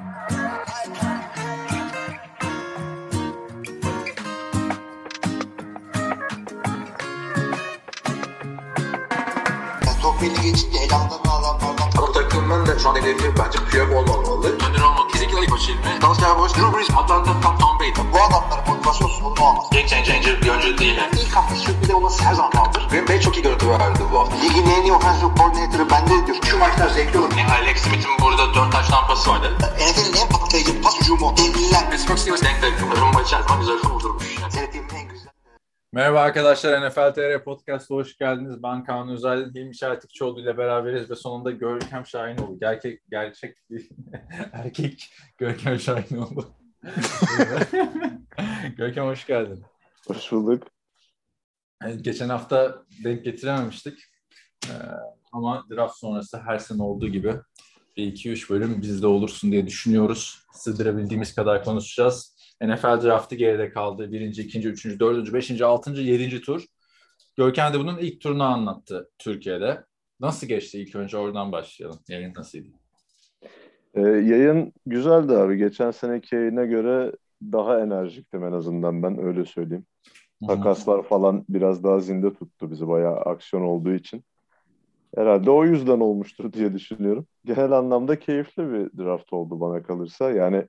Çok belli geçince elamdan adamlardan. Bu takımın da şu an hedefi bence Piyok olmamalı. Önder olmak. Ezekiel Aybaşı ilmi. Dallas Cowboys, Drew Brees, Atlanta, Tom Brady. Bu adamların motivasyonsuz bunu olmaz. Game changer bir oyuncu değil. İlk hafta sürpriz olması her zaman vardır. Green Bay çok iyi görüntü verdi bu hafta. Ligin en iyi offensive coordinator'ı bende diyor. Şu maçlar zevkli olur. Alex Smith'in burada 4 taş tampası vardı. NFL'in en patlayıcı pas hücumu. Devliler. Pittsburgh Steelers denk takım. Rumba içerisinde güzel vurdurmuş. Seyrettiğimin en güzel. Merhaba arkadaşlar, NFL TR Podcast'a hoş geldiniz. Ben Kaan Özel, Hilmi Şertikçioğlu ile beraberiz ve sonunda Görkem Şahinoğlu. Gerçek değil, erkek Görkem Şahinoğlu. Görkem hoş geldin. Hoş bulduk. Geçen hafta denk getirememiştik. Ama draft sonrası her sene olduğu gibi bir 2-3 bölüm bizde olursun diye düşünüyoruz. Sığdırabildiğimiz kadar konuşacağız. NFL draftı geride kaldı. 1. 2. 3. 4. 5. 6. 7. tur. Görkem de bunun ilk turunu anlattı Türkiye'de. Nasıl geçti? İlk önce oradan başlayalım. Yayın nasıldı? Yayın güzeldi abi. Geçen seneki yayına göre daha enerjiktim en azından, ben öyle söyleyeyim. Takaslar falan biraz daha zinde tuttu bizi, bayağı aksiyon olduğu için. Herhalde o yüzden olmuştur diye düşünüyorum. Genel anlamda keyifli bir draft oldu bana kalırsa. Yani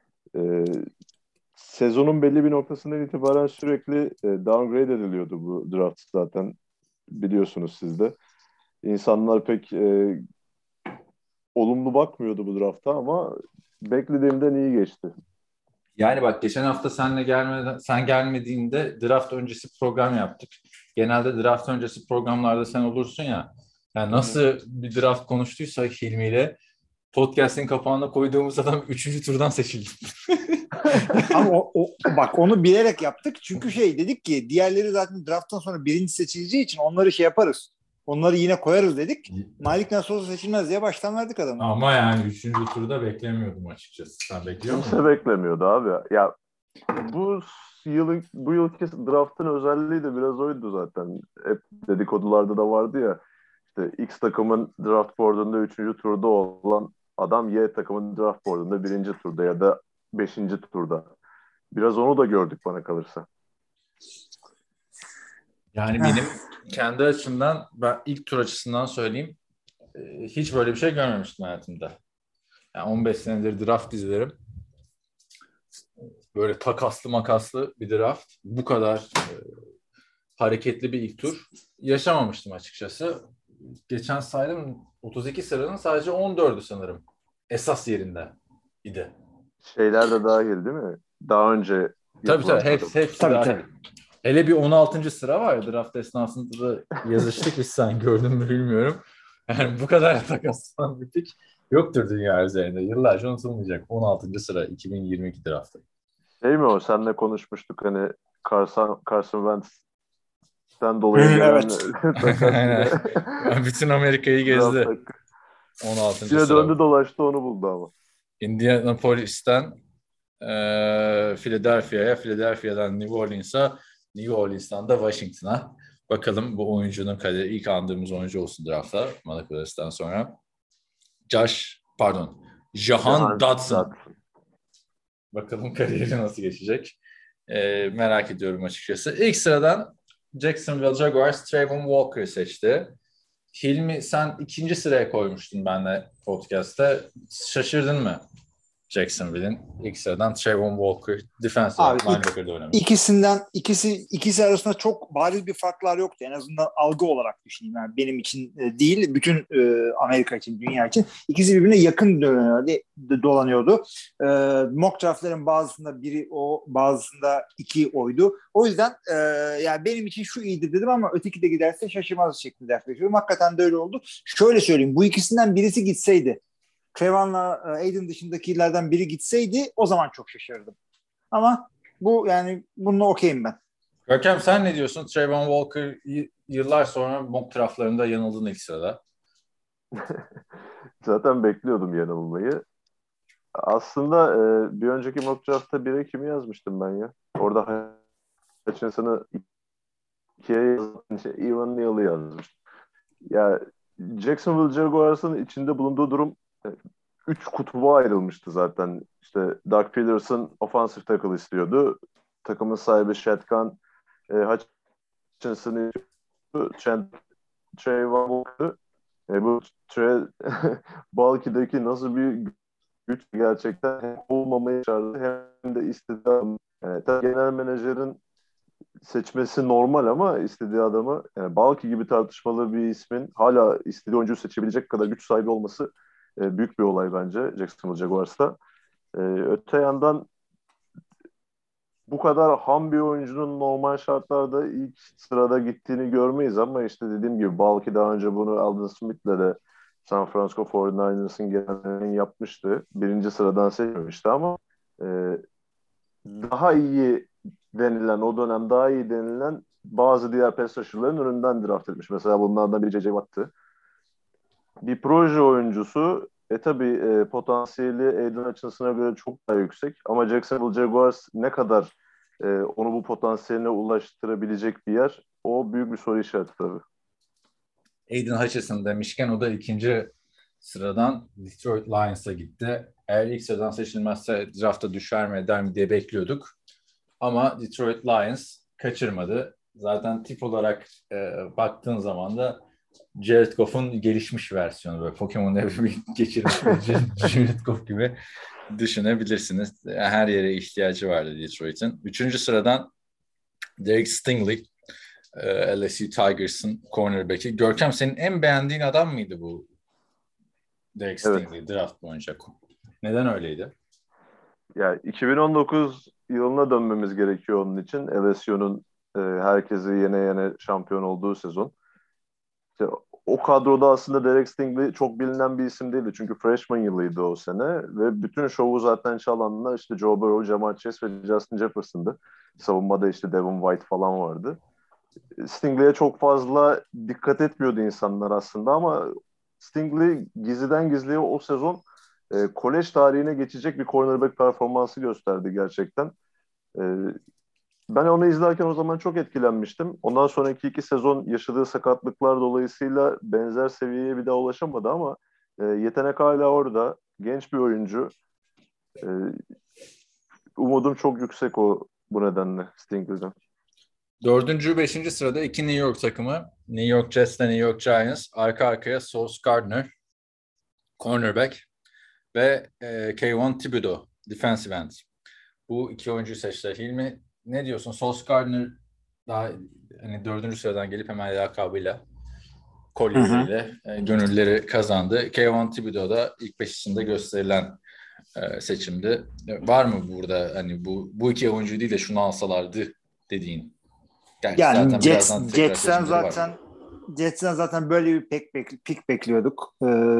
sezonun belli bir noktasından itibaren sürekli downgrade ediliyordu bu draft zaten. Biliyorsunuz siz de. İnsanlar pek olumlu bakmıyordu bu drafta ama beklediğimden iyi geçti. Yani bak, geçen hafta sen gelmediğinde draft öncesi program yaptık. Genelde draft öncesi programlarda sen olursun ya. Yani nasıl bir draft konuştuysa Hilmi ile, podcast'in kapağına koyduğumuz adam 3. turdan seçildi. Ama bak, onu bilerek yaptık. Çünkü dedik ki diğerleri zaten drafttan sonra birinci seçileceği için onları yaparız. Onları yine koyarız dedik. Malik nasıl olsa seçilmez diye baştan verdik adamı. Ama yani 3. turda beklemiyordum açıkçası. Sen bekliyor musun? Kimse beklemiyordu abi. Ya bu yılki draftın özelliği de biraz oydu zaten. Hep dedikodularda da vardı ya. İşte X takımın draft board'unda 3. turda olan adam Y takımın draft board'unda 1. turda ya da 5. turda. Biraz onu da gördük bana kalırsa. Yani benim kendi açımdan, ben ilk tur açısından söyleyeyim, hiç böyle bir şey görmemiştim hayatımda. Yani 15 senedir draft izlerim. Böyle takaslı makaslı bir draft, bu kadar hareketli bir ilk tur yaşamamıştım açıkçası. Geçen saydım, 32 sıranın sadece 14'ü sanırım esas yerinde idi. Şeyler de dahil değil mi? Daha önce Tabii hepsi Tabii, dahil. tabii. Hele bir 16. sıra var ya, draft esnasında da yazıştık biz, sen gördün mü bilmiyorum. Yani bu kadar takaslanan bir pik yoktur dünya üzerinde. Yıllarca unutulmayacak. 16. sıra 2022 draftı. Şey mi o? Seninle konuşmuştuk hani Carson Wentz'ten dolayı gelen Evet. Aynen. Bütün Amerika'yı gezdi. 16. Yine sıra. döndü dolaştı, onu buldu ama. Indianapolis'ten Philadelphia'ya, Philadelphia'dan New Orleans'a, New Orleans'tan da Washington'a. Bakalım bu oyuncunun kaderi, ilk andığımız oyuncu olsun draftta Malakolas'tan sonra. Jahan Dotson. Bakalım kariyeri nasıl geçecek. Merak ediyorum açıkçası. İlk sıradan Jacksonville Jaguars Trayvon Walker'ı seçti. Hilmi, sen 2. sıraya koymuştun benle podcast'ta. Şaşırdın mı? Jacksonville'in ilk sıradan Trayvon Walker defensive linebacker'da oynamış. İkisi arasında çok bariz bir farklar yoktu. En azından algı olarak düşüneyim. Yani benim için değil, bütün Amerika için, dünya için. İkisi birbirine yakın dolanıyordu. Mock draftların bazısında biri o, bazısında 2 oydu. O yüzden yani benim için şu iyidir dedim ama öteki de giderse şaşırmaz şeklinde yaklaşıyorum. Hakikaten de öyle oldu. Şöyle söyleyeyim, bu ikisinden birisi gitseydi, Trayvon'la Aiden dışındakilerden biri gitseydi o zaman çok şaşırdım. Ama bu, yani bununla okeyim ben. Görkem, sen ne diyorsun? Trayvon Walker yıllar sonra mock draftlarında yanıldın ilk sırada. Zaten bekliyordum yanılmayı. Aslında bir önceki mock draft'ta 1'e kimi yazmıştım ben ya? Orada Hutchinson'ı 2'ye yazmıştım. Evan Neal'ı yazmıştım. Ya Jacksonville Jaguars'ın içinde bulunduğu durum üç kutuba ayrılmıştı zaten. İşte Doug Peterson offensive tackle istiyordu. Takımın sahibi Shetkan Hutchinson'ı Trey Van Walker'ı. Bu Trey Balky'deki nasıl bir güç gerçekten hem olmamayı başardı hem de istediği adamı. Tabii genel menajerin seçmesi normal ama istediği adamı yani Balky gibi tartışmalı bir ismin hala istediği oyuncuyu seçebilecek kadar güç sahibi olması büyük bir olay bence Jacksonville Jaguars'ta. Öte yandan bu kadar ham bir oyuncunun normal şartlarda ilk sırada gittiğini görmeyiz ama işte dediğim gibi Balky daha önce bunu Aldon Smith'le de San Francisco 49ers'ın genelini yapmıştı. Birinci sıradan seçmemişti ama e, daha iyi denilen, o dönem daha iyi denilen bazı diğer pass rusher'ların önünden draft etmiş. Mesela bunlardan biri J.J. Watt'tı. Bir proje oyuncusu tabii potansiyeli Aiden Hutchinson'a göre çok daha yüksek ama Jacksonville Jaguars ne kadar onu bu potansiyeline ulaştırabilecek bir yer, o büyük bir soru işareti tabii. Aiden Hutchinson demişken o da ikinci sıradan Detroit Lions'a gitti. Eğer ilk sıradan seçilmezse drafta düşer mi eder mi diye bekliyorduk. Ama Detroit Lions kaçırmadı. Zaten tip olarak baktığın zaman da Jared Goff'un gelişmiş versiyonu. Böyle Pokemon'da bir geçirmiş bir Jared Goff gibi düşünebilirsiniz. Her yere ihtiyacı vardı Detroit'in. Üçüncü sıradan Derek Stingley, LSU Tigers'ın cornerback'i. Görkem, senin en beğendiğin adam mıydı bu Derek Stingley Evet. draft boyunca? Neden öyleydi? Yani 2019 yılına dönmemiz gerekiyor onun için. LSU'nun herkesi yene yene şampiyon olduğu sezon. İşte o kadroda aslında Derek Stingley çok bilinen bir isim değildi. Çünkü freshman yılıydı o sene ve bütün şovu zaten çalanlar işte Joe Burrow, Ja'Marr Chase ve Justin Jefferson'dı. Savunmada işte Devin White falan vardı. Stingley'e çok fazla dikkat etmiyordu insanlar aslında ama Stingley gizliden gizliye o sezon kolej tarihine geçecek bir cornerback performansı gösterdi gerçekten. E, Ben onu izlerken o zaman çok etkilenmiştim. Ondan sonraki 2 sezon yaşadığı sakatlıklar dolayısıyla benzer seviyeye bir daha ulaşamadı ama yetenek hala orada. Genç bir oyuncu. E, Umudum çok yüksek bu nedenle Stingley'den. Dördüncü, beşinci sırada iki New York takımı. New York Jets ile New York Giants arka arkaya Sauce Gardner, cornerback ve Kayvon Thibodeau, defensive end. Bu iki oyuncuyu seçtiler. Hilmi, ne diyorsun? Sauce Gardner daha hani dördüncü sıradan gelip hemen lakabıyla, kolyeleriyle gönülleri kazandı. Kayvon Thibodeau da ilk beş içinde gösterilen seçimdi. Var mı burada hani bu iki oyuncu değil de şunu alsalardı dediğin? Gerçi Yani zaten birazdan tekrar seçimleri var. Jets'ten zaten böyle bir pik bekliyorduk.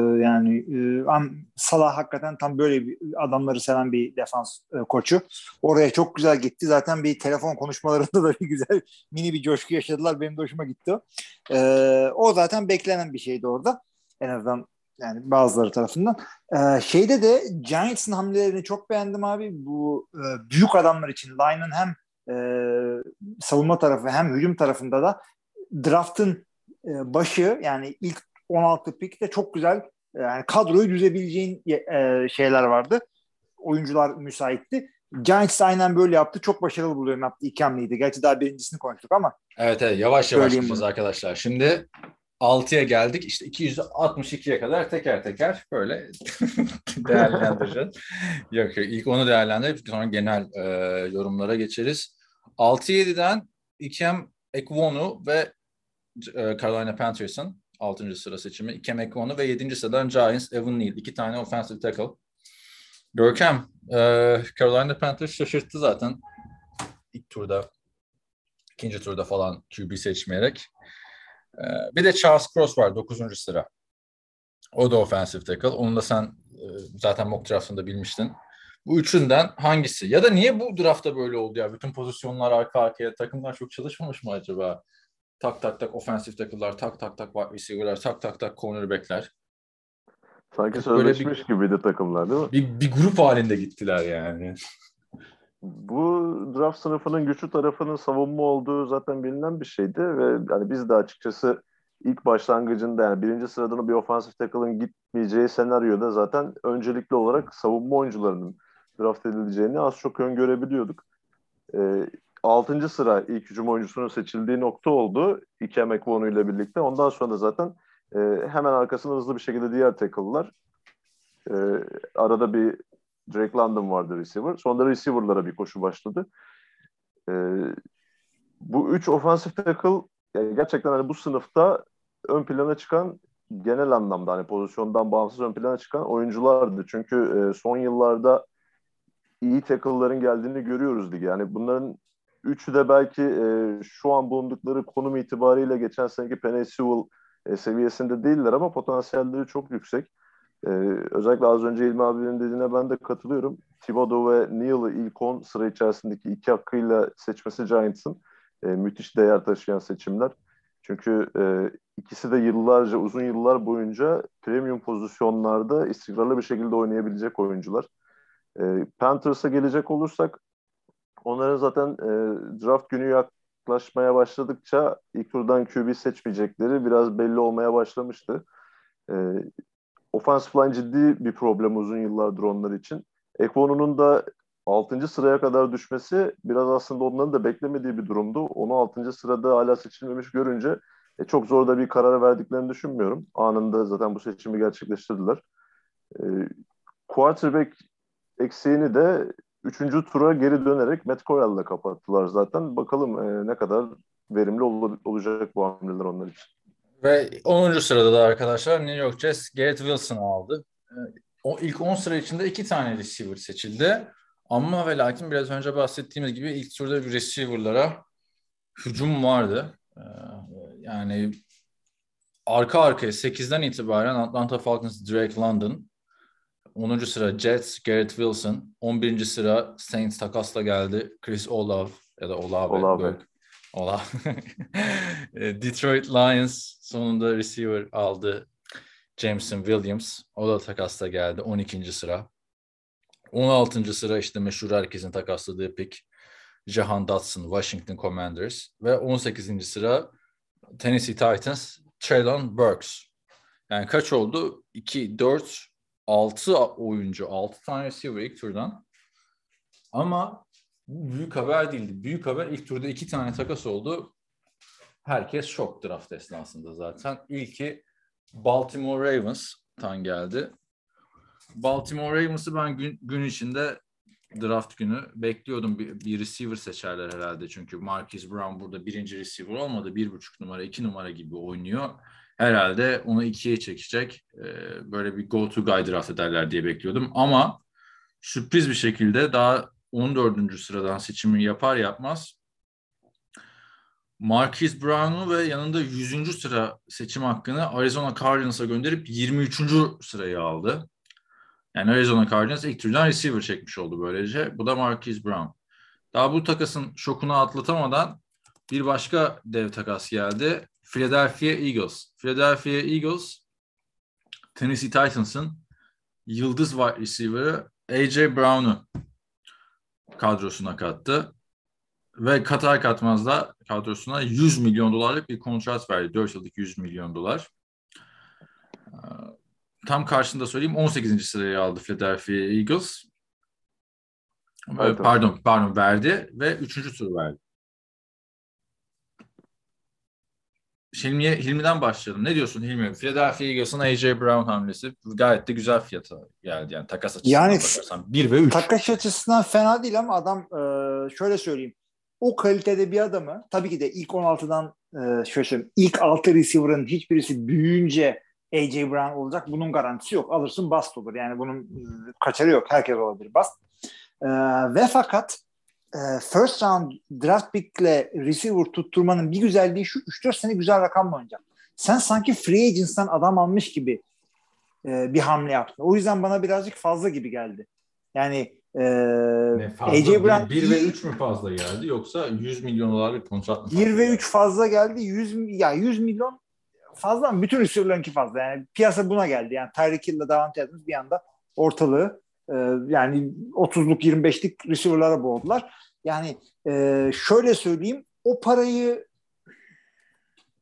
Salah hakikaten tam böyle bir adamları seven bir defans koçu. Oraya çok güzel gitti. Zaten bir telefon konuşmalarında da bir güzel mini bir coşku yaşadılar. Benim de hoşuma gitti o. O zaten beklenen bir şeydi orada. En azından yani bazıları tarafından. Şeyde de Giants'ın hamlelerini çok beğendim abi. Bu büyük adamlar için line'ın hem savunma tarafı hem hücum tarafında da draft'ın başı yani ilk 16 pick'te çok güzel yani kadroyu düzebileceğin şeyler vardı. Oyuncular müsaitti. Giants aynen böyle yaptı. Çok başarılı buluyorum yaptı. İki hamleydi. Gerçi daha birincisini konuştuk ama. Evet, yavaş yavaş Söyleyeyim gideceğiz bunu. arkadaşlar. Şimdi 6'ya geldik. İşte 262'ye kadar teker teker böyle değerlendireceğiz. Yok, ilk onu değerlendirip sonra genel yorumlara geçeriz. 6-7'den Ikem Ekwonu ve Carolina Panthers'ın 6. sıra seçimi. Ikem Ekwonu ve 7. sıradan Giants Evan Neal. 2 tane offensive tackle. Görkem, Carolina Panthers şaşırttı zaten ilk turda, ikinci turda falan QB seçmeyerek. Bir de Charles Cross var 9. sıra. O da offensive tackle. Onu da sen zaten mock draftında bilmiştin. Bu üçünden hangisi? Ya da niye bu draftta böyle oldu ya? Bütün pozisyonlar arka arkaya. Takımlar çok çalışmamış mı acaba? Tak tak tak offensive tackle'lar, tak tak tak wide receiver'lar, tak tak tak cornerback'ler. Sanki Hep böyle sözleşmiş gibiydi takımlar değil mi? bir grup halinde gittiler yani. Bu draft sınıfının güçlü tarafının savunma olduğu zaten bilinen bir şeydi ve yani biz de açıkçası ilk başlangıcında yani birinci sıradan bir offensive tackle'ın gitmeyeceği senaryoda zaten öncelikli olarak savunma oyuncularının draft edileceğini az çok öngörebiliyorduk. 6. sıra ilk hücum oyuncusunun seçildiği nokta oldu. Ikem Ekwonu ile birlikte. Ondan sonra da zaten hemen arkasında hızlı bir şekilde diğer tackle'lar. Arada bir Drake London vardı receiver. Sonra receiver'lara bir koşu başladı. Bu 3 offensive tackle yani gerçekten hani bu sınıfta ön plana çıkan genel anlamda hani pozisyondan bağımsız ön plana çıkan oyunculardı. Çünkü son yıllarda iyi tackle'ların geldiğini görüyoruz lige. Yani bunların üçü de belki şu an bulundukları konum itibariyle geçen seneki Penei Sewell seviyesinde değiller ama potansiyelleri çok yüksek. Özellikle az önce İlmi abinin dediğine ben de katılıyorum. Thibodeau ve Neal'ı ilk 10 sıra içerisindeki 2 hakkıyla seçmesi Giants'ın müthiş değer taşıyan seçimler. Çünkü ikisi de yıllarca, uzun yıllar boyunca premium pozisyonlarda istikrarlı bir şekilde oynayabilecek oyuncular. Panthers'a gelecek olursak onların zaten draft günü yaklaşmaya başladıkça ilk turdan QB seçmeyecekleri biraz belli olmaya başlamıştı. Offensive line ciddi bir problem uzun yıllardır onlar için. Ekwonu'nun da 6. sıraya kadar düşmesi biraz aslında onların da beklemediği bir durumdu. Onu 6. sırada hala seçilmemiş görünce çok zor da bir karar verdiklerini düşünmüyorum. Anında zaten bu seçimi gerçekleştirdiler. Quarterback eksiğini de 3. tura geri dönerek Matt Corral'la kapattılar zaten. Bakalım ne kadar verimli olacak bu hamleler onlar için. Ve 10. sırada da arkadaşlar New York Jets Garrett Wilson'ı aldı. O ilk 10 sıra içinde 2 tane receiver seçildi. Ama ve lakin biraz önce bahsettiğimiz gibi ilk turda bir receiver'lara hücum vardı. Yani arka arkaya 8'den itibaren Atlanta Falcons Drake London, 10. sıra Jets Garrett Wilson, 11. sıra Saints takasla geldi Chris Olave ya da Olave. Detroit Lions sonunda receiver aldı Jameson Williams. O da takasla geldi 12. sıra. 16. sıra işte meşhur herkesin takasladığı pick Jahan Dotson Washington Commanders ve 18. sıra Tennessee Titans Treylon Burks. Yani kaç oldu? 2, 4, 6 oyuncu, 6 tane receiver ilk turdan. Ama bu büyük haber değildi. Büyük haber ilk turda 2 tane takas oldu. Herkes şok draft esnasında zaten. İlki Baltimore Ravens'tan geldi. Baltimore Ravens'ı ben gün içinde draft günü bekliyordum. Bir receiver seçerler herhalde. Çünkü Marquise Brown burada 1. receiver olmadı. 1,5 numara, 2 numara gibi oynuyor. Herhalde onu 2'ye çekecek. Böyle bir go-to guy draft ederler diye bekliyordum. Ama sürpriz bir şekilde daha 14. sıradan seçimi yapar yapmaz Marquise Brown'u ve yanında 100. sıra seçim hakkını Arizona Cardinals'a gönderip 23. sırayı aldı. Yani Arizona Cardinals ilk turdan receiver çekmiş oldu böylece. Bu da Marquise Brown. Daha bu takasın şokunu atlatamadan bir başka dev takas geldi. Philadelphia Eagles. Philadelphia Eagles, Tennessee Titans'ın yıldız wide receiver'ı A.J. Brown'u kadrosuna kattı. Ve katar katmaz da kadrosuna $100 milyon bir kontrat verdi. 4 yıllık $100 milyon. Tam karşında söyleyeyim 18. sırayı aldı Philadelphia Eagles. Evet. Pardon verdi ve 3. turu verdi. Hilmi'den başlayalım. Ne diyorsun Hilmi? Philadelphia Eagles'ın A.J. Brown hamlesi gayet de güzel fiyata geldi. Yani takas açısından yani, bakarsan 1 ve 3. Takas açısından fena değil ama adam şöyle söyleyeyim. O kalitede bir adamı tabii ki de ilk 16'dan şöyle söyleyeyim. İlk 6 receiver'ın hiçbirisi büyüyünce A.J. Brown olacak. Bunun garantisi yok. Alırsın bust olur. Yani bunun kaçarı yok. Herkes olabilir bust. Ve fakat first round draft pick'le receiver tutturmanın bir güzelliği şu 3-4 sene güzel rakamla oynayacak. Sen sanki free agents'tan adam almış gibi bir hamle yaptın. O yüzden bana birazcık fazla gibi geldi. Yani A.J. Brown 1 ve 3 mü fazla geldi yoksa $100 milyon kontrat mı? 1 ve 3 fazla geldi. 100 milyon fazla mı? Bütün receiver'larınki fazla. Yani piyasa buna geldi. Yani Tyreek Hill'le Davante Adams bir anda ortalığı yani 30'luk 25'lik receiver'lara boğdular. Yani şöyle söyleyeyim o parayı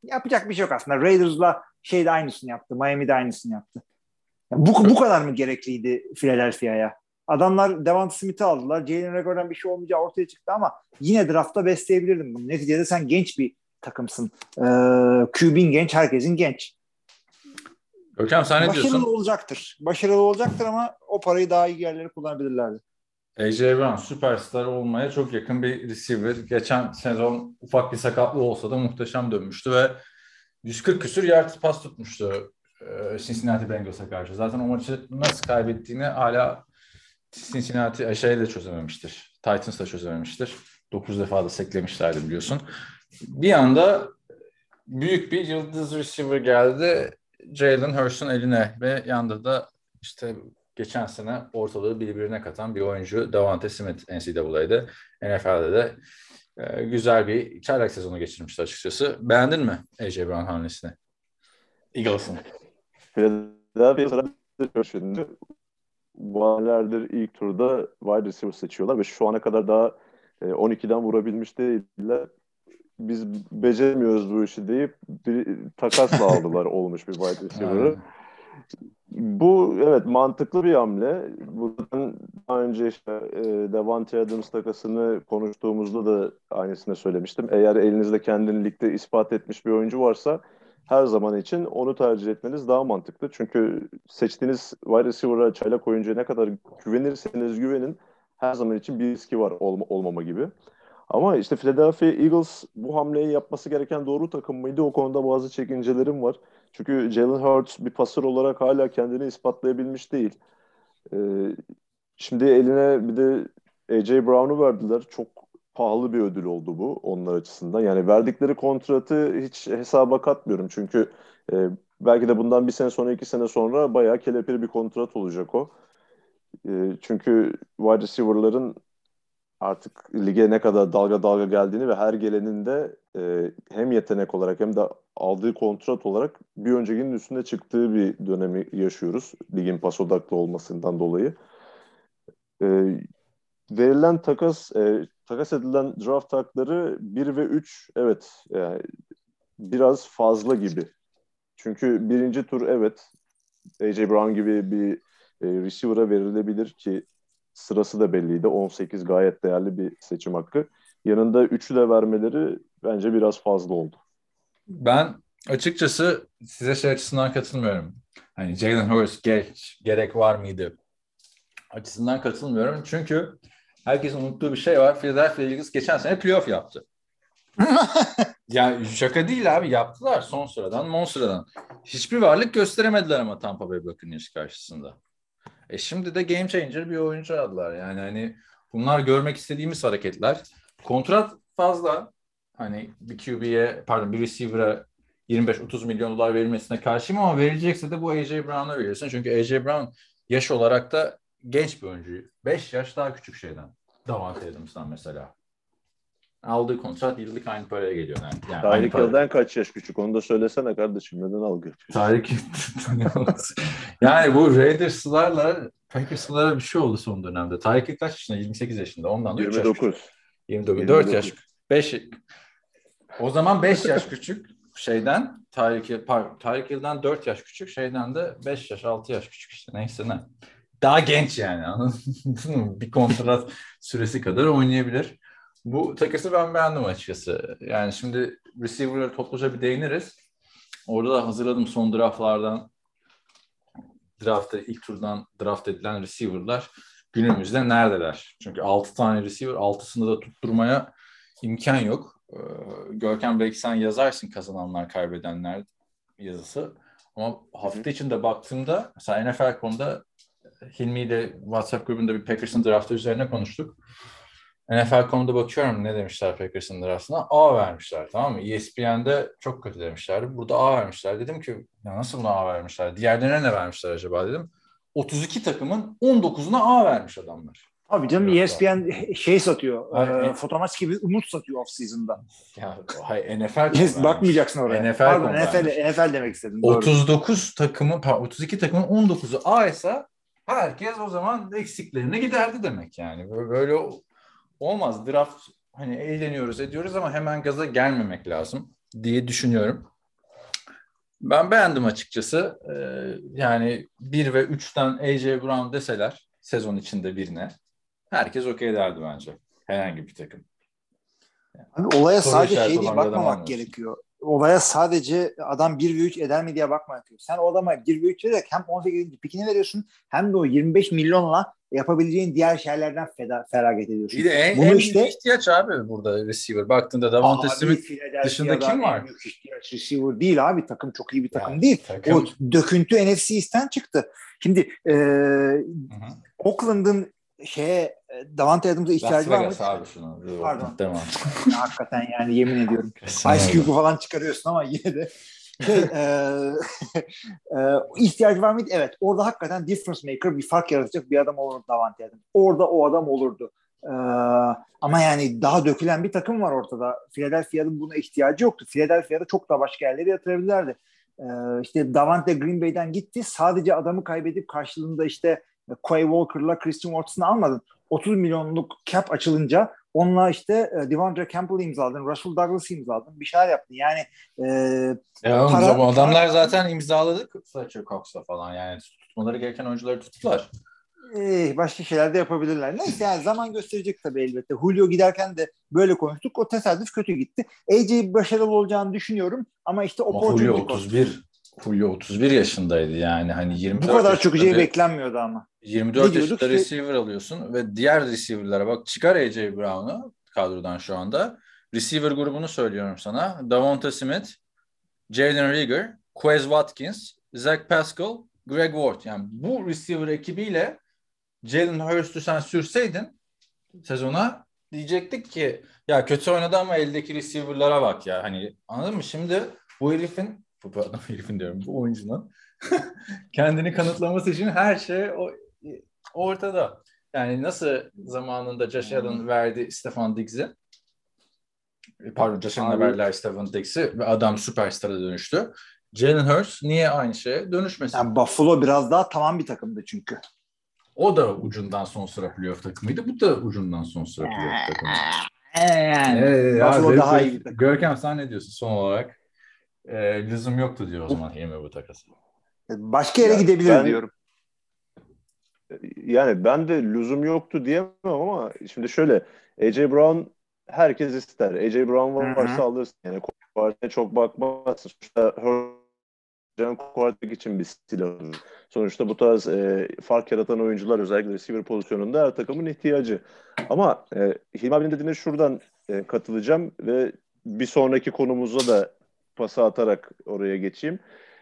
yapacak bir şey yok aslında. Raiders'la de aynısını yaptı. Miami'de aynısını yaptı. Yani bu kadar mı gerekliydi Philadelphia'ya? Adamlar Devonta Smith'i aldılar. Jalen Reagor'dan bir şey olmayacağı ortaya çıktı ama yine draftta besleyebilirdim bunu. Neticede sen genç bir takımsın. QB'in genç, herkesin genç. Görkem sen ne diyorsun? Başarılı olacaktır ama o parayı daha iyi yerlere kullanabilirlerdi. A.J. Brown süperstar olmaya çok yakın bir receiver. Geçen sezon ufak bir sakatlığı olsa da muhteşem dönmüştü ve 140 küsür yard pas tutmuştu Cincinnati Bengals'a karşı. Zaten o maçı nasıl kaybettiğini hala Cincinnati de çözememiştir. Titans da çözememiştir. 9 defa da seklemişlerdi biliyorsun. Bir anda büyük bir yıldız receiver geldi Jalen Hurts'un eline ve yanında da işte geçen sene ortalığı birbirine katan bir oyuncu Devonta Smith NCAA'de, NFL'de de güzel bir çaylak sezonu geçirmişti açıkçası. Beğendin mi A.J. Brown hamlesini? Eagles'ın. Philadelphia şimdi bu aylardır ilk turda wide receiver seçiyorlar ve şu ana kadar daha 12'den vurabilmiş değiller. Biz beceremiyoruz bu işi deyip bir takasla aldılar olmuş bir wide receiver'ı. Bu evet mantıklı bir hamle. Buradan daha önce işte Davante Adams takasını konuştuğumuzda da aynısını söylemiştim. Eğer elinizde kendini ligde ispat etmiş bir oyuncu varsa her zaman için onu tercih etmeniz daha mantıklı. Çünkü seçtiğiniz wide receiver'a, çaylak oyuncuya ne kadar güvenirseniz güvenin her zaman için bir riski var olmama gibi. Ama işte Philadelphia Eagles bu hamleyi yapması gereken doğru takım mıydı? O konuda bazı çekincelerim var. Çünkü Jalen Hurts bir pasör olarak hala kendini ispatlayabilmiş değil. Şimdi eline bir de A.J. Brown'u verdiler. Çok pahalı bir ödül oldu bu onlar açısından. Yani verdikleri kontratı hiç hesaba katmıyorum. Çünkü belki de bundan bir sene sonra, 2 sene sonra bayağı kelepir bir kontrat olacak o. Çünkü wide receiver'ların artık lige ne kadar dalga dalga geldiğini ve her gelenin de hem yetenek olarak hem de aldığı kontrat olarak bir öncekinin üstünde çıktığı bir dönemi yaşıyoruz. Ligin pas odaklı olmasından dolayı. Verilen takas edilen draft hakları 1 ve 3 evet yani biraz fazla gibi. Çünkü birinci tur evet A.J. Brown gibi bir receiver'a verilebilir ki sırası da belliydi. 18 gayet değerli bir seçim hakkı. Yanında 3'ü de vermeleri bence biraz fazla oldu. Ben açıkçası size şey açısından katılmıyorum. Hani Jalen Hurts gerek var mıydı açısından katılmıyorum. Çünkü herkesin unuttuğu bir şey var. Philadelphia Eagles geçen sene playoff yaptı. Yani şaka değil abi, yaptılar son sıradan. Hiçbir varlık gösteremediler ama Tampa Bay Buccaneers karşısında. Şimdi de game changer bir oyuncu aldılar. Yani hani bunlar görmek istediğimiz hareketler. Kontrat fazla. Hani bir receiver'a 25-30 milyon dolar verilmesine karşıyım ama verilecekse de bu A.J. Brown'a verirsin. Çünkü A.J. Brown yaş olarak da genç bir oyuncu. 5 yaş daha küçük şeyden. Davante Adams'tan mesela. Aldığı kontrat yıllık aynı paraya geliyor. Yani Tyreek Hill'den kaç yaş küçük? Onu da söylesene kardeşim. Neden algı yapıyorsun? Tyreek yani bu Raiders'larla Packers'lara bir şey oldu son dönemde. Tyreek Hill kaç yaşında? 28 yaşında. Ondan da 3 yaş küçük. 29. 4 yaş. 5. O zaman 5 yaş küçük şeyden Tyreek Hill'den 4 yaş küçük, şeyden de 5 yaş 6 yaş küçük işte neyse ne. Daha genç yani, anladın mı? Bir kontrat süresi kadar oynayabilir. Bu takası ben beğendim açıkçası. Yani şimdi receiver'ları topluca bir değiniriz. Orada da hazırladım son draftlardan. İlk turdan draft edilen receiver'lar günümüzde neredeler? Çünkü 6 tane receiver, 6'sını da tutturmaya imkan yok. Görkem belki sen yazarsın kazananlar kaybedenler yazısı. Ama hafta içinde baktığımda mesela NFL.com'da Hilmi ile WhatsApp grubunda bir Packers'ın draftı üzerine konuştuk. NFL.com'da bakıyorum ne demişler Packers'ın draftına. A vermişler, tamam mı? ESPN'de çok kötü demişler. Burada A vermişler. Dedim ki ya nasıl buna A vermişler? Diğerlerine ne vermişler acaba dedim. 32 takımın 19'una A vermiş adamlar. Abi canım ESPN satıyor. Fotomaç gibi umut satıyor off-season'da. Ya hayır, NFL bakmayacaksın oraya. NFL demek istedim. 32 takımın 19'u A ise herkes o zaman eksiklerine giderdi demek yani. Böyle olmaz. Draft hani eğleniyoruz ediyoruz ama hemen gaza gelmemek lazım diye düşünüyorum. Ben beğendim açıkçası. Yani 1 ve 3'ten A.J. Brown deseler sezon içinde birine herkes okey derdi bence. Herhangi bir takım. Abi olaya Soru sadece işareti şey diye olan bir adam bakmamak almıyorsun. gerekiyor. Olaya sadece adam 1 ve 3 eder mi diye bakmak gerekiyor. Sen o adama 1 ve 3 vererek hem 18. pikini veriyorsun hem de o 25 milyonla yapabileceğin diğer şeylerden feragat ediyorsun. İyi de en büyük ihtiyaç abi burada receiver. Baktığında Davante Smith dışında kim var? En büyük ihtiyaç receiver değil abi. Takım çok iyi bir takım Yani, değil. takım... O döküntü NFC East'ten çıktı. Şimdi Oakland'ın Davante Adams'a ihtiyacı var mı? Las Vegas abi şunu. Pardon. Tamam. Hakikaten yani yemin ediyorum. Ice Cube'u falan çıkarıyorsun ama yine de ihtiyacı var mıydı? Evet. Orada hakikaten difference maker, bir fark yaratacak bir adam olurdu Davante Adams. Orada o adam olurdu. Ama yani daha dökülen bir takım var ortada. Philadelphia'nın buna ihtiyacı yoktu. Philadelphia'da çok daha başka yerlere yatırabilirlerdi. İşte Davante Green Bay'den gitti. Sadece adamı kaybedip karşılığında işte Quay Walker'la Christian Wattson'ı almadın. 30 milyonluk cap açılınca onunla işte Devondre Campbell'ı imzaladın, Russell Douglas'ı imzaladın, bir şeyler yaptın. Yani adamlar zaten imzaladı Fletcher Cox'la falan. Yani tutmaları gereken oyuncuları tuttular. Başka şeyler de yapabilirler. Neyse yani zaman gösterecek tabii elbette. Julio giderken de böyle konuştuk. O tesadüf kötü gitti. AJ başarılı olacağını düşünüyorum ama işte Julio 31 yaşındaydı yani hani 24 bu kadar çok şey beklenmiyordu ama. 24 yaşında receiver alıyorsun ve diğer receiver'lara bak, çıkar AJ Brown'u kadrodan şu anda. Receiver grubunu söylüyorum sana. Davante Smith, Jalen Reagor, Quez Watkins, Zach Pascal, Greg Ward. Yani bu receiver ekibiyle Jalen Hurst'ü sen sürseydin sezona, diyecektik ki ya kötü oynadı ama eldeki receiver'lara bak ya. Hani anladın mı? Şimdi bu herifin diyorum, bu oyuncunun kendini kanıtlaması için her şey ortada. Yani nasıl zamanında Josh Allen verdi Stefan Diggs'i, Josh Allen'a verdiler Stefan Diggs'i ve adam süperstara dönüştü. Jalen Hurts niye aynı şeye dönüşmesin? Yani Buffalo biraz daha tamam bir takımdı çünkü. O da ucundan son sıra playoff takımıydı. Bu da ucundan son sıra playoff takımıydı. Buffalo daha iyi bir takım. Görkem sen ne diyorsun son olarak? Lüzum yoktu diyor o zaman Hilmi bu takası. Başka yere gidebilir diyorum. Yani ben de lüzum yoktu diyemem ama şimdi şöyle, AJ Brown herkes ister. AJ Brown varsa alırsın. Yani quarterback'e çok bakmazsın. Quarterback için bir stil alır. Sonuçta bu tarz fark yaratan oyuncular özellikle receiver pozisyonunda her takımın ihtiyacı. Ama Hilmi abinin dediğine şuradan katılacağım ve bir sonraki konumuza da pası atarak oraya geçeyim.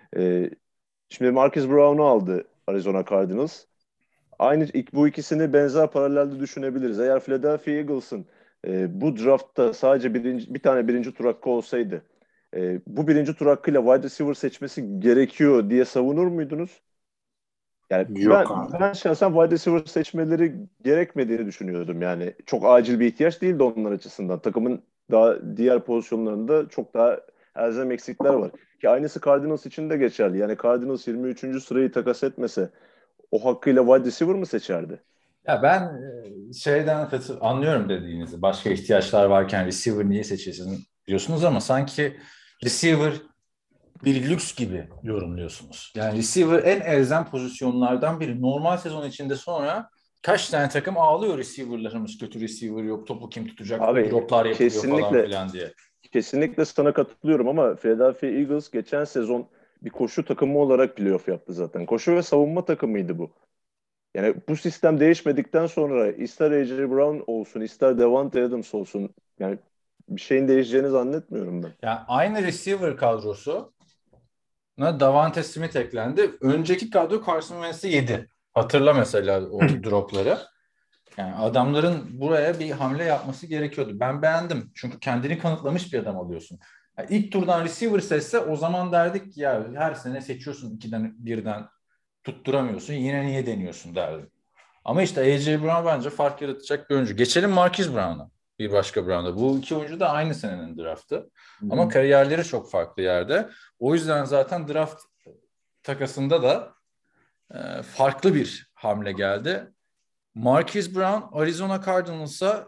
Şimdi Marquise Brown'u aldı Arizona Cardinals. Bu ikisini benzer paralelde düşünebiliriz. Eğer Philadelphia Eagles'ın bu draftta sadece bir tane birinci tur hakkı olsaydı bu birinci tur hakkıyla wide receiver seçmesi gerekiyor diye savunur muydunuz? Yani ben şahsen wide receiver seçmeleri gerekmediğini düşünüyordum. Yani çok acil bir ihtiyaç değildi onlar açısından. Takımın daha diğer pozisyonlarında çok daha elzem eksikler var. Ki aynısı Cardinals için de geçerli. Yani Cardinals 23. sırayı takas etmese o hakkıyla wide receiver mı seçerdi? Ya ben anlıyorum dediğinizi. Başka ihtiyaçlar varken receiver niye seçiyorsun diyorsunuz ama sanki receiver bir lüks gibi yorumluyorsunuz. Yani receiver en elzem pozisyonlardan biri. Normal sezon içinde sonra kaç tane takım ağlıyor receiver'larımız kötü receiver yok, topu kim tutacak, droplar yapılıyor falan filan diye. Kesinlikle sana katılıyorum ama Philadelphia Eagles geçen sezon bir koşu takımı olarak playoff yaptı zaten. Koşu ve savunma takımıydı bu. Yani bu sistem değişmedikten sonra ister AJ Brown olsun, ister Davante Adams olsun, yani bir şeyin değişeceğini zannetmiyorum ben. Yani aynı receiver kadrosu Davante Smith eklendi. Önceki kadro Carson Wentz'i yedi. Hatırla mesela o dropları. Yani adamların buraya bir hamle yapması gerekiyordu. Ben beğendim. Çünkü kendini kanıtlamış bir adam alıyorsun. Yani ilk turdan receiver seçse o zaman derdik ya her sene seçiyorsun 2'den 1'den tutturamıyorsun. Yine niye deniyorsun derdim. Ama işte AJ Brown bence fark yaratacak bir oyuncu. Geçelim Marquise Brown'a. Bir başka Brown'a. Bu iki oyuncu da aynı senenin draftı. Ama kariyerleri çok farklı yerde. O yüzden zaten draft takasında da farklı bir hamle geldi. Marquise Brown Arizona Cardinals'a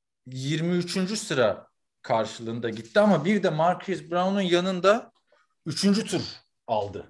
23. sıra karşılığında gitti ama bir de Marquise Brown'un yanında 3. tur aldı.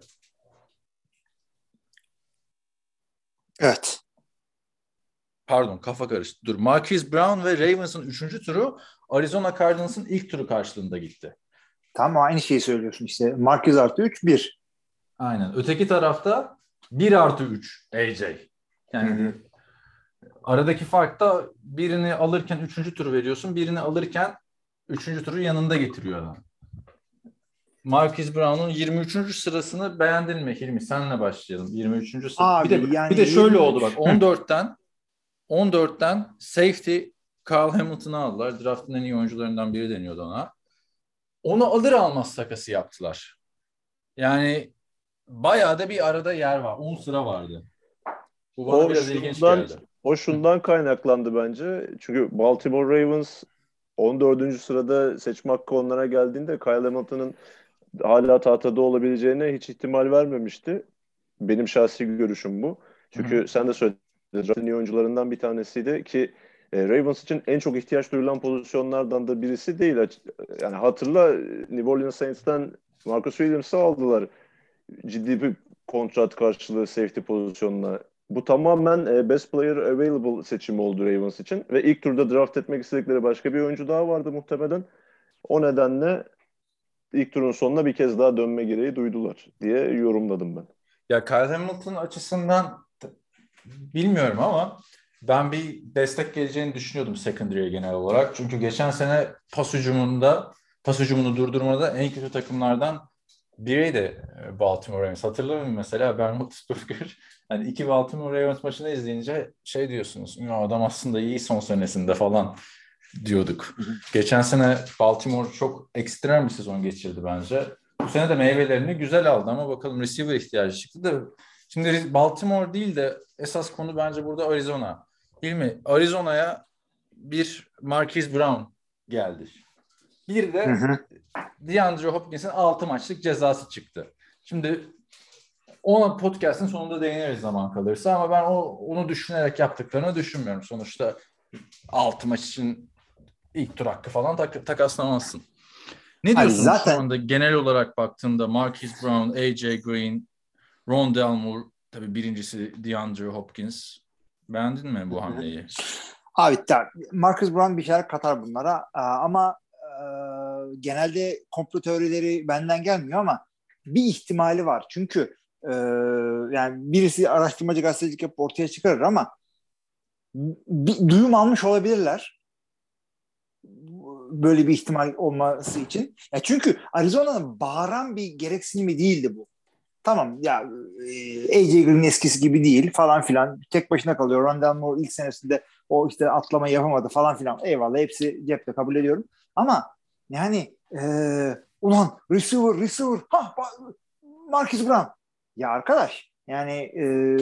Evet. Pardon, kafa karıştı. Dur. Marquise Brown ve Ravens'ın 3. turu Arizona Cardinals'ın ilk turu karşılığında gitti. Tamam, aynı şeyi söylüyorsun işte. Marquez artı 3, 1. Aynen. Öteki tarafta 1+3 AJ. Yani aradaki fark da birini alırken 3. turu veriyorsun. Birini alırken 3. turu yanında getiriyor adam. Marquise Brown'un 23. sırasını beğendin mi Hilmi? Senle başlayalım. 23. sıra. Abi, Bir de şöyle oldu bak. 14'ten safety Kyle Hamilton'ı aldılar. Draft'ın en iyi oyuncularından biri deniyordu ona. Onu alır almaz takası yaptılar. Yani bayağı da bir arada yer var. 10 sıra vardı. Bu bana biraz ilginç geldi. O şundan kaynaklandı bence. Çünkü Baltimore Ravens 14. sırada seçme hakkı onlara geldiğinde Kyle Hamilton'ın hala tahtada olabileceğine hiç ihtimal vermemişti. Benim şahsi görüşüm bu. Çünkü sen de söyledin. Draft'ın iyi oyuncularından bir tanesiydi ki Ravens için en çok ihtiyaç duyulan pozisyonlardan da birisi değil. Yani hatırla, New Orleans Saints'ten Marcus Williams'ı aldılar. Ciddi bir kontrat karşılığı safety pozisyonuna. Bu tamamen best player available seçimi oldu Ravens için. Ve ilk turda draft etmek istedikleri başka bir oyuncu daha vardı muhtemelen. O nedenle ilk turun sonuna bir kez daha dönme gereği duydular diye yorumladım ben. Ya Kyle Hamilton açısından bilmiyorum ama ben bir destek geleceğini düşünüyordum secondary'e genel olarak. Çünkü geçen sene pas hücumunu durdurmada en kötü takımlardan biriydi Baltimore Ravens. Hatırlar mısın mesela Ben Roethlisberger? Hani 2 Baltimore Ravens maçını izleyince şey diyorsunuz. Ya adam aslında iyi son senesinde falan diyorduk. Geçen sene Baltimore çok ekstrem bir sezon geçirdi bence. Bu sene de meyvelerini güzel aldı ama bakalım receiver ihtiyacı çıktı da şimdi Baltimore değil de esas konu bence burada Arizona. Değil mi? Arizona'ya bir Marquise Brown geldi. Bir de DeAndre Hopkins'in 6 maçlık cezası çıktı. Şimdi ona podcast'ın sonunda değiniriz zaman kalırsa ama ben onu düşünerek yaptıklarını düşünmüyorum. Sonuçta 6 maç için ilk tur hakkı falan takaslamazsın. Ne diyorsunuz zaten... şu anda genel olarak baktığımda Marquise Brown, AJ Green, Rondale Moore, tabii birincisi DeAndre Hopkins. Beğendin mi bu hamleyi? Abi Marcus Brown bir şeyler katar bunlara ama genelde komplo teorileri benden gelmiyor ama bir ihtimali var. Çünkü yani birisi araştırmacı gazetecilik yapıp ortaya çıkarır ama bir duyum almış olabilirler. Böyle bir ihtimal olması için. Ya çünkü Arizona'nın bağıran bir gereksinimi değildi bu. Tamam ya AJ Green eskisi gibi değil falan filan. Tek başına kalıyor. Rondale Moore ilk senesinde o işte atlama yapamadı falan filan. Eyvallah, hepsi cepte, kabul ediyorum. Ama yani ulan receiver Marquise Brown. Ya arkadaş yani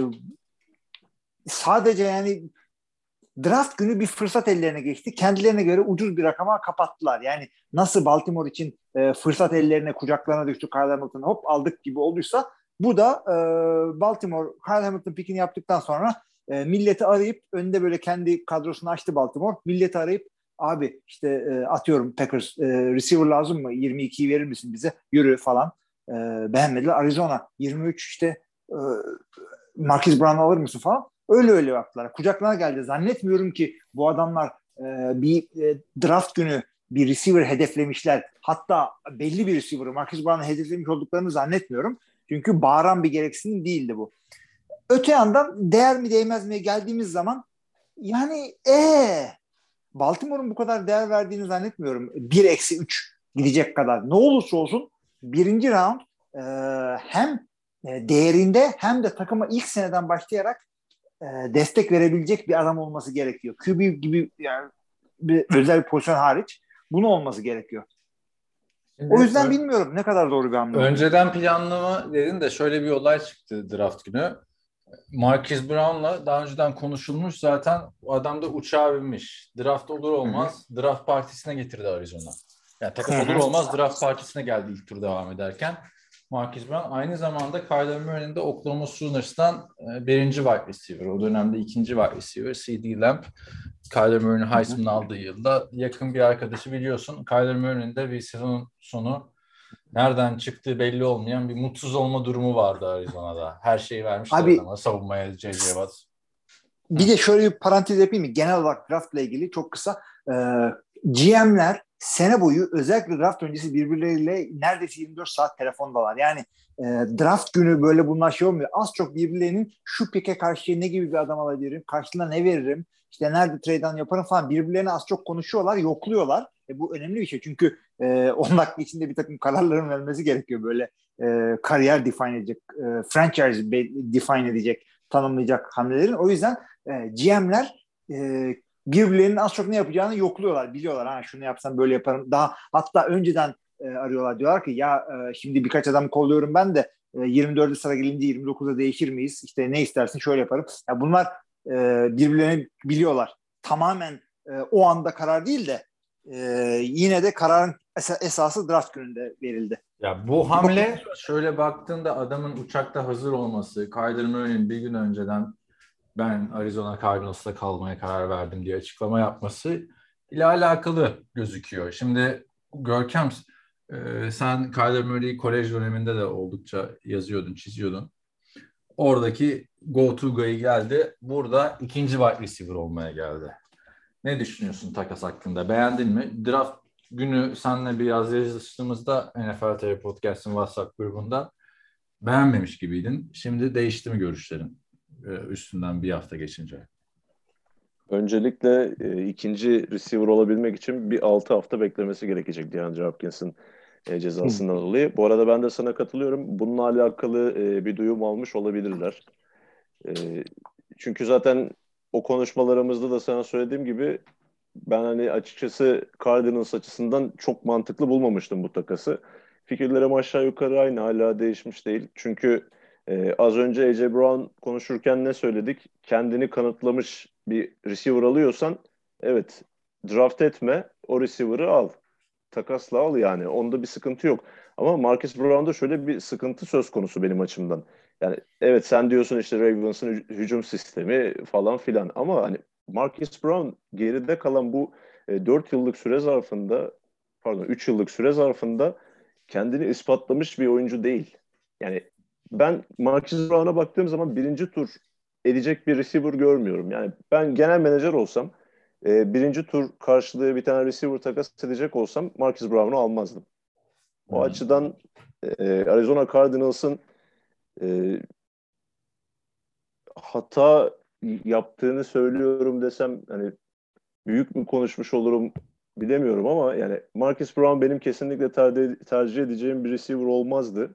sadece yani draft günü bir fırsat ellerine geçti. Kendilerine göre ucuz bir rakama kapattılar. Yani nasıl Baltimore için fırsat ellerine, kucaklarına düştü Kyle Hamilton'ı hop aldık gibi olduysa bu da Baltimore Kyle Hamilton pickini yaptıktan sonra milleti arayıp önünde böyle kendi kadrosunu açtı Baltimore. Milleti arayıp abi işte atıyorum Packers receiver lazım mı? 22'yi verir misin bize? Yürü falan. Beğenmediler. Arizona 23 işte Marquise Brown'u alır mısın falan. Öyle baktılar. Kucaklarına geldi. Zannetmiyorum ki bu adamlar bir draft günü bir receiver hedeflemişler. Hatta belli bir receiver'ı Marquise Brown'u hedeflemiş olduklarını zannetmiyorum. Çünkü bağıran bir gereksinim değildi bu. Öte yandan değer mi değmez mi geldiğimiz zaman yani Baltimore'un bu kadar değer verdiğini zannetmiyorum. 1-3 gidecek kadar. Ne olursa olsun birinci round hem değerinde hem de takıma ilk seneden başlayarak destek verebilecek bir adam olması gerekiyor. QB gibi yani bir özel bir pozisyon hariç bunu olması gerekiyor. O yüzden bilmiyorum ne kadar doğru bir hamle. Önceden planlama dedin de şöyle bir olay çıktı draft günü. Marquise Brown'la daha önceden konuşulmuş, zaten o adam da uçağa binmiş. Draft olur olmaz draft partisine getirdi Arizona. Yani takım olur olmaz draft partisine geldi ilk tur devam ederken. Marquise Brown aynı zamanda Kyler Murray'nin de Oklahoma Sooners'tan birinci wide receiver. O dönemde ikinci wide receiver. C.D. Lamb, Kyler Murray'nin Heisman'ı aldığı yılda yakın bir arkadaşı biliyorsun. Kyler Murray'nin de bir sezon sonu nereden çıktığı belli olmayan bir mutsuz olma durumu vardı Arizona'da. Her şeyi vermişler Abi, adama savunmaya J.J. Watt. bir de şöyle bir parantez yapayım mı? Genel olarak draftla ilgili çok kısa. GM'ler sene boyu özellikle draft öncesi birbirleriyle neredeyse 24 saat telefondalar. Yani draft günü böyle bunlar şey olmuyor. Az çok birbirlerinin şu pike karşı ne gibi bir adam alabilirim, karşılığında ne veririm, işte nerede trade-down yaparım falan birbirlerine az çok konuşuyorlar, yokluyorlar. Bu önemli bir şey çünkü 10 dakika içinde bir takım kararların vermesi gerekiyor. Böyle kariyer define edecek, franchise define edecek, tanımlayacak hamlelerin. O yüzden GM'ler birbirlerinin az çok ne yapacağını yokluyorlar. Biliyorlar ha şunu yapsam böyle yaparım. Daha hatta önceden arıyorlar. Diyorlar ki ya şimdi birkaç adam kolluyorum ben de 24'e sıra gelince 29'a değişir miyiz? İşte ne istersin şöyle yaparım. Ya bunlar birbirlerini biliyorlar. Tamamen o anda karar değil de yine de kararın esası draft gününde verildi. Ya bu hamle şöyle baktığında adamın uçakta hazır olması, Kyler Murray'nin bir gün önceden ben Arizona Cardinals'ta kalmaya karar verdim diye açıklama yapması ile alakalı gözüküyor. Şimdi Görkem, sen Kyler Murray'i kolej döneminde de oldukça yazıyordun, çiziyordun. Oradaki go-to guy geldi. Burada ikinci wide receiver olmaya geldi. Ne düşünüyorsun takas hakkında? Beğendin mi? Draft günü seninle biraz yazıştığımızda NFL TV Podcast'ın WhatsApp grubunda beğenmemiş gibiydin. Şimdi değişti mi görüşlerin üstünden bir hafta geçince? Öncelikle ikinci receiver olabilmek için bir 6 hafta beklemesi gerekecek DeAndre Hopkins'in cezasından dolayı. Bu arada ben de sana katılıyorum. Bununla alakalı bir duyum almış olabilirler. Çünkü zaten o konuşmalarımızda da sana söylediğim gibi ben hani açıkçası Cardinals açısından çok mantıklı bulmamıştım bu takası. Fikirlerim aşağı yukarı aynı, hala değişmiş değil. Çünkü az önce A.J. Brown konuşurken ne söyledik? Kendini kanıtlamış bir receiver alıyorsan evet, draft etme, o receiver'ı al. Takasla al yani. Onda bir sıkıntı yok. Ama Marcus Brown'da şöyle bir sıkıntı söz konusu benim açımdan. Yani evet, sen diyorsun işte Ravens'ın hücum sistemi falan filan ama hani Marcus Brown geride kalan bu 4 yıllık süre zarfında, pardon 3 yıllık süre zarfında kendini ispatlamış bir oyuncu değil. Yani ben Marcus Brown'a baktığım zaman birinci tur edecek bir receiver görmüyorum. Yani ben genel menajer olsam birinci tur karşılığı bir tane receiver takas edecek olsam Marcus Brown'u almazdım. O açıdan Arizona Cardinals'ın hata yaptığını söylüyorum desem hani büyük mü konuşmuş olurum bilemiyorum ama yani Marcus Brown benim kesinlikle tercih edeceğim bir receiver olmazdı.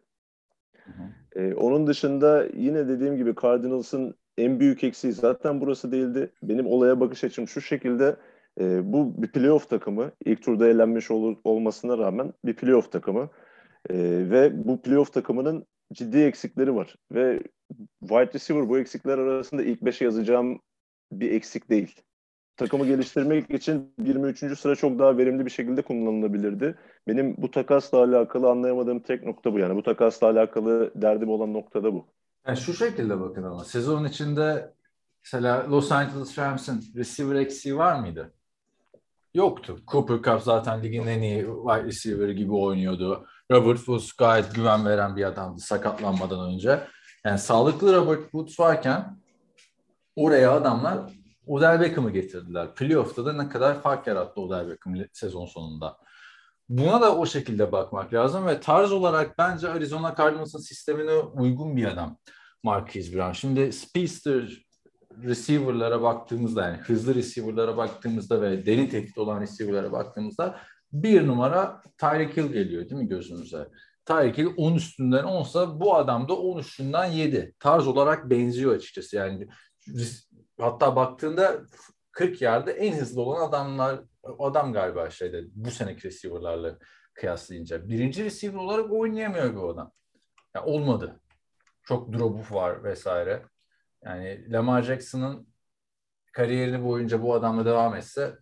Onun dışında yine dediğim gibi Cardinals'ın en büyük eksiği zaten burası değildi. Benim olaya bakış açım şu şekilde: bu bir playoff takımı. İlk turda elenmiş olmasına rağmen bir playoff takımı. Ve bu playoff takımının ciddi eksikleri var. Ve wide receiver bu eksikler arasında ilk 5'e yazacağım bir eksik değil. Takımı geliştirmek için 23. sıra çok daha verimli bir şekilde kullanılabilirdi. Benim bu takasla alakalı anlayamadığım tek nokta bu. Yani bu takasla alakalı derdim olan nokta da bu. Yani şu şekilde bakın ama sezon içinde mesela Los Angeles Rams'ın receiver eksiği var mıydı? Yoktu. Cooper Kupp zaten ligin en iyi wide receiver gibi oynuyordu. Robert Woods gayet güven veren bir adamdı sakatlanmadan önce. Yani sağlıklı Robert Woods varken oraya adamlar Odell Beckham'ı getirdiler. Playoff'ta da ne kadar fark yarattı Odell Beckham sezon sonunda. Buna da o şekilde bakmak lazım ve tarz olarak bence Arizona Cardinals'ın sistemine uygun bir adam Marquise Brown. Şimdi speedster receiver'lara baktığımızda, yani hızlı receiver'lara baktığımızda ve derin tehdit olan receiver'lara baktığımızda bir numara Tyreek Hill geliyor değil mi gözümüze? Tyreek Hill 10 üstünden 10'sa bu adam da 10 üstünden 7. Tarz olarak benziyor açıkçası. Yani hatta baktığında 40 yerde en hızlı olan adam galiba bu seneki receiver'larla kıyaslayınca. Birinci receiver olarak oynayamıyor bu adam. Yani olmadı. Çok drop-off var vesaire. Yani Lamar Jackson'ın kariyerini boyunca bu adamla devam etse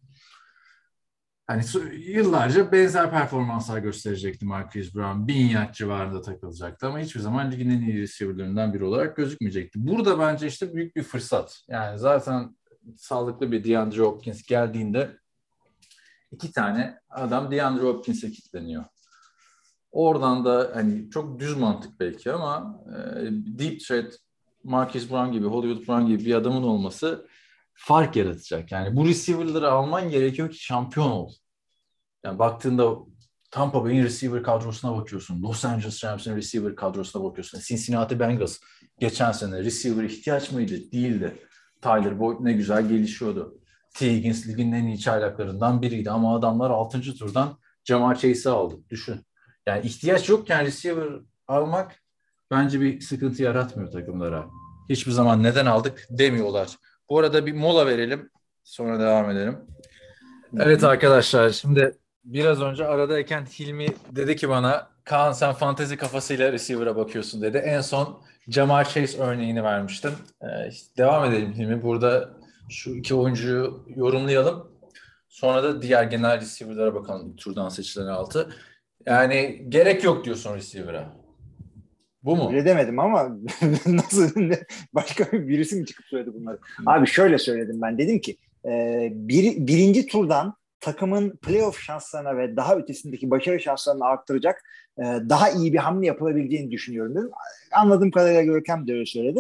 hani yıllarca benzer performanslar gösterecekti Marquise Brown. 1000 yard civarında takılacaktı ama hiçbir zaman ligin en iyi receiver'larından biri olarak gözükmeyecekti. Burada bence işte büyük bir fırsat. Yani zaten sağlıklı bir DeAndre Hopkins geldiğinde 2 tane adam DeAndre Hopkins'e kilitleniyor. Oradan da hani çok düz mantık belki ama deep threat Marquise Brown gibi, Hollywood Brown gibi bir adamın olması fark yaratacak. Yani bu receiver'ları alman gerekiyor ki şampiyon ol. Yani baktığında Tampa Bay'in receiver kadrosuna bakıyorsun. Los Angeles Rams'in receiver kadrosuna bakıyorsun. Cincinnati Bengals geçen sene receiver ihtiyaç mıydı? Değildi. Tyler Boyd ne güzel gelişiyordu. T. Higgins ligin en iyi çaylaklarından biriydi ama adamlar 6. turdan Ja'Marr Chase'i aldı. Düşün. Yani ihtiyaç yokken receiver almak bence bir sıkıntı yaratmıyor takımlara. Hiçbir zaman neden aldık demiyorlar. Bu arada bir mola verelim. Sonra devam edelim. Evet arkadaşlar, şimdi biraz önce aradayken Hilmi dedi ki bana, Kaan sen fantezi kafasıyla receiver'a bakıyorsun dedi. En son Ja'Marr Chase örneğini vermiştim. Devam edelim Hilmi. Burada şu iki oyuncuyu yorumlayalım. Sonra da diğer genel receiver'lara bakalım. Turdan seçilen altı. Yani gerek yok diyorsun receiver'a. Bu mu? Öyle demedim ama nasıl başka birisi mi çıkıp söyledi bunları? Abi şöyle söyledim ben. Dedim ki birinci turdan takımın playoff şanslarına ve daha ötesindeki başarı şanslarını arttıracak daha iyi bir hamle yapılabileceğini düşünüyorum dedim. Anladığım kadarıyla Görkem de öyle söyledi.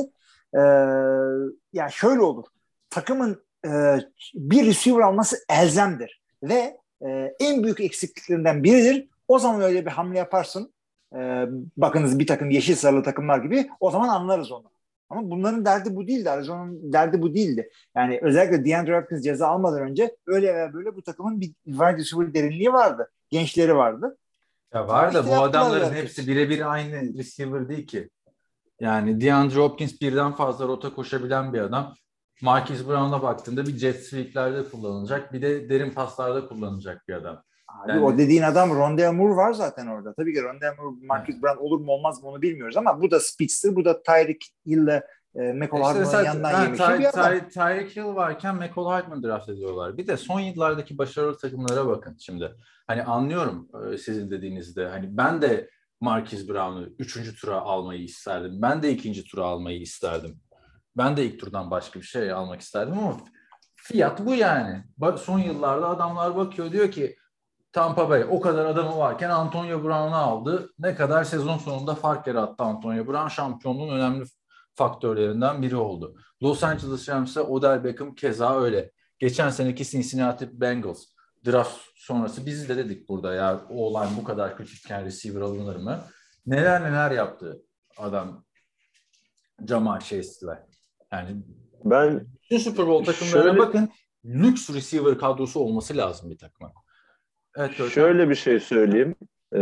Yani şöyle olur. Takımın bir receiver alması elzemdir. Ve en büyük eksikliklerinden biridir. O zaman öyle bir hamle yaparsın. Bakınız bir takım yeşil sarılı takımlar gibi, o zaman anlarız onu. Ama bunların derdi bu değildi. Arizona'nın derdi bu değildi. Yani özellikle DeAndre Hopkins ceza almadan önce öyle veya böyle bu takımın bir wide receiver derinliği vardı. Gençleri vardı. Ya var da İşte bu yaptılar adamların yani. hepsi birebir aynı receiver değil ki. Yani DeAndre Hopkins birden fazla rota koşabilen bir adam. Marquise Brown'a baktığında bir jet sweep'lerde kullanılacak, bir de derin paslarda kullanılacak bir adam. Abi Yani, o dediğin adam Rondale Moore var zaten orada. Tabii ki Rondale Moore, Marquise Brown olur mu olmaz mı onu bilmiyoruz ama bu da speedster, bu da Tyreek Hill'le Mecole Hardman'ın yanından yemiş bir adam. Tyreek Hill varken Mecole Hardman draft ediyorlar. Bir de son yıllardaki başarılı takımlara bakın şimdi. Hani anlıyorum sizin dediğinizde. Hani ben de Marquise Brown'u 3. tura almayı isterdim. Ben de 2. tura almayı isterdim. Ben de ilk turdan başka bir şey almak isterdim ama fiyat bu yani. Son yıllarda adamlar bakıyor, diyor ki Tampa Bay o kadar adamı varken Antonio Brown'u aldı. Ne kadar sezon sonunda fark yarattı Antonio Brown. Şampiyonluğun önemli faktörlerinden biri oldu. Los Angeles Rams'e Odell Beckham keza öyle. Geçen seneki Cincinnati Bengals draft sonrası biz de dedik burada, ya o olay bu kadar küçükken receiver alınır mı? Neler yaptı adam Ja'Marr Chase'le. Yani Ben bütün Super Bowl takımlarına bakın, lüks receiver kadrosu olması lazım bir takıma. Evet, şöyle bir şey söyleyeyim.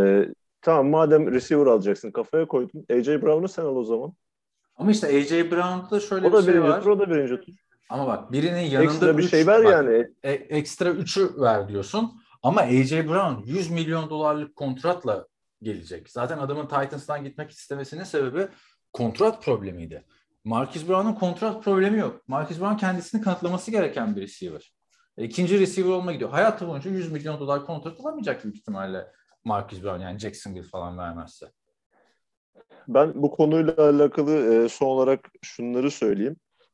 Tamam, madem receiver alacaksın, kafaya koydun. AJ Brown'u sen al o zaman. Ama işte AJ Brown'da şöyle o da bir şey var. O da birinci tur. Ama bak, birinin yanında ekstra bir şey ver yani. Ekstra 3'ü ver diyorsun. Ama AJ Brown 100 milyon dolarlık kontratla gelecek. Zaten adamın Titans'tan gitmek istemesinin sebebi kontrat problemiydi. Marquise Brown'un kontrat problemi yok. Marquise Brown kendisini kanıtlaması gereken bir receiver. İkinci receiver olma gidiyor. Hayatı boyunca 100 milyon dolar kontrat alamayacak büyük ihtimalle Marquise Brown, yani Jacksonville falan vermezse. Ben bu konuyla alakalı son olarak şunları söyleyeyim.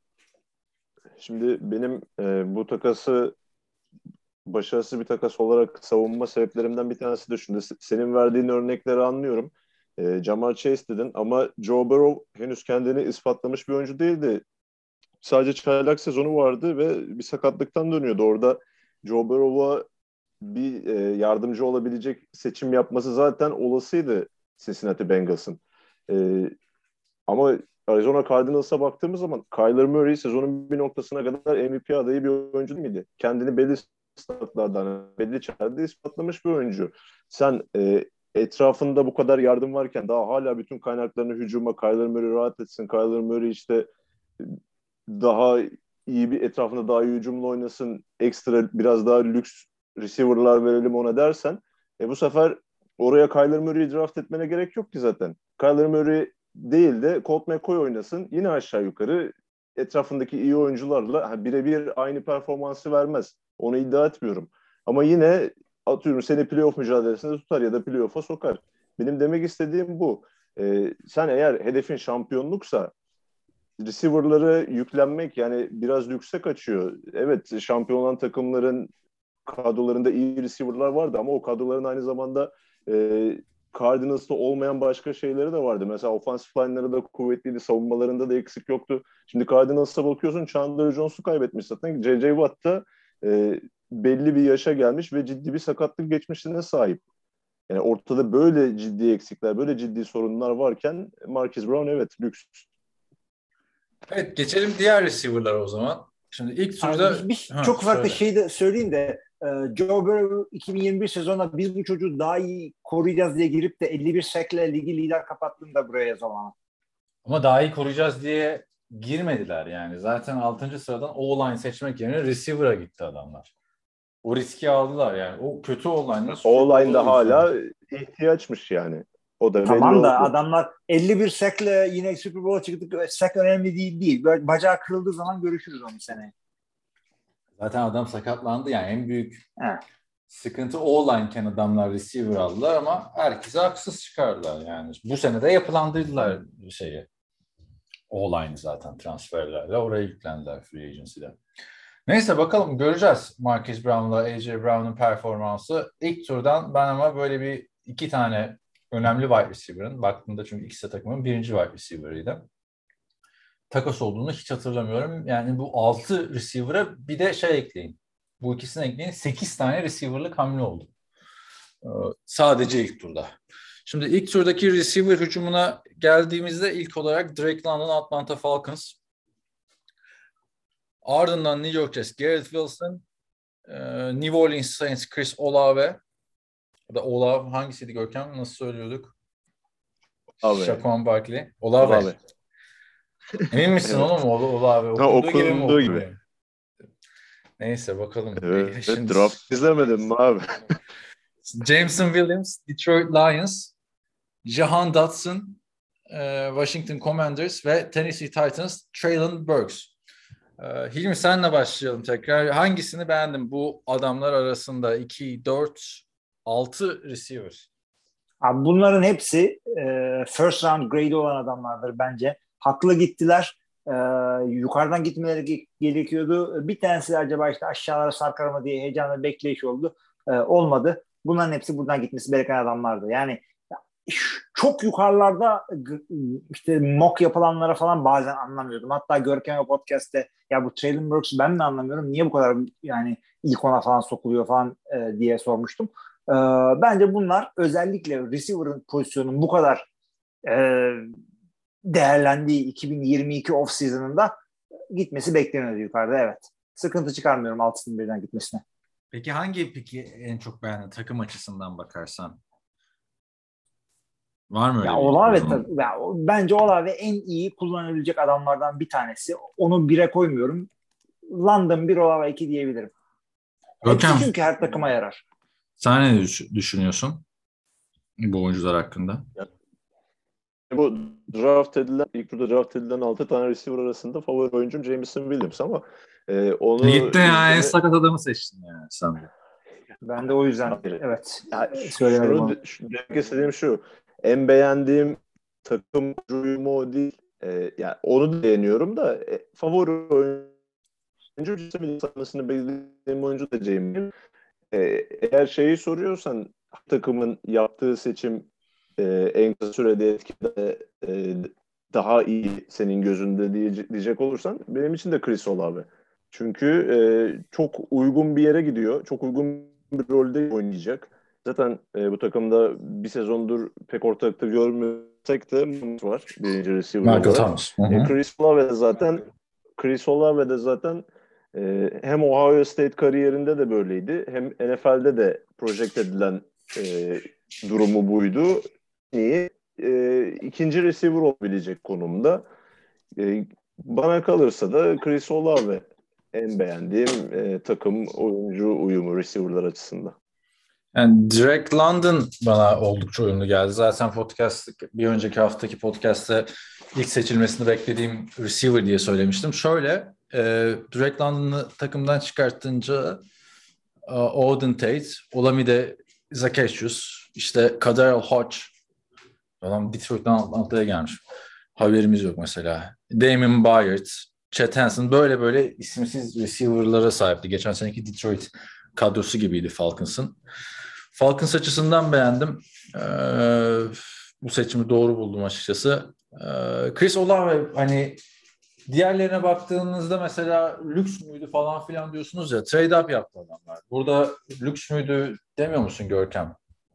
Şimdi benim bu takası başarısız bir takas olarak savunma sebeplerimden bir tanesi de şunda. Senin verdiğin örnekleri anlıyorum. Ja'Marr Chase dedin ama Joe Burrow henüz kendini ispatlamış bir oyuncu değildi. Sadece çaylak sezonu vardı ve bir sakatlıktan dönüyordu. Orada Joe Burrow'a bir yardımcı olabilecek seçim yapması zaten olasıydı Cincinnati Bengals'ın. Ama Arizona Cardinals'a baktığımız zaman Kyler Murray sezonun bir noktasına kadar MVP adayı bir oyuncu değil miydi? Kendini belli statlardan, belli çerde ispatlamış bir oyuncu. Sen etrafında bu kadar yardım varken daha hala bütün kaynaklarını hücuma, Kyler Murray rahat etsin, Kyler Murray işte daha iyi bir etrafında daha iyi hücumla oynasın, ekstra biraz daha lüks receiver'lar verelim ona dersen bu sefer oraya Kyler Murray'i draft etmene gerek yok ki zaten. Kyler Murray değil de Colt McCoy oynasın, yine aşağı yukarı etrafındaki iyi oyuncularla birebir aynı performansı vermez. Onu iddia etmiyorum. Ama yine atıyorum seni playoff mücadelesinde tutar ya da playoff'a sokar. Benim demek istediğim bu. Sen eğer hedefin şampiyonluksa receiver'ları yüklenmek yani biraz lükse kaçıyor. Evet, şampiyon olan takımların kadrolarında iyi receiver'lar vardı ama o kadroların aynı zamanda Cardinals'ta olmayan başka şeyleri de vardı. Mesela offensive line'ları da kuvvetliydi. Savunmalarında da eksik yoktu. Şimdi Cardinals'a bakıyorsun, Chandler Jones'u kaybetmiş zaten. J.J. Watt da belli bir yaşa gelmiş ve ciddi bir sakatlık geçmişine sahip. Yani ortada böyle ciddi eksikler, böyle ciddi sorunlar varken Marquise Brown evet lüks. Evet, geçelim diğer receiver'lara o zaman. Şimdi ilk turda... Çok farklı şey de söyleyeyim de Joe Burrow 2021 sezonunda biz bu çocuğu daha iyi koruyacağız diye girip de 51 sack'le ligi lider kapattığında buraya yazamam. Ama daha iyi koruyacağız diye girmediler yani. Zaten 6. sıradan O-line seçmek yerine receiver'a gitti adamlar. O riski aldılar yani. O kötü O-line'la... O-line'da hala ihtiyaçmış yani. O da tamam da oldu. Adamlar 51 sack'le yine Super Bowl'a çıktık. Sack önemli değil. Bacağı kırıldığı zaman görüşürüz onu seneye. Zaten adam sakatlandı yani. En büyük sıkıntı O-line'ken adamlar receiver aldılar ama herkese haksız çıkardılar yani. Bu sene de yapılandırdılar şeyi. O-line zaten transferlerle. Oraya yüklendiler free agency'de. Neyse bakalım göreceğiz Marquise Brown'la AJ Brown'un performansı. İlk turdan ben ama böyle iki tane önemli wide receiver'ın baktığımda çünkü ikisi de takımın birinci wide receiver'ıydı. Takas olduğunu hiç hatırlamıyorum. Yani bu 6 receiver'a bir de ekleyin. Bu ikisini ekleyin. 8 tane receiver'lık hamle oldu. Sadece ilk turda. Şimdi ilk turdaki receiver hücumuna geldiğimizde ilk olarak Drake London Atlanta Falcons. Ardından New York Jets Garrett Wilson, New Orleans Saints Chris Olave. Da Olave hangisiydi Görkem? Nasıl söylüyorduk? Shaquan Barkley. Olave. Emin misin evet. Oğlum Olave? Okunduğu gibi. Neyse bakalım. Evet, şimdi... draft izlemedim mi abi? Jameson Williams, Detroit Lions, Jahan Dotson, Washington Commanders ve Tennessee Titans, Traylon Burks. Hilmi senle başlayalım tekrar. Hangisini beğendin bu adamlar arasında? 2, 4, 6 receiver. Abi bunların hepsi first round grade olan adamlardır bence. Haklı gittiler. Yukarıdan gitmeleri gerekiyordu. Bir tanesi acaba işte aşağılara sarkar mı diye heyecanla bekleyiş oldu. Olmadı. Bunların hepsi buradan gitmesi gereken adamlardı. Yani çok yukarılarda işte mock yapılanlara falan bazen anlamıyordum. Hatta Görkem podcast'te ya bu Traylon Burks'u ben mi anlamıyorum? Niye bu kadar yani ilk ona falan sokuluyor falan diye sormuştum. Bence bunlar özellikle receiver'ın pozisyonunun bu kadar değerlendiği 2022 off-season'ında gitmesi bekleniyordu yukarıda evet. Sıkıntı çıkarmıyorum 6'sının birden gitmesine. Peki hangi piki en çok beğendin takım açısından bakarsan? Var mı öyle ya Olave bence Olave en iyi kullanabilecek adamlardan bir tanesi. Onu 1'e koymuyorum. London 1 Olave 2 diyebilirim. Hepsi çünkü her takıma yarar. Sen ne düşünüyorsun bu oyuncular hakkında? Bu ilk turda draft edilen 6 tane receiver arasında favori oyuncum Jameson Williams ama onu... Gitti ya en sakat adamı seçtin yani sen de. Ben de o yüzden evet söylemedim onu. Demek istediğim şu, en beğendiğim takım uyumu o değil. Yani onu da beğeniyorum da favori oyuncu Jameson Williams'ını beklediğim oyuncu da Jameson. Eğer şeyi soruyorsan takımın yaptığı seçim en kısa sürede etkide daha iyi senin gözünde diyecek olursan benim için de Chris Olave. Çünkü çok uygun bir yere gidiyor. Çok uygun bir rolde oynayacak. Zaten bu takımda bir sezondur pek ortalıkta görmüyorsak da var. Birinci receiver olarak. Chris Olave de zaten hem Ohio State kariyerinde de böyleydi. Hem NFL'de de project edilen durumu buydu. İyi. İkinci receiver olabilecek konumda. Bana kalırsa da Chris Olave en beğendiğim takım oyuncu uyumu receiver'lar açısından. Yani Drake London bana oldukça uyumlu geldi. Zaten bir önceki haftaki podcast'te ilk seçilmesini beklediğim receiver diye söylemiştim. Şöyle Drake London'ı takımdan çıkartınca Auden Tate, Olamide Zaccheaus, işte Kaderl Hodge, adam Detroit'ten Atlanta'ya gelmiş. Haberimiz yok mesela. Damon Byard, Chet Hansen böyle isimsiz receiver'lara sahipti. Geçen seneki Detroit kadrosu gibiydi Falcons'ın. Falcons açısından beğendim. Bu seçimi doğru buldum açıkçası. Chris Olave, hani diğerlerine baktığınızda mesela lüks müydü falan filan diyorsunuz ya, trade up yaptı adamlar. Burada lüks müydü demiyor musun Görkem?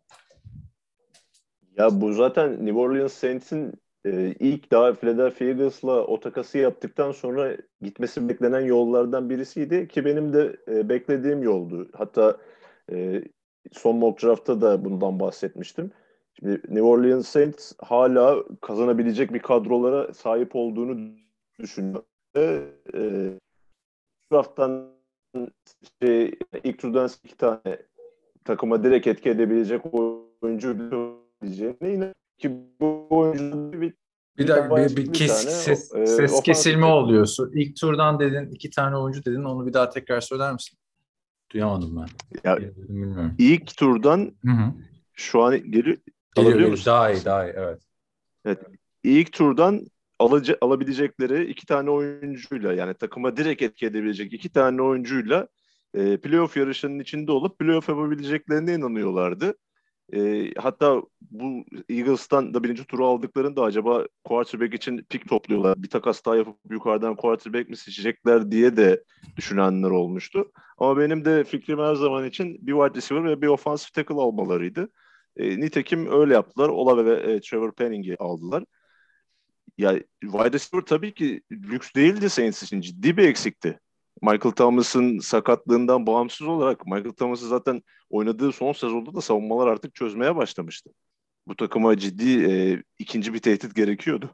Ya bu zaten New Orleans Saints'in ilk daha Philadelphia Eagles'la o takası yaptıktan sonra gitmesi beklenen yollardan birisiydi ki benim de beklediğim yoldu. Hatta son mock draft'ta da bundan bahsetmiştim. Şimdi New Orleans Saints hala kazanabilecek bir kadrolara sahip olduğunu düşünüyor. Draft'tan ilk turdan 2 tane takıma direkt etki edebilecek oyuncu diyeceğine yine ki bu oyuncu ses kesilme oluyorsun. İlk turdan dedin, 2 tane oyuncu dedin. Onu bir daha tekrar söyler misin? Duyamadım ben. Ya, bilmiyorum. İlk turdan şu an geliyor musun? Daha iyi, evet. Evet. İlk turdan alabilecekleri 2 tane oyuncuyla, yani takıma direkt etki edebilecek 2 tane oyuncuyla playoff yarışının içinde olup playoff yapabileceklerine inanıyorlardı. Hatta bu Eagles'tan da 1. turu aldıklarında acaba quarterback için pick topluyorlar, bir takas daha yapıp yukarıdan quarterback mi seçecekler diye de düşünenler olmuştu. Ama benim de fikrim her zaman için bir wide receiver ve bir offensive tackle almalarıydı. Nitekim öyle yaptılar. Olave ve Trevor Penning'i aldılar. Ya wide receiver tabii ki lüks değildi Saints için, ciddi bir eksikti. Michael Thomas'ın sakatlığından bağımsız olarak Michael Thomas'ı zaten oynadığı son sezonda da savunmalar artık çözmeye başlamıştı. Bu takıma ciddi ikinci bir tehdit gerekiyordu.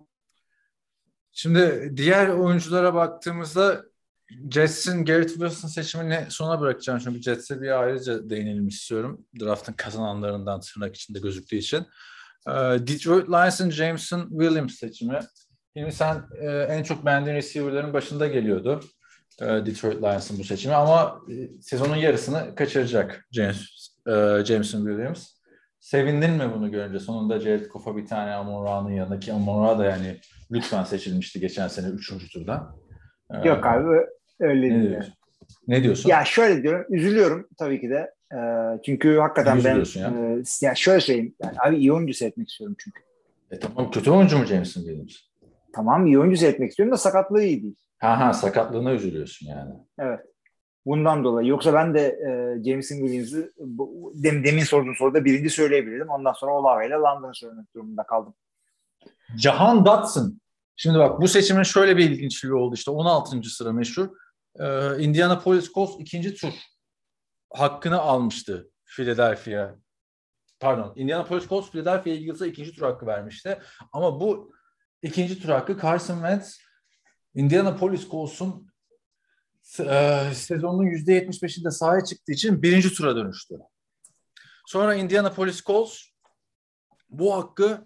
Şimdi diğer oyunculara baktığımızda Jets'in Garrett Wilson seçimini sona bırakacağım. Çünkü Jets'e bir ayrıca değinelim istiyorum. Draft'ın kazananlarından tırnak içinde gözüktüğü için. Detroit Lions'ın Jameson Williams seçimi. Şimdi sen en çok beğendiğin receiver'ların başında geliyordu. Detroit Lions'ın bu seçimi ama sezonun yarısını kaçıracak Jameson Williams. Sevindin mi bunu görünce? Sonunda Jared Goff'a bir tane Amon-Ra'nın yanındaki Amon-Ra da yani lütfen seçilmişti geçen sene 3. turda. Yok abi öyle ne değil. Diyorsun? Ne diyorsun? Ya şöyle diyorum, üzülüyorum tabii ki de. Çünkü hakikaten ben ya şöyle söyleyeyim. Yani abi iyi oyuncu seyretmek istiyorum çünkü. Tamam, kötü oyuncu mu Jameson Williams? Tamam, iyi oyuncu seyretmek istiyorum da sakatlığı iyi değil. Sakatlığına üzülüyorsun yani. Evet. Bundan dolayı. Yoksa ben de Jameson Williams'ı demin sorduğun soruda birinci söyleyebilirdim. Ondan sonra Olave ile London'ı söylemek durumunda kaldım. Jahan Dotson. Şimdi bak, bu seçimin şöyle bir ilginçliği oldu. İşte 16. sıra meşhur. Indianapolis Colts 2. tur hakkını almıştı Philadelphia. Indianapolis Colts Philadelphia Eagles'a 2. tur hakkı vermişti. Ama bu 2. tur hakkı Carson Wentz Indianapolis Colts'un sezonun %75'inde sahaya çıktığı için 1. tura dönüştü. Sonra Indianapolis Colts bu hakkı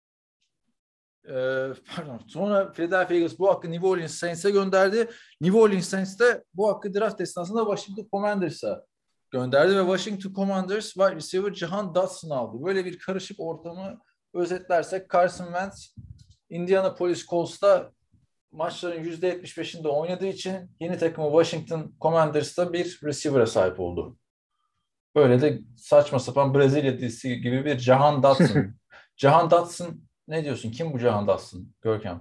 sonra Philadelphia Eagles bu hakkı New Orleans Saints'e gönderdi. New Orleans Saints de bu hakkı draft esnasında Washington Commanders'a gönderdi ve Washington Commanders wide receiver Jahan Dotson aldı. Böyle bir karışık ortamı özetlersek Carson Wentz Indianapolis Colts'ta maçların %75'inde oynadığı için yeni takımı Washington Commanders'ta bir receiver'a sahip oldu. Böyle de saçma sapan Brezilya dizisi gibi bir Jahan Dotson. Jahan Dotson ne diyorsun? Kim bu Jahan Dotson? Görkem.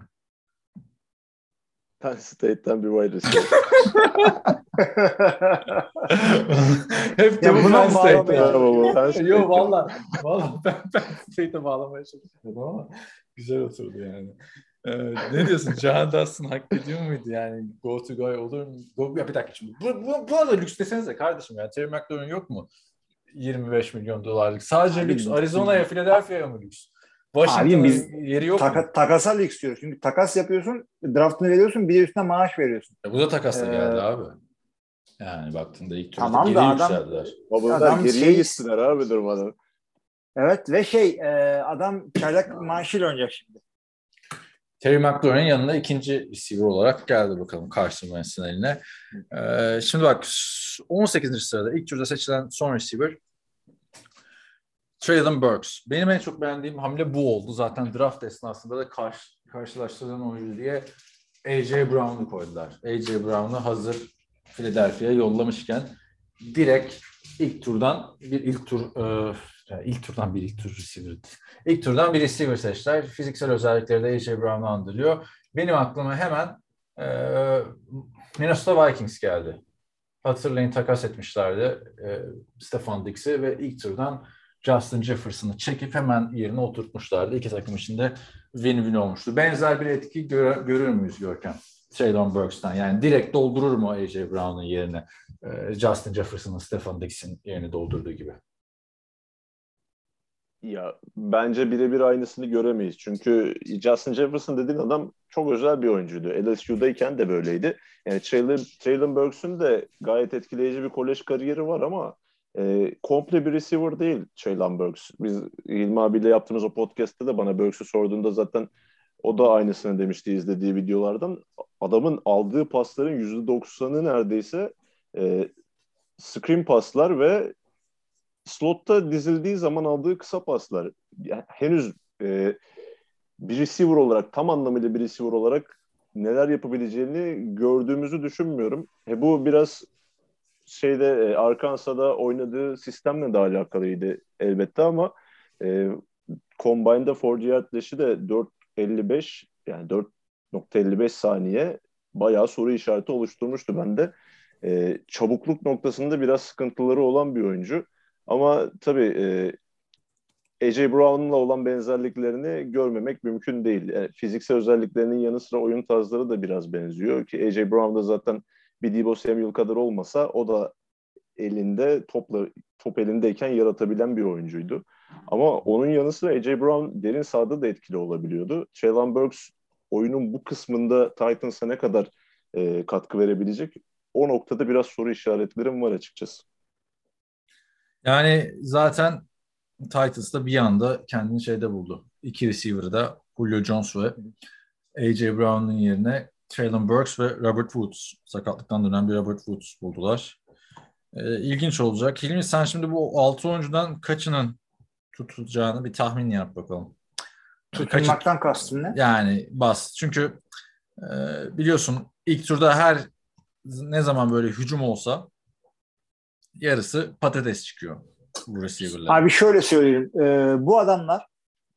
Penn State'ten bir wide receiver. Hep de bu Penn State. Yok valla Penn State'e bağlamaya çalışıyordum ama güzel oturdu yani. Ne diyorsun? Jahan Dotson hak ediyor muydu yani? Go to guy olur mu? Ya bir dakika şimdi. Bu arada lüks desenize kardeşim ya. Terry McLaurin yok mu? 25 milyon dolarlık. Sadece abi, lüks. Arizona'ya, Philadelphia'ya mı lüks? Washington'ın yeri yok mu? Takasal istiyoruz. Çünkü takas yapıyorsun, draftını veriyorsun, bir de üstüne maaş veriyorsun. Bu da takasla geldi abi. Yani baktığında ilk turda tamam geri yükseldiler. Adam geriye gittiler abi durmadan. Evet ve adam çaylak maaşıyla oynayacak şimdi. Terry McLaurin'in yanına 2. receiver olarak geldi bakalım Carson Wentz'in eline. Şimdi bak 18. sırada ilk turda seçilen son receiver Treylon Burks. Benim en çok beğendiğim hamle bu oldu. Zaten draft esnasında da karşılaştırılan oyuncu diye A.J. Brown'u koydular. A.J. Brown'u hazır Philadelphia'ya yollamışken direkt ilk tur İlk turdan bir ilk tur receiver. İlk turdan bir receiver seçtiler. Fiziksel özellikleri de A.J. Brown'u andırıyor. Benim aklıma hemen Minnesota Vikings geldi. Hatırlayın, takas etmişlerdi Stefon Diggs'i ve ilk turdan Justin Jefferson'ı çekip hemen yerine oturtmuşlardı. İki takım için de win-win olmuştu. Benzer bir etki görür müyüz Görkem? Traylon Burks'tan. Yani direkt doldurur mu A.J. Brown'un yerine Justin Jefferson'ın Stefon Diggs'in yerini doldurduğu gibi? Ya bence birebir aynısını göremeyiz. Çünkü Justin Jefferson dediğin adam çok özel bir oyuncuydu. LSU'dayken de böyleydi. Yani Traylon Burks'ün de gayet etkileyici bir kolej kariyeri var ama komple bir receiver değil Traylon Burks. Biz İlmi abiyle yaptığımız o podcast'te de bana Burks'ü sorduğunda zaten o da aynısını demişti izlediği videolardan. Adamın aldığı pasların %90'ı neredeyse screen paslar ve slotta dizildiği zaman aldığı kısa paslar. Yani henüz bir receiver olarak, tam anlamıyla bir receiver olarak neler yapabileceğini gördüğümüzü düşünmüyorum. Bu biraz Arkansas'da oynadığı sistemle de alakalıydı elbette ama Combine'da 40 yard dash'i de 4.55 yani 4.55 saniye bayağı soru işareti oluşturmuştu bende. Çabukluk noktasında biraz sıkıntıları olan bir oyuncu. Ama tabii A.J. Brown'la olan benzerliklerini görmemek mümkün değil. Yani fiziksel özelliklerinin yanı sıra oyun tarzları da biraz benziyor ki A.J. Brown da zaten bir Deebo Samuel kadar olmasa o da top elindeyken yaratabilen bir oyuncuydu. Ama onun yanı sıra A.J. Brown derin sahada da etkili olabiliyordu. Traylon Burks oyunun bu kısmında Titans'a ne kadar katkı verebilecek? O noktada biraz soru işaretlerim var açıkçası. Yani zaten Titans'da bir anda kendini şeyde buldu. İki receiver'da Julio Jones ve A.J. Brown'un yerine Traylon Burks ve Robert Woods, sakatlıktan dönen bir Robert Woods buldular. İlginç olacak. Hilmi, sen şimdi bu 6 oyuncudan kaçının tutulacağını bir tahmin yap bakalım. Tutulmaktan kastın ne? Yani bas. Çünkü biliyorsun ilk turda ne zaman böyle hücum olsa yarısı patates çıkıyor bu receiver'lar. Abi şöyle söyleyeyim. Bu adamlar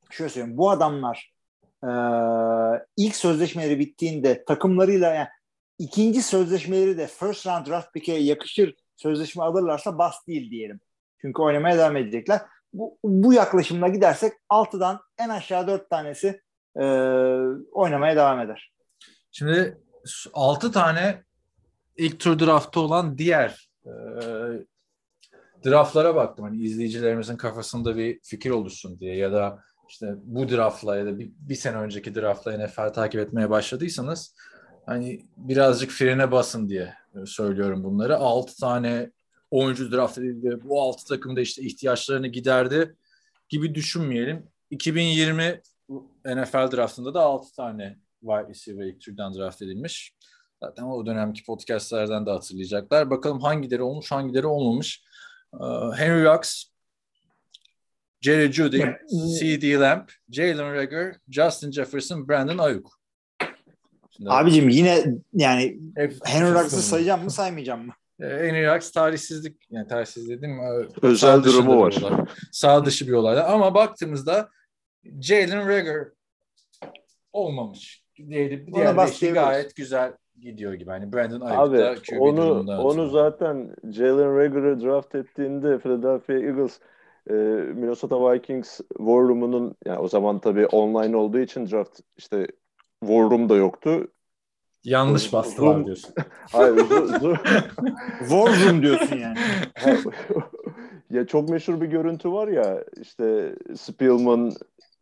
ilk sözleşmeleri bittiğinde takımlarıyla yani ikinci sözleşmeleri de first round draft pick'e yakışır sözleşme alırlarsa bas değil diyelim. Çünkü oynamaya devam edecekler. Bu yaklaşımla gidersek 6'dan en aşağı 4 tanesi oynamaya devam eder. Şimdi 6 tane ilk tur draftı olan diğer draftlara baktım. Hani izleyicilerimizin kafasında bir fikir oluşsun diye ya da işte bu draftla ya da bir sene önceki draftla NFL takip etmeye başladıysanız hani birazcık frene basın diye söylüyorum bunları. 6 tane oyuncu draft edildi. Bu 6 takım da işte ihtiyaçlarını giderdi gibi düşünmeyelim. 2020 NFL draftında da 6 tane wide receiver ilk turdan draft edilmiş. Zaten o dönemki podcastlerden de hatırlayacaklar. Bakalım hangileri olmuş, hangileri olmamış. Henry Ruggs, Jerry Jeudy, C.D. Lamb, Jalen Reagor, Justin Jefferson, Brandon Ayuk. Şimdi abicim yine yani Henry Ruggs'ı sayacağım mı saymayacağım mı? Henry Ruggs tarihsizlik, yani tarihsiz dedim. Özel durumu var. Sağ dışı bir olayda. Ama baktığımızda Jalen Reagor olmamış. Diğer beşi gayet güzel gidiyor gibi. Hani Brandon Ayuk da QB durumunda. Onu zaten Jalen Reagor'ı draft ettiğinde Philadelphia Eagles Minnesota Vikings War Room'unun, yani o zaman tabii online olduğu için draft işte War Room da yoktu. Yanlış bastılar diyorsun. Hayır, War Room diyorsun yani. Ya çok meşhur bir görüntü var ya, işte Spielman,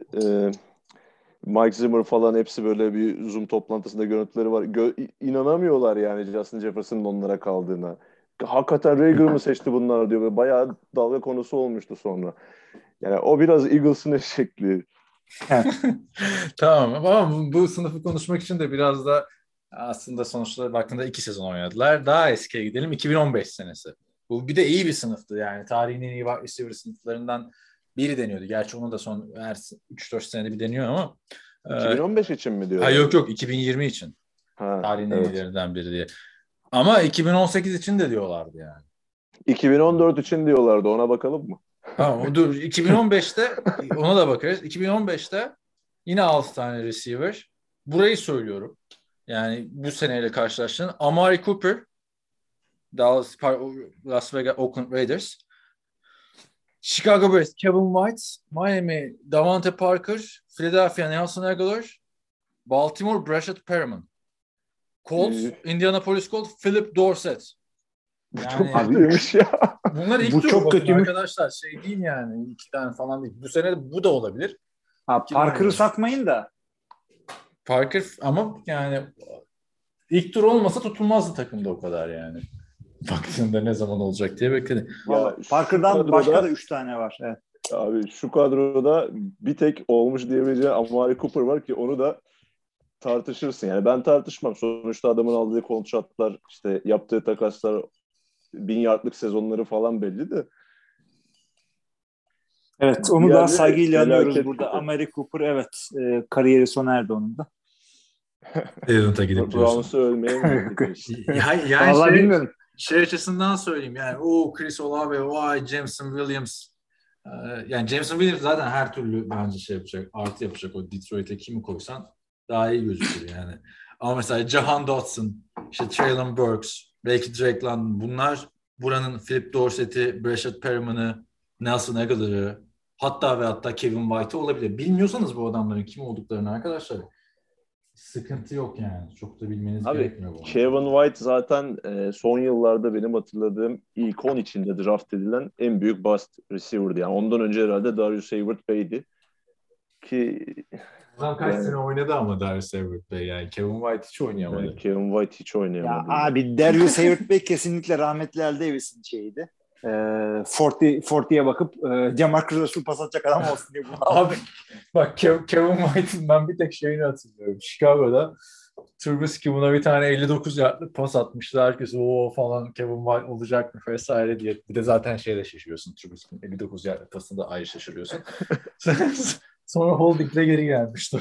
Mike Zimmer falan hepsi böyle bir Zoom toplantısında görüntüleri var. İnanamıyorlar yani Justin Jefferson'ın onlara kaldığına. Hakikaten Reagor mı seçti bunlar diyor ve bayağı dalga konusu olmuştu sonra. Yani o biraz Eagles'ın eşekliği. Tamam ama bu sınıfı konuşmak için de biraz da aslında sonuçta baktığında 2 sezon oynadılar. Daha eskiye gidelim, 2015 senesi. Bu bir de iyi bir sınıftı yani. Tarihin en iyi wide receiver sınıflarından biri deniyordu. Gerçi onu da son her 3-4 senede bir deniyor ama. 2015 için mi diyorlar? Yok 2020 için. Tarihin en iyilerinden biri diye. Ama 2018 için de diyorlardı yani. 2014 için diyorlardı, ona bakalım mı? Tamam dur 2015'te ona da bakarız. 2015'te yine 6 tane receiver. Burayı söylüyorum. Yani bu seneyle karşılaştığın Amari Cooper, Las Vegas Oakland Raiders, Chicago Bears Kevin White, Miami Davante Parker, Philadelphia Nelson Aguilar, Baltimore Brashad Perriman, Colts Indianapolis Colts Philip Dorsett. Çok kötüymüş ya. Bunlar ilk Bu tur çok bakın kötüymüş. arkadaşlar. Şey değil yani. 2 tane falan değil. Bu sene de bu da olabilir. Parker'ı satmayın da. Parker ama yani ilk tur olmasa tutulmazdı takımda o kadar yani. Baktığında ne zaman olacak diye bekledim. Parker'dan başka da 3 tane var. Evet. Abi şu kadroda bir tek olmuş diyebileceği Amari Cooper var ki onu da tartışırsın. Yani ben tartışmam. Sonuçta adamın aldığı kontratlar, işte yaptığı takaslar, 1000 yardlık sezonları falan belli de. Evet, onu da saygıyla anıyoruz burada. kötü. Amari Cooper evet kariyeri sona erdi onun da. Cleveland'a gidip Browns'u ölmeye mi yani Vallahi bilmiyorum. Şey açısından söyleyeyim yani Chris Olave, Jameson Williams. Yani Jameson Williams zaten her türlü bence şey yapacak, artı yapacak o Detroit'e kimi koysan daha iyi gözükür yani. Ama mesela Jahan Dotson, işte Traylon Burks, belki Drake London bunlar buranın Philip Dorsett'i, Brashad Perriman'ı, Nelson Aguilar'ı hatta Kevin White'ı olabilir. Bilmiyorsanız bu adamların kim olduklarını arkadaşlar sıkıntı yok yani. Çok da bilmeniz gerekmiyor bu. Kevin White zaten son yıllarda benim hatırladığım ilk 10 içinde draft edilen en büyük bust receiver'dı. Yani ondan önce herhalde Darius Heyward-Bey'di. Ki Adam kaç sene oynadı ama Darius Heyward-Bey yani. Kevin White hiç oynayamadı. Yani Kevin White hiç oynayamadı. Ya abi Darius Heyward-Bey kesinlikle rahmetli Al Davis'in şeyiydi. 40'ya bakıp Jamarcus Russell pas atacak adam olsun diye. Abi bak Kevin White'ın ben bir tek şeyini hatırlıyorum. Chicago'da Trubisky buna bir tane 59 yardlık pas atmıştı. Herkes o falan Kevin White olacak mı vesaire diye. Bir de zaten şeyle şaşırıyorsun. Trubisky'nin 59 yardlık pasında ayrı şaşırıyorsun. Sonra Holding'le geri gelmişti.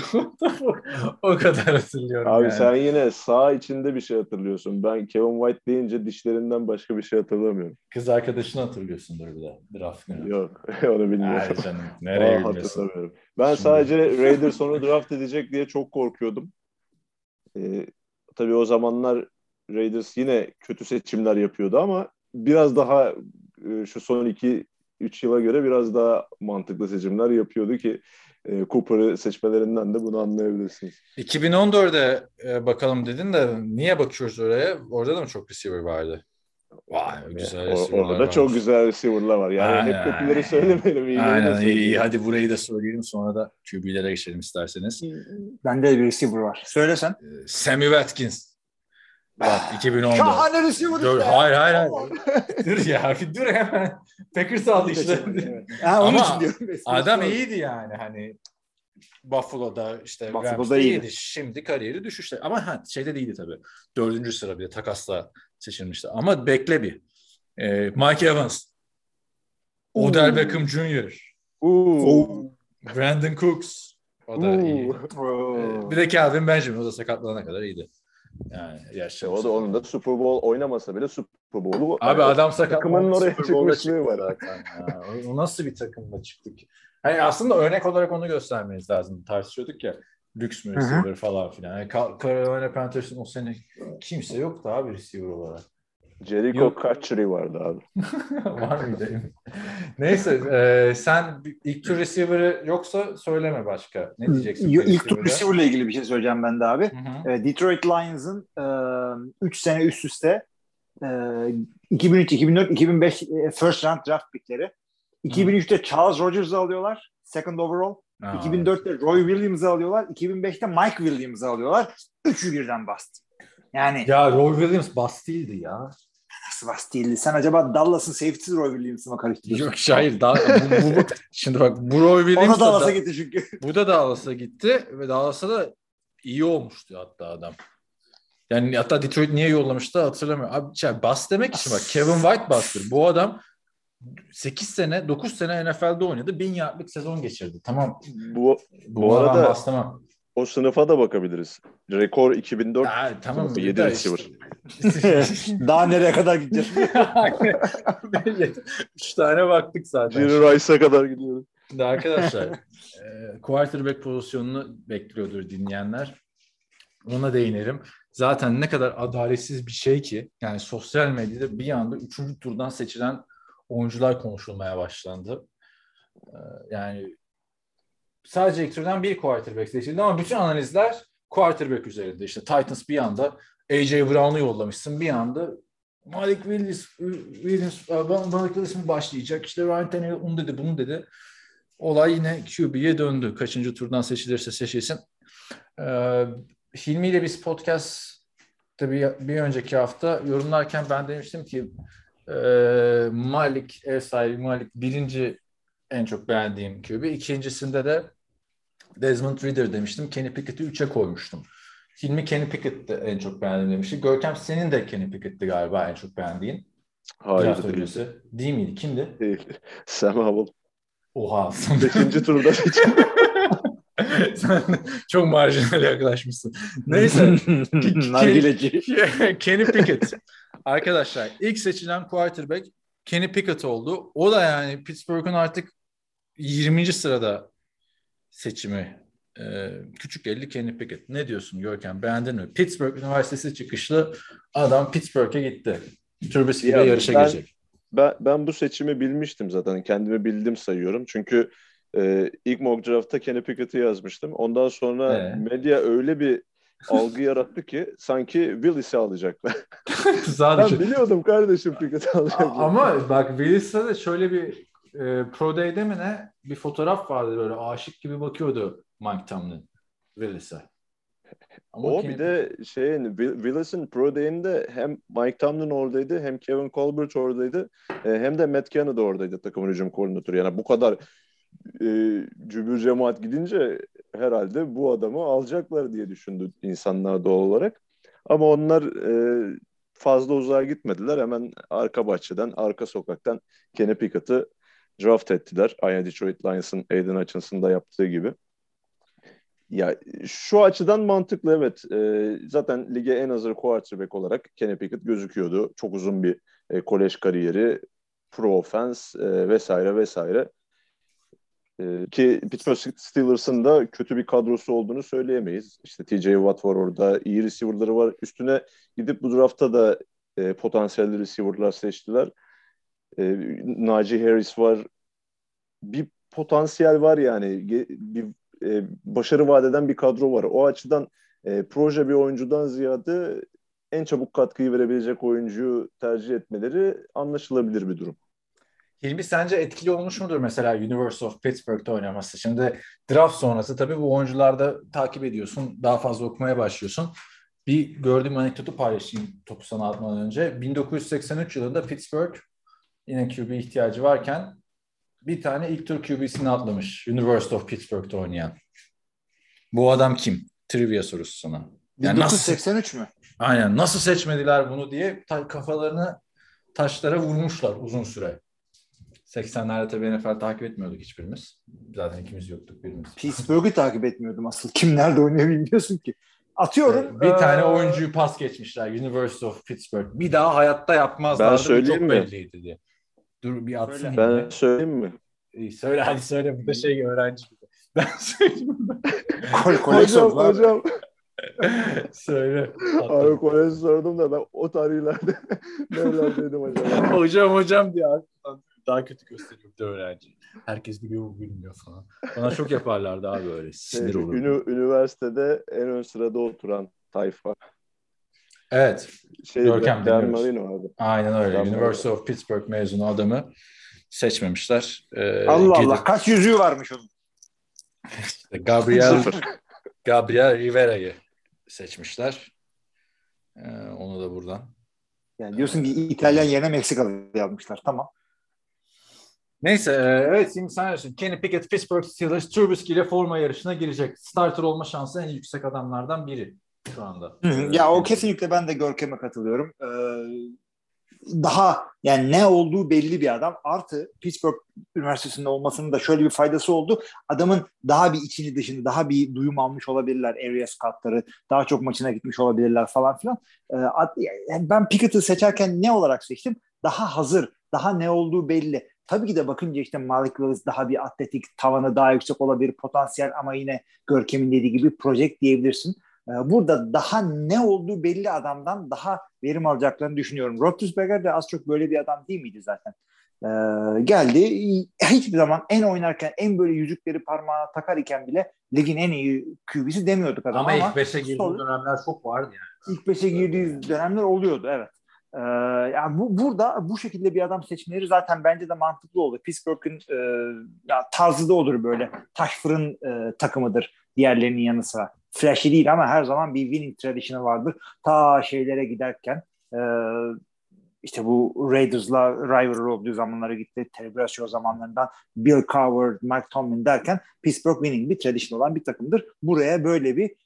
O kadar hatırlıyorum abi yani. sen yine sağ içinde bir şey hatırlıyorsun. Ben Kevin White deyince dişlerinden başka bir şey hatırlamıyorum. Kız arkadaşını hatırlıyorsundur bir de draft günü. Yok onu bilmiyorum. Ay canım nereye bilmiyorsun? Hatırlamıyorum. Ben sadece Raiders onu draft edecek diye çok korkuyordum. Tabii o zamanlar Raiders yine kötü seçimler yapıyordu ama biraz daha şu son 2-3 yıla göre biraz daha mantıklı seçimler yapıyordu ki Cooper'ı seçmelerinden de bunu anlayabilirsiniz. 2014'e bakalım dedin de niye bakıyoruz oraya? Orada da mı çok receiver vardı? Vay güzel receiver'lar orada da çok güzel receiver'lar var. Yani hep kötüleri söylemeyelim. Aynen iyi. Hadi burayı da söyleyelim sonra da QB'lere geçelim isterseniz. Bende de bir receiver var. Söylesen. Sammy Watkins. Bak 2014. Şahane receiver işte. Hayır. Dur ya dur hemen. Packers aldı işte. Ama adam iyiydi yani hani Buffalo'da işte Rams'da iyiydi. Şimdi kariyeri düşüşte. Ama şeyde değildi tabii. 4. sıra bir de takasla seçilmişti. Ama bekle bir. Mike Evans. Odell Beckham Jr. Brandon Cooks. O da iyi. Bir de Calvin Benjamin. O da sakatlanana kadar iyiydi. Yani o da onun da Super Bowl oynamasa bile Super Bowl'u abi adam sakatlandı. oraya çıkmışlığı var zaten. O nasıl bir takımla çıktık? Hani aslında örnek olarak onu göstermeniz lazım. Tartışıyorduk ya. Lüks mü receiver falan filan. Yani Carolina Panthers'ın o sene kimse yoktu abi receiver olarak. Jericho Cutchery vardı abi. Var mıydı? Neyse sen ilk tur receiver'ı yoksa söyleme başka. Ne diyeceksin? İlk tur receiver'la ilgili bir şey söyleyeceğim ben de abi. Detroit Lions'ın 3 sene üst üste 2003, 2004, 2005 first round draft pickleri. 2003'te Charles Rodgers'ı alıyorlar. Second overall. 2004'te Roy Williams'ı alıyorlar. 2005'te Mike Williams'ı alıyorlar. Üçü birden bastı. Yani ya Roy Williams bast değildi ya. Nasıl bast değildi? Sen acaba Dallas'ın safety'si Roy Williams'ı mı karıştırıyorsun? Yok hayır. Şimdi bak bu Roy Williams da Dallas'a gitti çünkü. Bu da Dallas'a gitti ve Dallas'a da iyi olmuştu hatta adam. Yani hatta Detroit niye yollamıştı hatırlamıyorum. Abi bast demek için bak Kevin White bastır. Bu adam 8 sene 9 sene NFL'de oynadı. 1000 yardlık sezon geçirdi. Tamam. Bu arada o sınıfa da bakabiliriz. Rekor 2004. Tamam. 7 receiver. Daha nereye kadar gideceğiz? 3 tane baktık zaten. Jerry Rice'a kadar gidiyoruz. Şimdi arkadaşlar quarterback pozisyonunu bekliyordur dinleyenler. Ona değinelim. Zaten ne kadar adaletsiz bir şey ki, yani sosyal medyada bir anda 3. turdan seçilen oyuncular konuşulmaya başlandı. Yani sadece ilk turdan bir quarterback seçildi ama bütün analizler quarterback üzerinde. İşte Titans bir anda A.J. Brown'u yollamışsın, bir anda Malik Willis mi başlayacak? İşte Ryan Tannehill onu dedi, bunu dedi. Olay yine QB'ye döndü. Kaçıncı turdan seçilirse seçilsin. Hilmi ile biz podcast'ta bir önceki hafta yorumlarken ben demiştim ki Malik, ev sahibi Malik birinci en çok beğendiğim QB. İkincisinde de Desmond Ridder demiştim. Kenny Pickett'i 3'e koymuştum. Hilmi Kenny Pickett'i en çok beğendim demişti. Görkem senin de Kenny Pickett'ti galiba en çok beğendiğin. Hayır değil. Değil miydi? Kimdi? Değil. Sam Howell. Oha. 5. turda seçildi. Sen çok marjinal yaklaşmışsın. Neyse. Nargileci. Kenny Pickett. Arkadaşlar ilk seçilen quarterback Kenny Pickett oldu. O da yani Pittsburgh'un artık 20. sırada seçimi. Küçük 50 Kenny Pickett. Ne diyorsun Görkem? Beğendin mi? Pittsburgh Üniversitesi çıkışlı adam Pittsburgh'e gitti. Trubisky ile yarışa girecek. Ben bu seçimi bilmiştim zaten. Kendimi bildim sayıyorum. Çünkü ilk mock draft'ta Kenny Pickett'i yazmıştım. Ondan sonra medya öyle bir algı yarattı ki sanki Willis'i alacaklar. Ben biliyordum kardeşim Pickett'i alacaklar. Ama bak Willis'e de şöyle bir Pro Day'de mi ne bir fotoğraf vardı, böyle aşık gibi bakıyordu Mike Tomlin Willis'e. O bir de Willis'in Pro Day'inde hem Mike Tomlin oradaydı, hem Kevin Colbert oradaydı, hem de Matt Canada oradaydı, takımın hücum koordinatörü. Yani bu kadar cübür cemaat gidince herhalde bu adamı alacaklar diye düşündü insanlar doğal olarak. Ama onlar fazla uzağa gitmediler. Hemen arka bahçeden, arka sokaktan Kenny Pickett'ı draft ettiler. Aynı Detroit Lions'ın Aiden Hutchinson'da yaptığı gibi. Ya şu açıdan mantıklı, evet. Zaten lige en hazır quarterback olarak Kenny Pickett gözüküyordu. Çok uzun bir kolej kariyeri, pro offense vesaire vesaire. Ki Pittsburgh Steelers'ın da kötü bir kadrosu olduğunu söyleyemeyiz. İşte T.J. Watt var orada, iyi receiver'ları var. Üstüne gidip bu draftta da potansiyelli receiver'lar seçtiler. Najee Harris var. Bir potansiyel var yani. Bir başarı vaat eden bir kadro var. O açıdan proje bir oyuncudan ziyade en çabuk katkıyı verebilecek oyuncuyu tercih etmeleri anlaşılabilir bir durum. Hilmi, sence etkili olmuş mudur mesela University of Pittsburgh'da oynaması? Şimdi draft sonrası tabii bu oyuncularda takip ediyorsun, daha fazla okumaya başlıyorsun. Bir gördüğüm anekdotu paylaşayım topu sana atmadan önce. 1983 yılında Pittsburgh yine QB ihtiyacı varken bir tane ilk tur QB'sini atlamış. University of Pittsburgh'da oynayan. Bu adam kim? Trivia sorusu sana. Yani 1983 mü? Aynen. Nasıl seçmediler bunu diye kafalarını taşlara vurmuşlar uzun süre. 80'lerde tabii NFL takip etmiyorduk hiçbirimiz. Zaten ikimiz yoktuk birimiz. Pittsburgh'ı takip etmiyordum asıl. Kim nerede oynuyor bilmiyorsun ki. Atıyorum. Bir tane oyuncuyu pas geçmişler. University of Pittsburgh. Bir daha hayatta yapmazlardı. Ben söyleyeyim çok mi? belliydi diye. Dur bir atsın. Ben söyleyeyim mi? Söyle hadi söyle. Bu da öğrenci gibi. Ben söyleyeyim mi? Hocam. Söyle. Abi kolej sordum da ben o tarihlerde nerelerdeydim acaba? Hocam diye daha kötü gösteriyor bir de öğrenci. Herkes biliyor, bu bilmiyor falan. Bana çok yaparlardı abi öyle. Sinir olurdu. Üniversitede en ön sırada oturan tayfa. Evet. Görkem Dan Marino abi. Aynen öyle. University of Pittsburgh mezunu adamı seçmemişler. Allah. Kaç yüzüğü varmış onun? Gabriel Rivera'yı seçmişler. Onu da buradan. Yani diyorsun ki İtalyan yerine Meksikalı yapmışlar. Tamam. Neyse, evet şimdi sen diyorsun. Kenny Pickett, Pittsburgh Steelers, Trubisky ile forma yarışına girecek. Starter olma şansı en yüksek adamlardan biri şu anda. Ya o kesinlikle, ben de Görkem'e katılıyorum. daha yani ne olduğu belli bir adam. Artı Pittsburgh Üniversitesi'nde olmasının da şöyle bir faydası oldu. Adamın daha bir içini dışını daha bir duyum almış olabilirler. Area scoutları daha çok maçına gitmiş olabilirler falan filan. Yani ben Pickett'ı seçerken ne olarak seçtim? Daha hazır, daha ne olduğu belli. Tabii ki de bakınca işte Malik Willis daha bir atletik, tavanı daha yüksek olabilir, potansiyel ama yine Görkem'in dediği gibi project diyebilirsin. Burada daha ne olduğu belli adamdan daha verim alacaklarını düşünüyorum. Roethlisberger de az çok böyle bir adam değil miydi zaten? Geldi. Hiçbir zaman en oynarken en böyle yüzükleri parmağına takar iken bile ligin en iyi QB'si demiyorduk adama. Ama ilk 5'e girdiği dönemler çok vardı yani. İlk 5'e girdiği dönemler oluyordu, evet. Yani burada bu şekilde bir adam seçmeleri zaten bence de mantıklı oldu. Pittsburgh'ın tarzı da olur böyle. Taş fırın takımıdır diğerlerinin yanı sıra. Flashy değil ama her zaman bir winning tradition'ı vardır. Ta şeylere giderken işte bu Raiders'la rival olduğu zamanlara gitti. Terry Bradshaw zamanlarından Bill Cowher, Mike Tomlin derken Pittsburgh winning bir tradition olan bir takımdır. Buraya böyle bir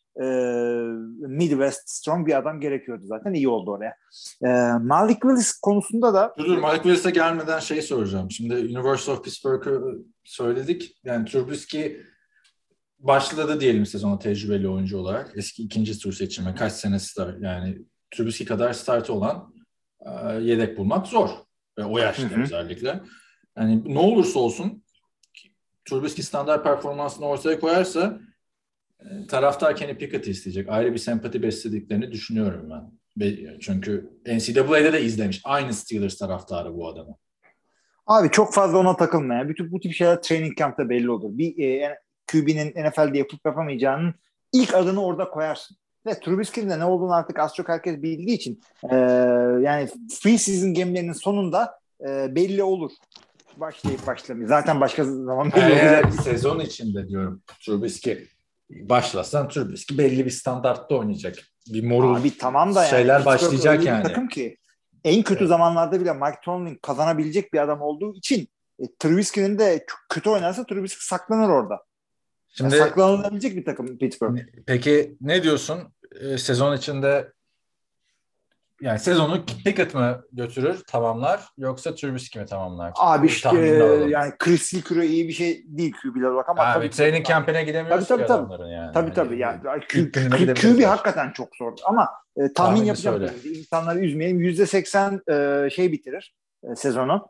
Midwest strong bir adam gerekiyordu zaten. İyi oldu oraya. Malik Willis konusunda da Dur Malik Willis'e gelmeden şey soracağım. Şimdi University of Pittsburgh'ı söyledik. Yani Trubisky başladı diyelim sezona tecrübeli oyuncu olarak. Eski ikinci tur seçimi. Kaç sene start. Yani Trubisky kadar startı olan yedek bulmak zor. Ve o yaşta özellikle. Yani ne olursa olsun Trubisky standart performansını ortaya koyarsa taraftar Kenny Pickett'i isteyecek. Ayrı bir sempati beslediklerini düşünüyorum ben. Çünkü NCAA'de de izlemiş. Aynı Steelers taraftarı bu adamı. Abi çok fazla ona takılmaya. Bütün bu tip şeyler training camp'ta belli olur. Bir QB'nin NFL'de yapıp yapamayacağının ilk adını orada koyarsın. Ve Trubisky'nin de ne olduğunu artık az çok herkes bildiği için yani free season game'lerinin sonunda belli olur. Başlayıp başlamıyor. Zaten başka zaman belli olacak. Sezon içinde diyorum Trubisky başlasan Trubisky belli bir standartta oynayacak. Bir morul abi, tamam da şeyler yani, başlayacak yani. Takım ki en kötü zamanlarda bile Mike Tomlin kazanabilecek bir adam olduğu için Trubisky'nin de kötü oynarsa Trubisky saklanır orada. Şimdi saklanılabilecek bir takım Pittsburgh. Peki ne diyorsun? Sezon içinde yani sezonu Pickett mi götürür, tamamlar yoksa Trubisky mi tamamlar? Abi işte yani Chris Silker'ı iyi bir şey değil QB'ler olarak ama abi, tabii training camp'ine gidemiyoruz ki adamların yani. Tabii yani. QB hakikaten çok zor ama tahmin yapacağım. İnsanları üzmeyelim. %80 şey bitirir sezonu.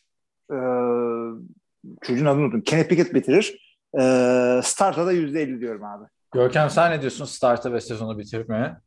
Çocuğun adını unuttum. Kenny Pickett bitirir. Start'a da %50 diyorum abi. Görkem sen ne diyorsun start'a ve sezonu bitirmeye?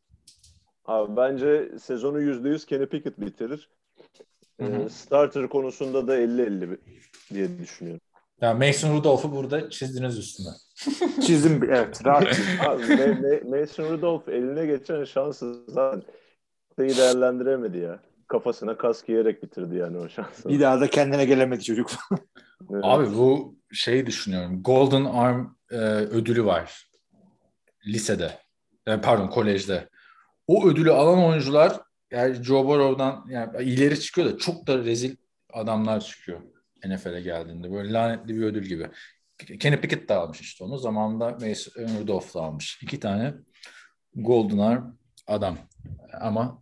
Abi bence sezonu %100 Kenny Pickett bitirir. Starter konusunda da 50-50 diye düşünüyorum. Yani Mason Rudolph'u burada çizdiniz üstüne. Çizdim, evet. Rahat. Abi, Mason Rudolph eline geçen şansı zaten değerlendiremedi ya. Kafasına kask giyerek bitirdi yani o şansı. Bir daha da kendine gelemedi çocuk. Evet. Abi bu şeyi düşünüyorum. Golden Arm ödülü var. Lisede. Kolejde. O ödülü alan oyuncular yani Joe Burrow'dan yani ileri çıkıyor da çok da rezil adamlar çıkıyor NFL'e geldiğinde. Böyle lanetli bir ödül gibi. Kenny Pickett de almış işte onu. Zamanında Mason Rudolph da almış. 2 tane Golden Arm adam. Ama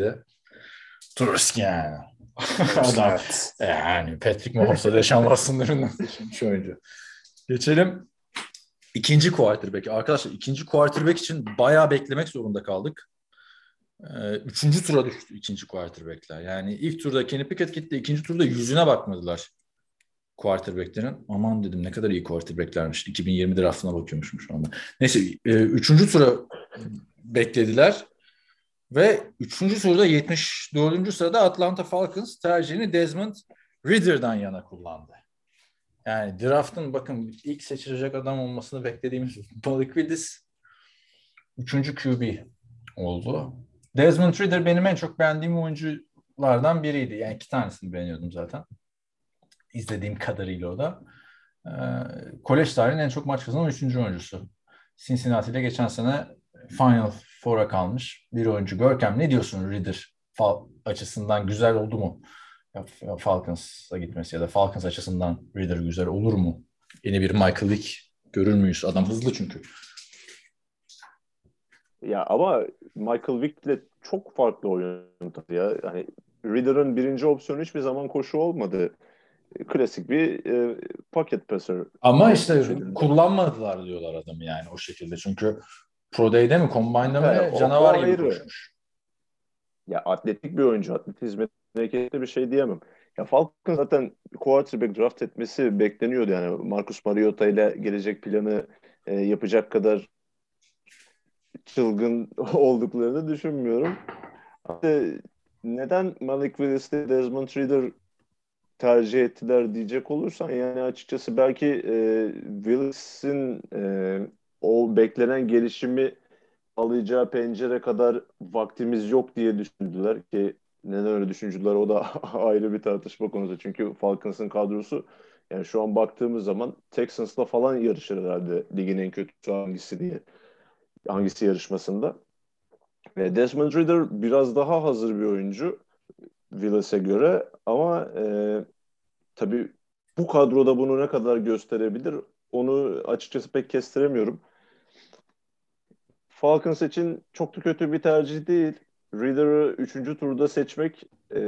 Trubisky yani. Adam. Evet. Yani Patrick Mahomes'a Deshaun Watson'ların şu oyuncu. Geçelim. İkinci quarterback. Arkadaşlar ikinci quarterback için bayağı beklemek zorunda kaldık. 3. tura düştü ikinci quarterback'ler. Yani ilk turda Kenny Pickett gitti. İkinci turda yüzüne bakmadılar quarterback'lerin. Aman dedim ne kadar iyi quarterback'lermiş. 2020 draftına bakıyormuşum şu anda. Neyse 3. tura beklediler. Ve 3. turda 74. sırada Atlanta Falcons tercihini Desmond Ridder'dan yana kullandı. Yani draft'ın bakın ilk seçilecek adam olmasını beklediğimiz Malik Willis 3. QB oldu. Desmond Ridder benim en çok beğendiğim oyunculardan biriydi. Yani 2 tanesini beğeniyordum zaten. İzlediğim kadarıyla o da. Kolej tarihinin en çok maç kazanan 3. oyuncusu. Cincinnati'de geçen sene Final Four'a kalmış bir oyuncu. Görkem ne diyorsun Ridder açısından güzel oldu mu? Falcons'a gitmesi ya da Falcons açısından Ridder güzel olur mu? Yeni bir Michael Vick görür müyüz? Adam hızlı çünkü. Ya ama Michael Vick'le çok farklı oyun tabii ya. Yani Reader'ın birinci opsiyonu hiçbir zaman koşu olmadı. Klasik bir pocket passer. Ama işte şekilde. kullanmadılar diyorlar adamı yani o şekilde. Çünkü Pro Day'de mi, Combine'da mı Evet, ne canavar o gibi ayrı. koşmuş. Ya atletik bir oyuncu. Atletizmine hareketli bir şey diyemem. Ya Falcon zaten quarterback draft etmesi bekleniyordu. Yani Marcus Mariota ile gelecek planı yapacak kadar çılgın olduklarını düşünmüyorum. Neden Malik Willis'te Desmond Ridder tercih ettiler diyecek olursan yani açıkçası belki Willis'in o beklenen gelişimi alacağı pencere kadar vaktimiz yok diye düşündüler ki neden öyle düşündüler o da ayrı bir tartışma konusu. Çünkü Falcons'ın kadrosu yani şu an baktığımız zaman Texans'la falan yarışır herhalde ligin en kötüsü hangisi yarışmasında. Ve Desmond Ridder biraz daha hazır bir oyuncu Willis'e göre ama tabii bu kadroda bunu ne kadar gösterebilir onu açıkçası pek kestiremiyorum. Falcons için çok da kötü bir tercih değil. Ridder'ı 3. turda seçmek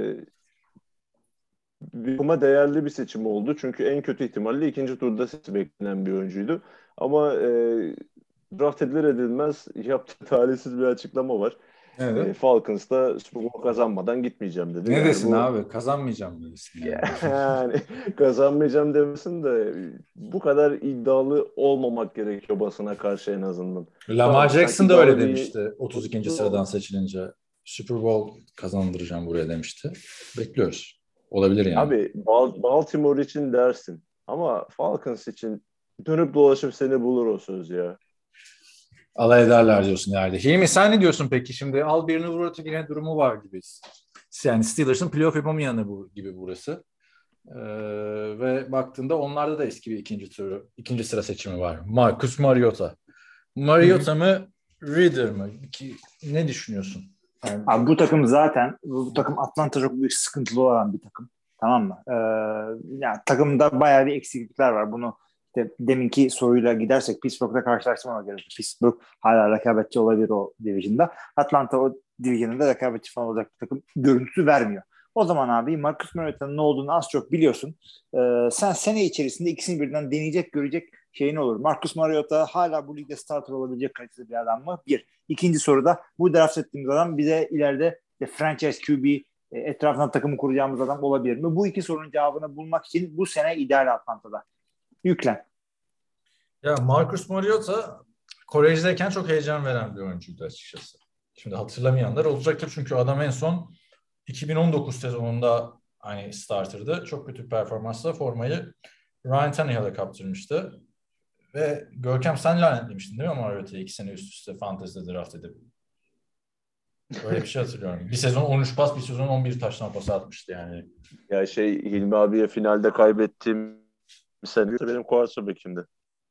bakıma değerli bir seçim oldu. Çünkü en kötü ihtimalle 2. turda beklenen bir oyuncuydu. Ama draft edilir edilmez yaptığı talihsiz bir açıklama var. Evet. Falcons'ta Super Bowl kazanmadan gitmeyeceğim dedi. Ne Yani desin bu abi? Kazanmayacağım desin yani. yani kazanmayacağım demesin de bu kadar iddialı olmamak gerekiyor basına karşı en azından. Lamar Tamam, sen Jackson da öyle iddialı bir demişti. 32. sıradan seçilince Super Bowl kazandıracağım buraya demişti. Bekliyoruz. Olabilir yani. Abi Baltimore için dersin ama Falcons için dönüp dolaşıp seni bulur o söz ya. Alay ederler diyorsun yani. Hilmi sen ne diyorsun peki? Şimdi al birini vur ötekine durumu var gibi. Yani Steelers'ın playoff yapamayanı bu gibi burası. Ve baktığında onlarda da eski bir ikinci sıra seçimi var. Marcus Mariota. Mariota mı Reader mı? Ne düşünüyorsun? Yani... Abi bu takım zaten bu takım Atlanta çok büyük sıkıntılı olan bir takım. Tamam mı? Yani takımda bayağı bir eksiklikler var. Bunu işte deminki soruyla gidersek Pittsburgh'la karşılaştırmamak gerekiyor. Pittsburgh hala rekabetçi olabilir o division'da. Atlanta o division'da rekabetçi falan olacak bir takım görüntüsü vermiyor. O zaman abi Marcus Mariota'nın ne olduğunu az çok biliyorsun. Sen sene içerisinde ikisini birden deneyecek, görecek şeyin olur. Marcus Mariota hala bu ligde starter olabilecek kalitede bir adam mı? Bir. İkinci soruda bu draft ettiğimiz adam bize ileride franchise QB etrafına takımı kuracağımız adam olabilir mi? Bu iki sorunun cevabını bulmak için bu sene ideal Atlanta'da. Yüklen. Ya Marcus Mariota kolejdeyken çok heyecan veren bir oyuncuydu açıkçası. Şimdi hatırlamayanlar olacaktır çünkü adam en son 2019 sezonunda hani starter'dı. Çok kötü performansla formayı Ryan Tannehill'e kaptırmıştı. Ve Görkem sen lanetlemiştin değil mi Mariota'yı 2 sene üst üste fantezide draft edip? Öyle bir şey hatırlıyorum. Bir sezon 13 pas, bir sezon 11 taştan pas atmıştı yani. Ya Hilmi abiye finalde kaybettiğim sene benim quarterback'imdi.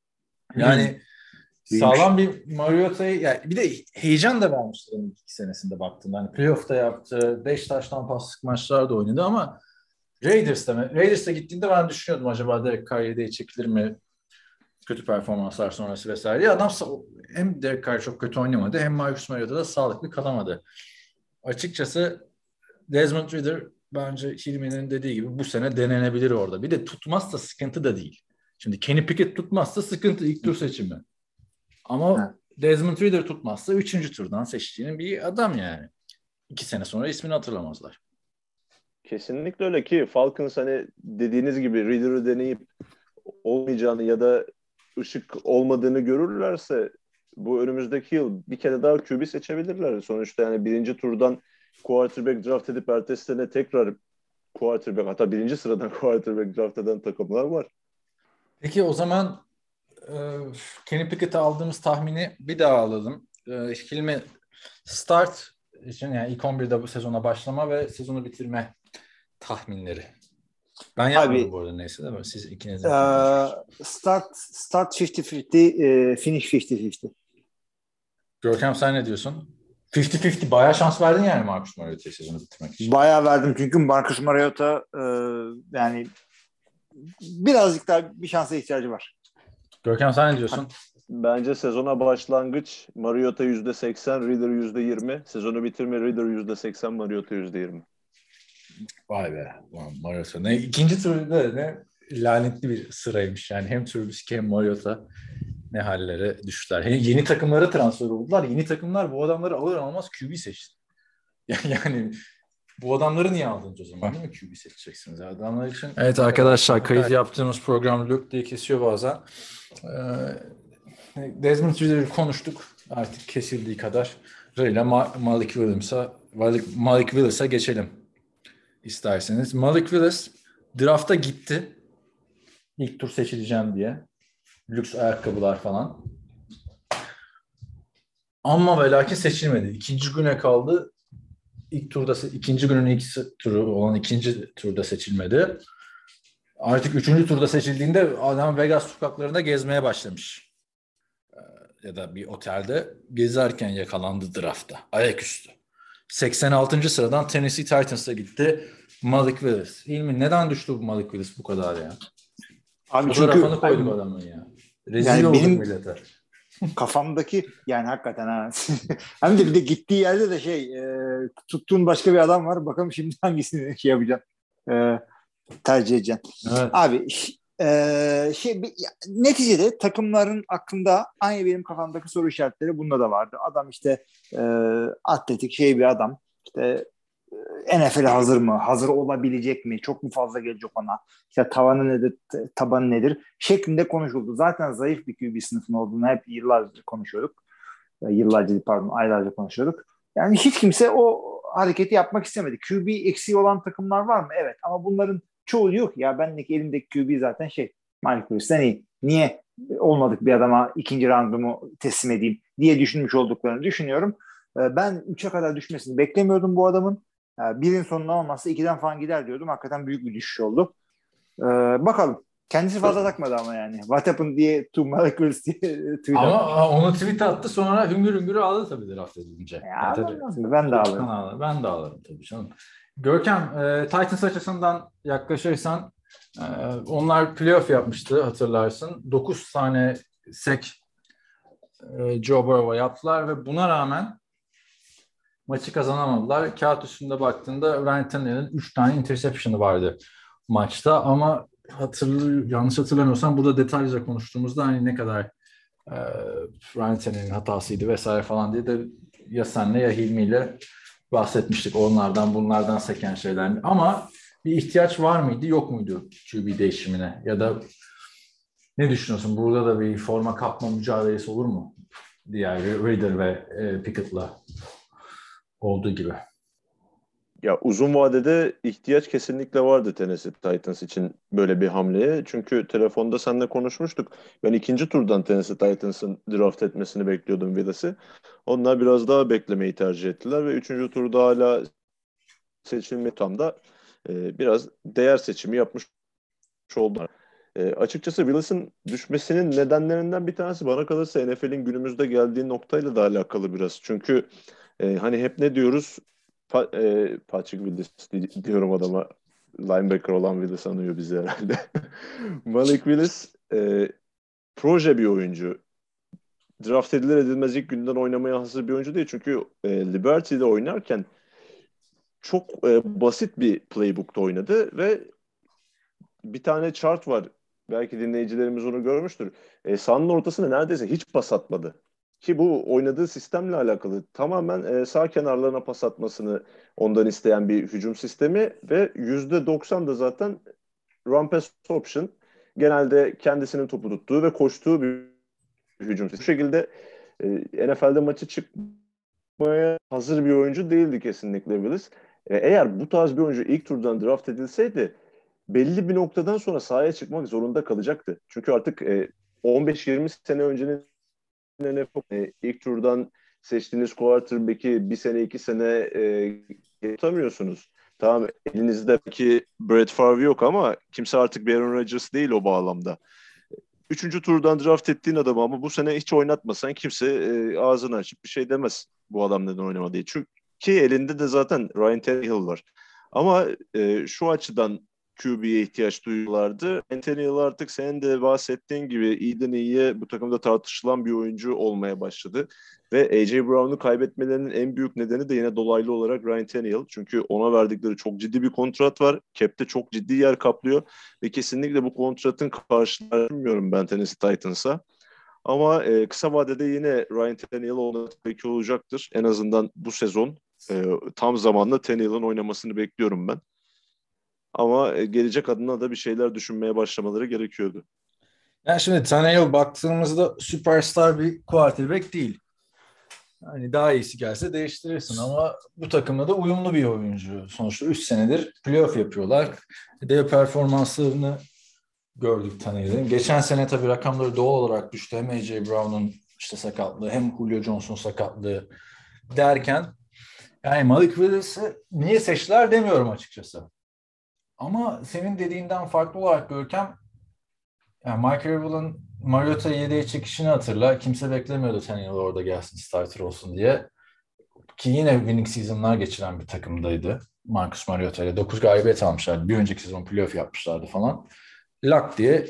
Yani sağlam bir Mariota'yı yani bir de heyecan da vermişti onun 2 senesinde baktığımda. Hani playoff'ta yaptı, 5 taştan paslık maçlar da oynadı ama Raiders'ta gittiğinde ben düşünüyordum acaba Derek Carr yedeğe çekilir mi? Kötü performanslar sonrası vesaire. Adam hem Derek Carr çok kötü oynamadı hem Marcus Mariota da sağlıklı kalamadı. Açıkçası Desmond Ridder bence Hilmi'nin dediği gibi bu sene denenebilir orada. Bir de tutmazsa sıkıntı da değil. Şimdi Kenny Pickett tutmazsa sıkıntı ilk tur seçimi. Ama Desmond Ridder tutmazsa 3. turdan seçtiğinin bir adam yani. 2 sene sonra ismini hatırlamazlar. Kesinlikle öyle ki Falcons hani dediğiniz gibi Ridder'ı deneyip olmayacağını ya da ışık olmadığını görürlerse bu önümüzdeki yıl bir kere daha QB seçebilirler. Sonuçta yani 1. turdan quarterback draft edip ertesi sene tekrar quarterback hatta 1. sıradan quarterback draft eden takımlar var. Peki o zaman Kenny Pickett'e aldığımız tahmini bir daha alalım. Hilmi start için yani ilk 11'de bu sezona başlama ve sezonu bitirme tahminleri. Ben yapmadım bu arada neyse de siz ikiniz start 50-50 finish 50-50. Görkem sen ne diyorsun? 50-50 bayağı şans verdin yani Marcus Mariota'ya sezonu bitirmek için. Bayağı verdim çünkü Marcus Mariota yani birazcık daha bir şansa ihtiyacı var. Görkem sen ne diyorsun? Bence sezona başlangıç Mariota %80, Ridder %20. Sezonu bitirme Ridder %80, Mariota %20. Vay be. Ulan Mariota. Ne, ikinci turda ne lanetli bir sıraymış. Yani hem Trubisky hem Mariota ne hallere düştüler. Yeni takımlara transfer oldular. Yeni takımlar bu adamları alır almaz QB seçti. Yani bu adamları niye aldınız o zaman, değil mi? QB seçeceksiniz adamlar için. Evet arkadaşlar, kayıt yaptığımız program lök diye kesiyor bazen. Desmond Ridder'ı konuştuk. Artık kesildiği kadar. Malik Willis'a geçelim isterseniz. Malik Willis drafta gitti. İlk tur seçileceğim diye. Lüks ayakkabılar falan. Ama ve lakin seçilmedi. İkinci güne kaldı. İkinci günün ilk turu olan ikinci turda seçilmedi. Artık üçüncü turda seçildiğinde adam Vegas sokaklarında gezmeye başlamış. Ya da bir otelde gezerken yakalandı draftta. Ayaküstü. 86. sıradan Tennessee Titans'a gitti. Malik Willis. İlmi neden düştü bu Malik Willis bu kadar ya? Abi fotoğrafını koyduk adamın ya. Rezil yani olduk millete. Kafamdaki yani hakikaten ha. Hem de bir de gittiği yerde de tuttuğun başka bir adam var. Bakalım şimdi hangisini yapacağım. Tercih edeceğim. Evet. Abi neticede takımların aklında aynı benim kafamdaki soru işaretleri bunda da vardı. Adam işte atletik bir adam. İşte NFL'e hazır mı? Hazır olabilecek mi? Çok mu fazla gelecek ona? İşte tavanı nedir? Tabanı nedir? Şeklinde konuşuldu. Zaten zayıf bir QB sınıfının olduğunu hep yıllarca konuşuyorduk. Aylarca konuşuyorduk. Yani hiç kimse o hareketi yapmak istemedi. QB eksiği olan takımlar var mı? Evet. Ama bunların çoğu yok ya. Bendeki elimdeki QB zaten Malik Willis'ten iyi. Niye olmadık bir adama ikinci roundumu teslim edeyim diye düşünmüş olduklarını düşünüyorum. Ben 3'e kadar düşmesini beklemiyordum bu adamın. Birin sonunda olmazsa 2'den falan gider diyordum. Hakikaten büyük bir düşüş oldu. Bakalım. Kendisi fazla takmadı ama yani. What happened diye to Malik Willis diye tweet ama attı. Onu tweet attı, sonra hüngür hüngür ağladı tabii draft edilince. Ben de ağlarım. Ben de ağlarım tabii canım. Görkem, Titans açısından yaklaşırsan onlar playoff yapmıştı hatırlarsın. 9 tane sack Joe Burrow'a yaptılar ve buna rağmen maçı kazanamadılar. Kağıt üstünde baktığında Ryan Tannehill'in 3 tane interception'ı vardı maçta ama yanlış hatırlamıyorsam burada detaylıca konuştuğumuzda hani ne kadar Ryan Tannehill'in hatasıydı vesaire falan diye de ya senle ya Hilmi'yle bahsetmiştik bunlardan seken şeyler. Ama bir ihtiyaç var mıydı yok muydu QB değişimine ya da ne düşünüyorsun? Burada da bir forma kapma mücadelesi olur mu? Diğer Ridder ve Pickett'la olduğu gibi. Ya uzun vadede ihtiyaç kesinlikle vardı Tennessee Titans için böyle bir hamleye. Çünkü telefonda seninle konuşmuştuk. Ben ikinci turdan Tennessee Titans'ın draft etmesini bekliyordum Willis'i. Onlar biraz daha beklemeyi tercih ettiler ve üçüncü turda hala seçilme tam da biraz değer seçimi yapmış oldular. Açıkçası Willis'in düşmesinin nedenlerinden bir tanesi bana kalırsa NFL'in günümüzde geldiği noktayla da alakalı biraz. Çünkü hani hep ne diyoruz? Patrick Willis diyorum adama. Linebacker olan Willis anıyor bizi herhalde. Malik Willis proje bir oyuncu. Draft edilir edilmez ilk günden oynamaya hazır bir oyuncu değil. Çünkü Liberty'de oynarken çok basit bir playbook'ta oynadı ve bir tane chart var. Belki dinleyicilerimiz onu görmüştür. Sahanın ortasına neredeyse hiç pas atmadı. Ki bu oynadığı sistemle alakalı. Tamamen sağ kenarlarına pas atmasını ondan isteyen bir hücum sistemi ve %90 da zaten run pass option. Genelde kendisinin topu tuttuğu ve koştuğu bir hücum sistemi. Bu şekilde NFL'de maçı çıkmaya hazır bir oyuncu değildi kesinlikle Willis. Eğer bu tarz bir oyuncu ilk turdan draft edilseydi belli bir noktadan sonra sahaya çıkmak zorunda kalacaktı. Çünkü artık 15-20 sene öncenin ilk turdan seçtiğiniz quarterback'i bir sene 2 sene tutamıyorsunuz. Tamam, elinizdeki Brett Favre yok ama kimse artık bir Aaron Rodgers değil o bağlamda. Üçüncü turdan draft ettiğin adamı ama bu sene hiç oynatmasan kimse ağzını açıp bir şey demez bu adam neden oynamadı diye. Çünkü elinde de zaten Ryan Tannehill var. Ama şu açıdan QB'ye ihtiyaç duyuyorlardı. Ryan artık senin de bahsettiğin gibi iyiden iyiye bu takımda tartışılan bir oyuncu olmaya başladı. Ve A.J. Brown'u kaybetmelerinin en büyük nedeni de yine dolaylı olarak Ryan Tannehill. Çünkü ona verdikleri çok ciddi bir kontrat var. Cap'te çok ciddi yer kaplıyor. Ve kesinlikle bu kontratın karşılığını bilmiyorum ben Tennessee Titans'a. Ama kısa vadede yine Ryan Tannehill ona tabii ki olacaktır. En azından bu sezon tam zamanla Tannehill'in oynamasını bekliyorum ben. Ama gelecek adına da bir şeyler düşünmeye başlamaları gerekiyordu. Yani şimdi Tannehill baktığımızda süperstar bir quarterback değil. Hani daha iyisi gelse değiştirirsin ama bu takımda da uyumlu bir oyuncu. Sonuçta 3 senedir playoff yapıyorlar. Dev performanslarını gördük Tannehill'in. Geçen sene tabii rakamları doğal olarak düştü. Hem A.J. Brown'un işte sakatlığı hem Julio Jones'un sakatlığı derken yani Malik Willis'i niye seçtiler demiyorum açıkçası. Ama senin dediğinden farklı olarak Görkem, yani Mike Vrabel'ın Mariota'ya yedeğe çekişini hatırla. Kimse beklemiyordu Tannehill orada gelsin, starter olsun diye. Ki yine winning season'lar geçiren bir takımdaydı. Marcus Mariota ile 9 galibiyet almışlardı. Bir önceki sezon playoff yapmışlardı falan. Lak diye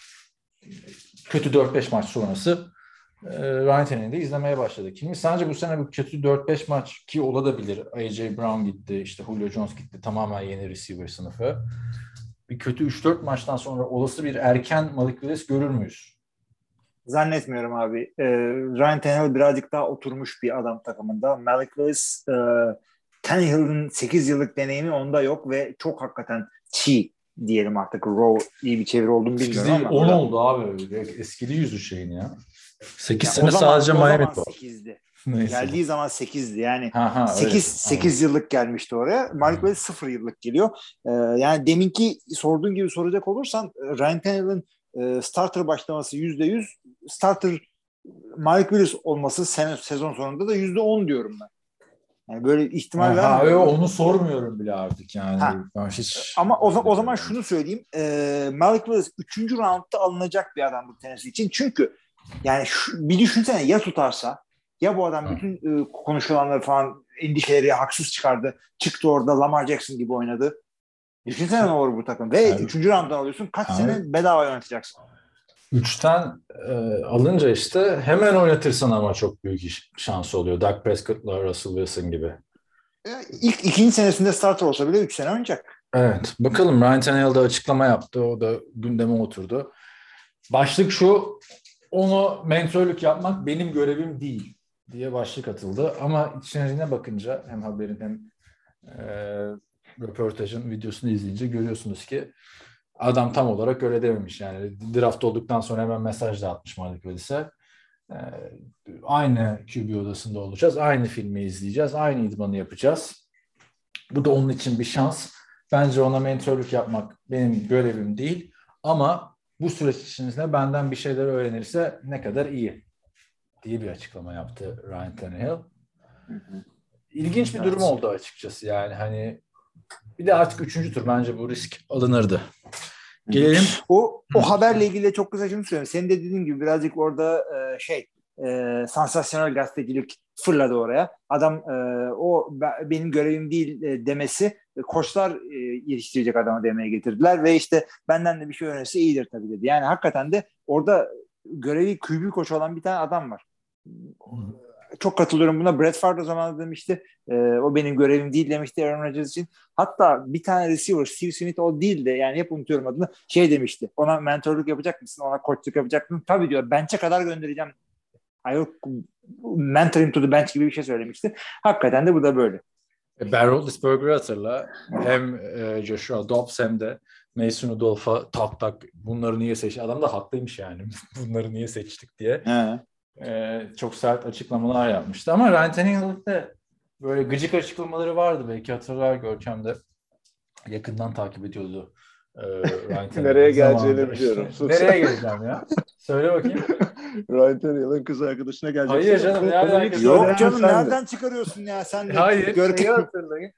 kötü 4-5 maç sonrası Ryan Tannehill'i izlemeye başladık. Şimdi sence bu sene bu kötü 4-5 maç ki olabilir. A.J. Brown gitti, işte Julio Jones gitti. Tamamen yeni receiver sınıfı. Bir kötü 3-4 maçtan sonra olası bir erken Malik Willis görür müyüz? Zannetmiyorum abi. Ryan Tannehill birazcık daha oturmuş bir adam takımında. Malik Willis Tannehill'in 8 yıllık deneyimi onda yok ve çok hakikaten çiğ diyelim artık. Raw iyi bir çeviri olduğunu bilmiyorum ama. 10 oldu abi. Eskili yüzü şeyin ya. 8 yani sene sadece Miami var. 8'di. Neyse. Geldiği zaman 8'di. Yani ha, 8 yıllık gelmişti oraya. Malik Willis 0 yıllık geliyor. Yani deminki sorduğun gibi soracak olursan Ryan Tannehill'in starter başlaması %100, starter Malik Willis olması sezon sonunda da %10 diyorum ben. Yani böyle ihtimal vermiyorum. Onu sormuyorum bile artık yani. Hiç... Ama o zaman şunu söyleyeyim. Malik Willis 3. roundda alınacak bir adam bu Tennessee için. Çünkü yani bir düşünsene ya tutarsa ya bu adam bütün konuşulanları falan endişeleri haksız çıkardı. Çıktı orada Lamar Jackson gibi oynadı. Düşünsene ne olur bu takım. Ve 3. rounddan alıyorsun. Kaç sene bedava oynatacaksın. 3'ten alınca işte hemen oynatırsan ama çok büyük şans oluyor. Dak Prescott'la Russell Wilson gibi. İlk ikinci senesinde starter olsa bile 3 sene oynayacak. Evet. Bakalım Ryan Tannehill da açıklama yaptı. O da gündeme oturdu. Başlık şu: onu mentörlük yapmak benim görevim değil diye başlık atıldı. Ama içine bakınca hem haberin hem röportajın videosunu izleyince görüyorsunuz ki adam tam olarak öyle dememiş. Yani draft olduktan sonra hemen mesaj da atmış Malik Willis'e. Aynı QB odasında olacağız. Aynı filmi izleyeceğiz. Aynı idmanı yapacağız. Bu da onun için bir şans. Bence ona mentörlük yapmak benim görevim değil. Ama bu süreç içinde benden bir şeyler öğrenirse ne kadar iyi diye bir açıklama yaptı Ryan Tannehill. İlginç bir durum oldu açıkçası. Yani hani bir de artık 3. tur bence bu risk alınırdı. Gelelim. O haberle ilgili çok kısa şunu söyleyeyim. Senin de dediğin gibi birazcık orada sansasyonel gazetecilik fırladı oraya. Adam o benim görevim değil demesi koçlar yetiştirecek adamı demeye getirdiler ve işte benden de bir şey öğrenirse iyidir tabii dedi. Yani hakikaten de orada görevi QB koçu olan bir tane adam var. Çok katılıyorum buna. Brett Favre o zaman demişti. O benim görevim değil demişti Aaron Rodgers için. Hatta bir tane receiver Steve Smith o değil de yani hep unutuyorum adını demişti. Ona mentorluk yapacak mısın? Ona koçluk yapacak mısın? Tabii diyor. Bench'e kadar göndereceğim. Mentor him to the bench gibi bir şey söylemişti. Hakikaten de bu da böyle. Ben Roethlisberger'ı hatırla. Hem Joshua Dobbs hem de Mason Rudolph'a tak bunları niye seçtik? Adam da haklıymış yani. Bunları niye seçtik diye. Çok sert açıklamalar yapmıştı. Ama Ryan Tannehill'de böyle gıcık açıklamaları vardı. Belki hatırlar Görkem de yakından takip ediyordu. Nereye geleceğini biliyorum. Nereye geleceğim ya? Söyle bakayım. Ryan Tannehill'in kız arkadaşına gelecek. Hayır canım. Yok canım nereden çıkarıyorsun ya sen de? Hayır. Şeyi hatırlayın.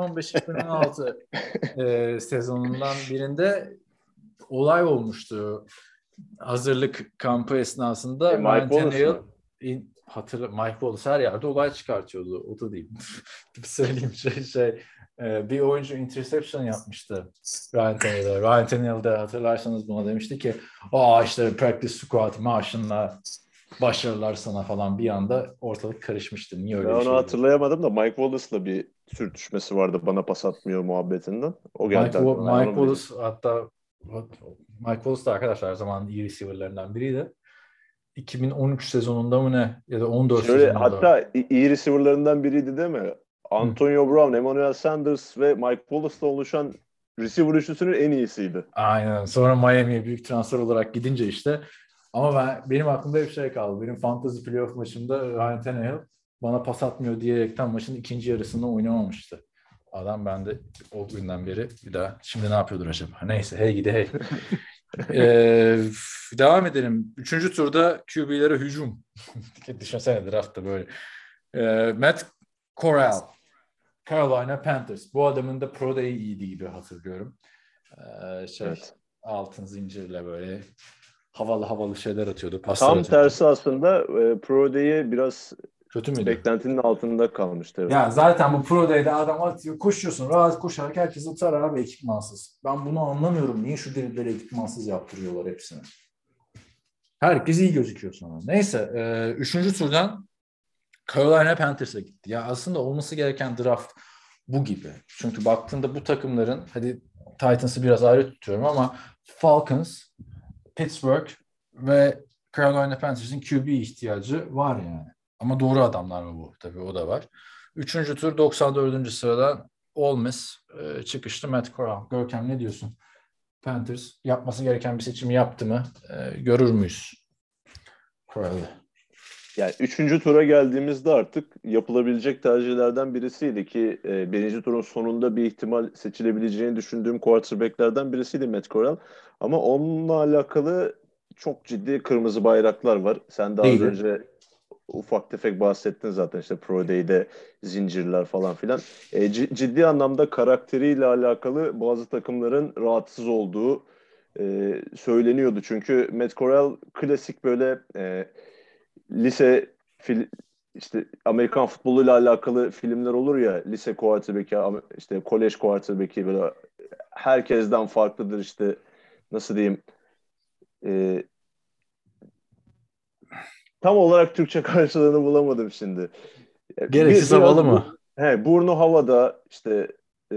2015-2016 sezonundan birinde olay olmuştu. Hazırlık kampı esnasında Ryan Tannehill Mike Wallace her yerde olay çıkartıyordu. O da değil. Söyleyeyim Bir oyuncu interception yapmıştı Ryan Tannehill'e. Ryan Tannehill de hatırlarsanız buna demişti ki işte practice squad maaşınla başarılar sana falan, bir anda ortalık karışmıştı. Niye öyle Ben bir onu şey hatırlayamadım da Mike Wallace'la bir sürtüşmesi vardı bana pas atmıyor muhabbetinden. O geldi aklıma. Mike Wallace hatta Mike Wallace da arkadaşlar her zaman iyi receiver'larından biriydi. 2013 sezonunda mı ne ya da 14 Şöyle, sezonunda. hatta iyi receiver'larından biriydi değil mi? Antonio Brown, Emmanuel Sanders ve Mike Wallace'la oluşan receiver üçlüsünün en iyisiydi. Aynen. Sonra Miami'ye büyük transfer olarak gidince işte. Ama benim aklımda hep şey kaldı. Benim fantasy playoff maçımda Ryan Tannehill bana pas atmıyor diyerekten maçın ikinci yarısında oynamamıştı. Adam, ben de o günden beri bir daha şimdi ne yapıyordur acaba? Neyse, hey gidi hey. Devam edelim. Üçüncü turda QB'lere hücum. Düşünsene draftta böyle. Matt Corral, Carolina Panthers. Bu adamın da Pro Day'i iyiydi gibi hatırlıyorum. Evet. Altın zincirle böyle havalı şeyler atıyordu. Tam tersi aslında Pro Day'e biraz kötü müydü? Beklentinin altında kalmıştı. Evet. Ya zaten bu Pro Day'de adam atıyor, koşuyorsun, rahat koşarak herkes atar abi ekipmansız. Ben bunu anlamıyorum. Niye şu delileri ekipmansız yaptırıyorlar hepsini? Herkes iyi gözüküyor sonra. Neyse, 3. turdan Carolina Panthers'a gitti. Ya aslında olması gereken draft bu gibi. Çünkü baktığında bu takımların, hadi Titans'ı biraz ayrı tutuyorum ama Falcons, Pittsburgh ve Carolina Panthers'ın QB ihtiyacı var yani. Ama doğru adamlar mı bu? Tabii o da var. 3. tur 94. sıradan Ole Miss çıkışlı Matt Corral. Görkem, ne diyorsun? Panthers yapması gereken bir seçimi yaptı mı? Görür müyüz Corral'ı? Yani 3. tura geldiğimizde artık yapılabilecek tercihlerden birisiydi ki 1. turun sonunda bir ihtimal seçilebileceğini düşündüğüm quarterback'lerden birisiydi Matt Corral. Ama onunla alakalı çok ciddi kırmızı bayraklar var. Sen de az önce ufak tefek bahsettin zaten, işte Pro Day'de zincirler falan filan. Ciddi anlamda karakteriyle alakalı bazı takımların rahatsız olduğu söyleniyordu. Çünkü Matt Corral klasik böyle lise işte Amerikan futboluyla alakalı filmler olur ya, lise quarterback'i, işte kolej quarterback'i, böyle herkesten farklıdır, işte nasıl diyeyim, tam olarak Türkçe karşılığını bulamadım şimdi. Gereksiz havalı mı? Burnu havada, işte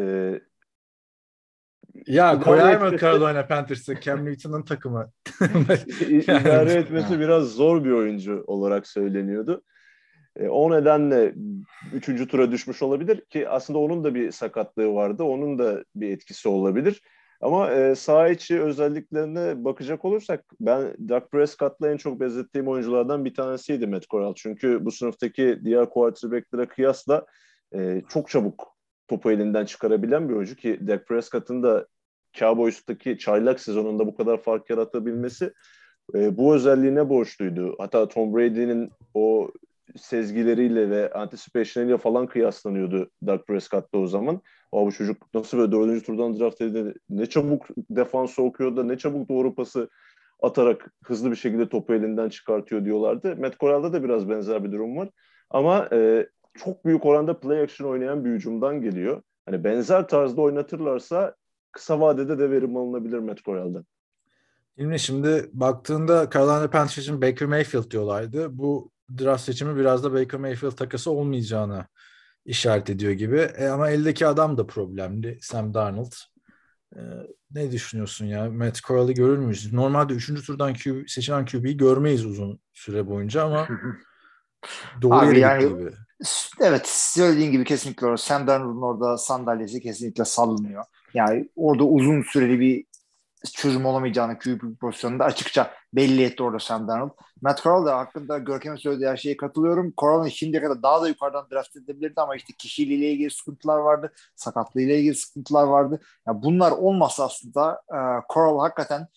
ya koyar mı Carolina Panthers'ı? Cam Newton'un takımı. idare etmesi biraz zor bir oyuncu olarak söyleniyordu. O nedenle 3. tura düşmüş olabilir ki aslında onun da bir sakatlığı vardı. Onun da bir etkisi olabilir. Ama saha içi özelliklerine bakacak olursak, ben Dak Prescott'la en çok benzettiğim oyunculardan bir tanesiydi Matt Corral. Çünkü bu sınıftaki diğer quarterback'lere kıyasla çok çabuk topu elinden çıkarabilen bir oyuncu ki Dak Prescott'ın da Cowboys'taki çaylak sezonunda bu kadar fark yaratabilmesi bu özelliğine borçluydu. Hatta Tom Brady'nin o sezgileriyle ve anticipation'ıyla falan kıyaslanıyordu Dak Prescott'ta o zaman. Bu çocuk nasıl böyle 4. turdan draft edildi, ne çabuk defansı okuyor da ne çabuk doğru pası atarak hızlı bir şekilde topu elinden çıkartıyor diyorlardı. Matt Corral'da da biraz benzer bir durum var. Ama çok büyük oranda play action oynayan bir hücumdan geliyor. Hani benzer tarzda oynatırlarsa kısa vadede de verim alınabilir Matt Corral'dan. Şimdi baktığında Carolina Panthers için Baker Mayfield diyorlardı. Bu draft seçimi biraz da Baker Mayfield takası olmayacağını işaret ediyor gibi. Ama eldeki adam da problemli. Sam Darnold. Ne düşünüyorsun ya? Matt Corral'ı görür müyüz? Normalde 3. turdan seçilen QB'yi görmeyiz uzun süre boyunca ama doğru yere gitti gibi. Evet, söylediğin gibi kesinlikle orada. Sam Darnold'un orada sandalyesi kesinlikle sallanıyor. Yani orada uzun süreli bir çözüm olamayacağını QB pozisyonunda açıkça belli etti orada Sam Darnold. Matt Corral da hakkında Görkem'in söylediği her şeye katılıyorum. Corral'ın şimdiye kadar daha da yukarıdan draft edilebilirdi ama işte kişiliğiyle ilgili sıkıntılar vardı. Sakatlığıyla ilgili sıkıntılar vardı. Yani bunlar olmasa aslında Corral hakikaten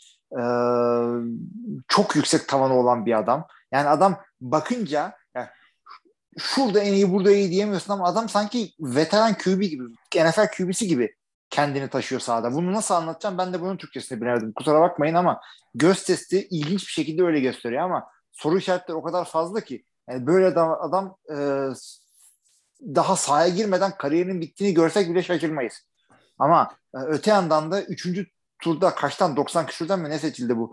çok yüksek tavanı olan bir adam. Yani adam bakınca yani şurada en iyi, burada iyi diyemiyorsun ama adam sanki veteran QB gibi, NFL QB'si gibi kendini taşıyor sahada. Bunu nasıl anlatacağım? Ben de bunun Türkçesini bilemedim. Kusura bakmayın ama göz testi ilginç bir şekilde öyle gösteriyor ama soru işaretleri o kadar fazla ki yani böyle adam daha sahaya girmeden kariyerinin bittiğini görsek bile şaşırmayız. Ama öte yandan da 3. turda kaçtan 90 küsürden mi ne seçildi bu?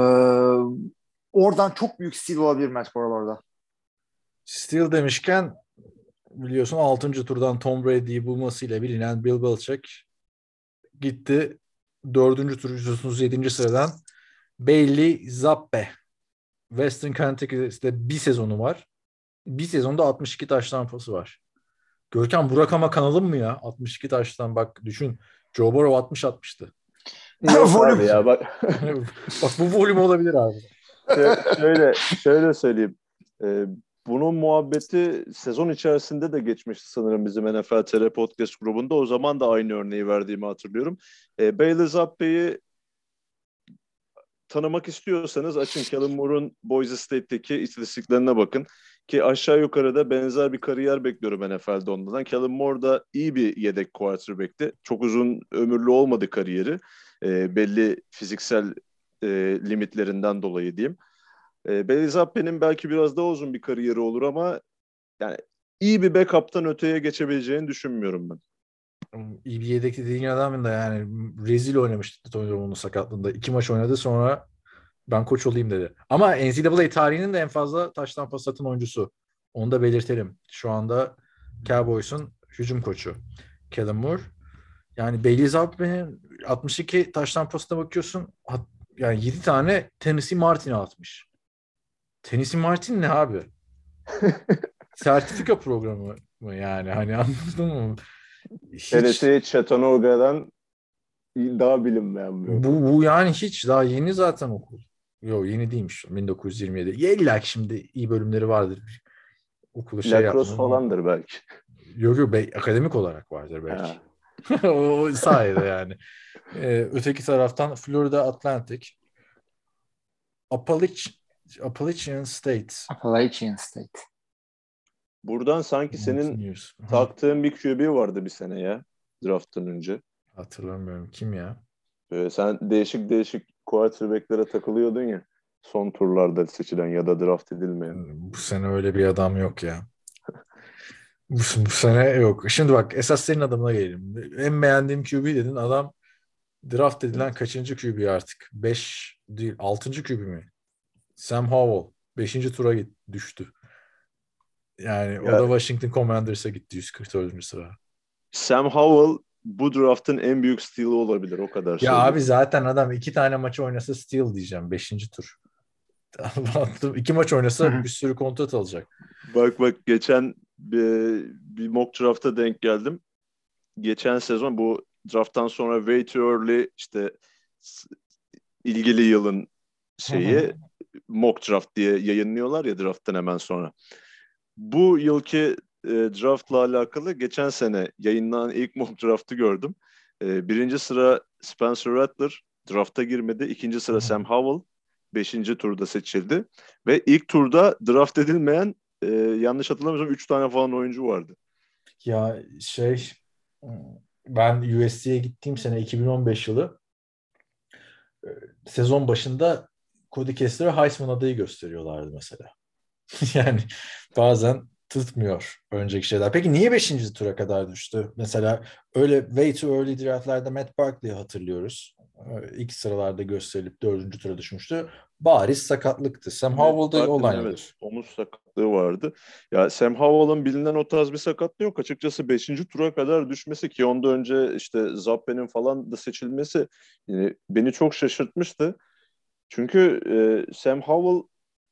Oradan çok büyük steal olabilir Matt Corral orada. Steal demişken biliyorsun 6. turdan Tom Brady'yi bulmasıyla bilinen Bill Belichick gitti 4. tur 137. sıradan Bailey Zappe. Western Kentucky'de bir sezonu var. Bir sezonda 62 taş tampası var. Görkem bu rakama kanalım mı ya? 62 taştan bak düşün. Joe Burrow 60 atmıştı. Yok abi ya bak. Bak bu volüm olabilir abi. Şöyle söyleyeyim. Bunun muhabbeti sezon içerisinde de geçmişti sanırım bizim NFL TR Podcast grubunda. O zaman da aynı örneği verdiğimi hatırlıyorum. Bailey Zappe'yi tanımak istiyorsanız açın Kellen Moore'un Boise State'teki istatistiklerine bakın. Ki aşağı yukarı da benzer bir kariyer bekliyorum NFL'de ondan. Kellen Moore da iyi bir yedek quarterback'ti. Çok uzun ömürlü olmadı kariyeri. Belli fiziksel limitlerinden dolayı diyeyim. Bailey Zappe'nin belki biraz daha uzun bir kariyeri olur ama yani iyi bir backup'tan öteye geçebileceğini düşünmüyorum ben. İyi bir yedek dediğin adam da yani rezil oynamıştı Tony Romo'nun sakatlığında. 2 maç oynadı sonra ben koç olayım dedi. Ama NCAA tarihinin de en fazla taştan pas atan oyuncusu. Onu da belirtelim. Şu anda Cowboys'un hücum koçu Kellen Moore. Yani Bailey Zappe'nin 62 taştan pasına bakıyorsun. Yani 7 tane Tennessee Martin'e atmış. Tennessee Martin ne abi? Sertifika programı mı yani? Hani anladın mı? Tennessee Chattanoogha'dan daha bilinmeyen bir okul. Bu yani hiç daha yeni zaten okul. Yok yeni değilmiş. 1927. Ya illa ki şimdi iyi bölümleri vardır. Okulu şey Lacrosse yapmanın. falandır belki. Yok akademik olarak vardır belki. O sayede yani. Öteki taraftan Florida Atlantic. Appalachian State. Appalachian State. Buradan sanki senin taktığın bir QB vardı bir sene ya. Draft'tan önce. Hatırlamıyorum. Kim ya? Sen değişik quarterback'lere takılıyordun ya. Son turlarda seçilen ya da draft edilmeyen. Bu sene öyle bir adam yok ya. Bu sene yok. Şimdi bak esas senin adamına gelelim. En beğendiğim QB dedin. Adam draft edilen kaçıncı QB artık? 5 değil 6. QB mi? Sam Howell. 5. tura düştü. Yani Ya, o da Washington Commanders'a gitti 144. sıra. Sam Howell bu draft'ın en büyük steal'i olabilir o kadar Ya söyleyeyim. abi zaten adam 2 tane maçı oynasa steal diyeceğim 5. tur. 2 maç oynasa bir sürü kontrat alacak. Bak geçen bir mock draft'a denk geldim. Geçen sezon bu draft'tan sonra way too early işte ilgili yılın şeyi mock draft diye yayınlıyorlar ya draft'tan hemen sonra. Bu yılki draft'la alakalı geçen sene yayınlanan ilk mock draft'ı gördüm. 1. sıra Spencer Rattler draft'a girmedi. 2. sıra Sam Howell 5. turda seçildi. Ve ilk turda draft edilmeyen yanlış hatırlamıyorsam 3 tane falan oyuncu vardı. Ya ben USC'ye gittiğim sene 2015 yılı sezon başında Cody Kessler'a Heisman adayı gösteriyorlardı mesela. Yani bazen tutmuyor önceki şeyler. Peki niye 5. tura kadar düştü? Mesela öyle way too early draftlarda Matt Barkley'i hatırlıyoruz. İlk sıralarda gösterilip 4. tura düşmüştü. Bariz sakatlıktı. Sam Howell'da olay nedir? Evet, omuz sakatlığı vardı. Ya Sam Howell'ın bilinen o tarz bir sakatlığı yok. Açıkçası 5. tura kadar düşmesi ki ondan önce işte Zappe'nin falan da seçilmesi beni çok şaşırtmıştı. Çünkü Sam Howell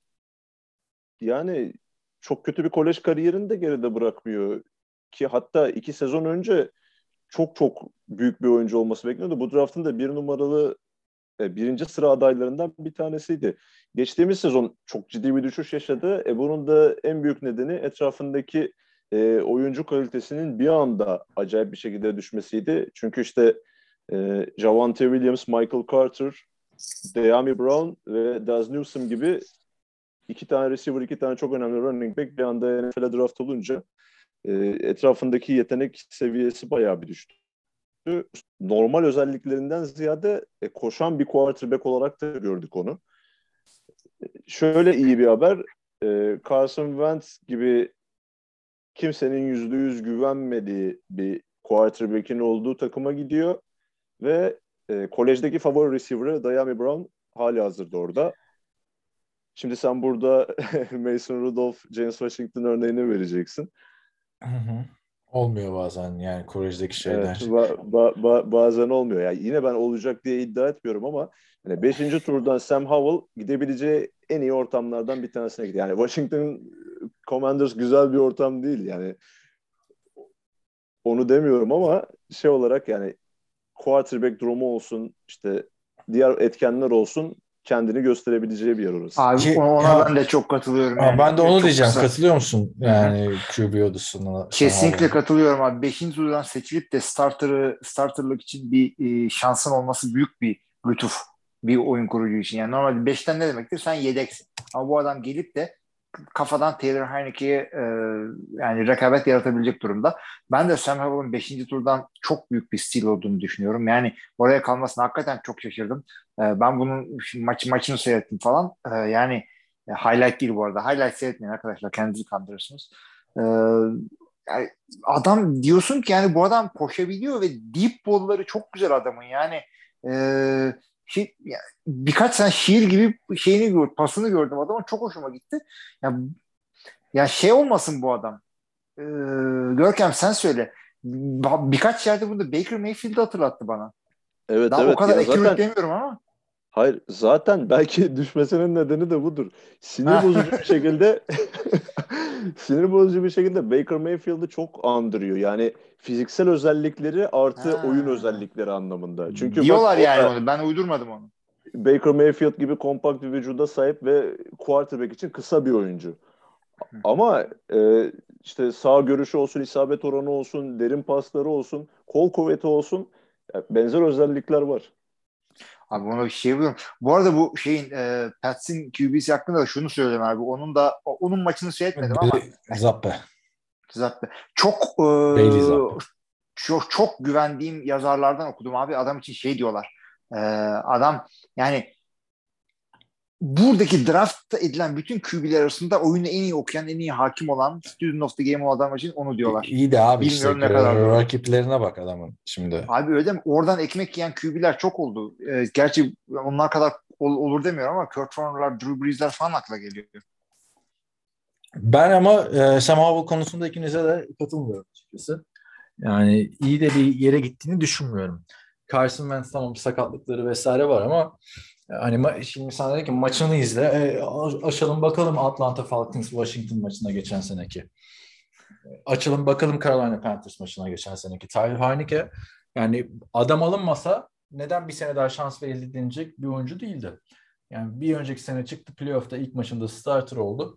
yani çok kötü bir kolej kariyerini de geride bırakmıyor. Ki hatta 2 sezon önce çok büyük bir oyuncu olması bekleniyordu. Bu draftın da 1 numaralı 1. sıra adaylarından bir tanesiydi. Geçtiğimiz sezon çok ciddi bir düşüş yaşadı. Bunun da en büyük nedeni etrafındaki oyuncu kalitesinin bir anda acayip bir şekilde düşmesiydi. Çünkü işte Javonte Williams, Michael Carter, De'Ami Brown ve Daz Newsome gibi 2 tane receiver, 2 tane çok önemli running back bir anda NFL'e draft olunca etrafındaki yetenek seviyesi bayağı bir düştü. Normal özelliklerinden ziyade koşan bir quarterback olarak da gördük onu. Şöyle iyi bir haber. Carson Wentz gibi kimsenin %100 güvenmediği bir quarterback'in olduğu takıma gidiyor ve kolejdeki favori receiver'ı Diami Brown hali hazırda orada. Şimdi sen burada Mason Rudolph, James Washington örneğini vereceksin. Hı. Olmuyor bazen yani kolejdeki şeyler. Evet, bazen olmuyor. Yani yine ben olacak diye iddia etmiyorum ama yani 5. turdan Sam Howell gidebileceği en iyi ortamlardan bir tanesine gidiyor. Yani Washington Commanders güzel bir ortam değil yani. Onu demiyorum ama şey olarak yani quarterback durumu olsun, işte diğer etkenler olsun, kendini gösterebileceği bir yer orası. Abi ona ben de çok katılıyorum. Yani. Ben de onu çok diyeceğim. kısa. Katılıyor musun? Yani QB odasına. Kesinlikle katılıyorum abi. 5. turdan seçilip de starterlık için bir şansın olması büyük bir lütuf bir oyun kurucu için. Yani normalde 5'ten ne demektir? Sen yedeksin. Ama bu adam gelip de kafadan Taylor Heinicke'ye yani rekabet yaratabilecek durumda. Ben de Sam Howell'ın 5. turdan çok büyük bir steal olduğunu düşünüyorum. Yani oraya kalmasına hakikaten çok şaşırdım. Ben bunun maçını seyrettim falan. Yani highlight değil bu arada. Highlight seyretmeyin arkadaşlar. Kendinizi kandırırsınız. Yani adam diyorsun ki yani bu adam koşabiliyor ve deep ball'ları çok güzel adamın. Yani birkaç tane şiir gibi şeyini gördüm, pasını gördüm adamın. Çok hoşuma gitti. Ya şey olmasın bu adam. Görkem sen söyle. Birkaç yerde burada Baker Mayfield'i hatırlattı bana. Evet, daha evet. o kadar Zaten accurate demiyorum ama. Hayır, zaten belki düşmesinin nedeni de budur. Sinir bozucu bir şekilde sinir bozucu bir şekilde Baker Mayfield'ı çok andırıyor. Yani fiziksel özellikleri artı oyun özellikleri anlamında. Çünkü diyorlar bak, yani onu. Ben uydurmadım onu. Baker Mayfield gibi kompakt bir vücuda sahip ve quarterback için kısa bir oyuncu. Ama işte sağ görüşü olsun, isabet oranı olsun, derin pasları olsun, kol kuvveti olsun, benzer özellikler var. Abi ona bir şey yapıyorum. Bu arada bu şeyin Pats'in QB'si hakkında da şunu söyleyeyim abi. Onun maçını seyretmedim ama Zappe. çok Bailey Zappe. çok güvendiğim yazarlardan okudum abi. Adam için şey diyorlar. Adam yani buradaki draft edilen bütün QB'ler arasında oyunu en iyi okuyan, en iyi hakim olan, student of the game olan adam için onu diyorlar. İyi de abi bilmiyorum işte ne kadar doğru. rakiplerine bak adamın şimdi. Abi öyle mi? Oradan ekmek yiyen QB'ler çok oldu. Gerçi onlar kadar olur demiyorum ama Kurt Warner'lar, Drew Brees'ler falan akla geliyor. Ben ama Sam Howell konusunda ikinize de katılmıyorum açıkçası. Yani iyi de bir yere gittiğini düşünmüyorum. Carson Wentz tamam sakatlıkları vesaire var ama hani şimdi sen dedin ki maçını izle. Açalım bakalım Atlanta Falcons Washington maçına geçen seneki. Açalım bakalım Carolina Panthers maçına geçen seneki. Tyler Heinicke yani adam alınmasa neden bir sene daha şans verildi denilecek bir oyuncu değildi. Yani bir önceki sene çıktı playoff'ta ilk maçında starter oldu.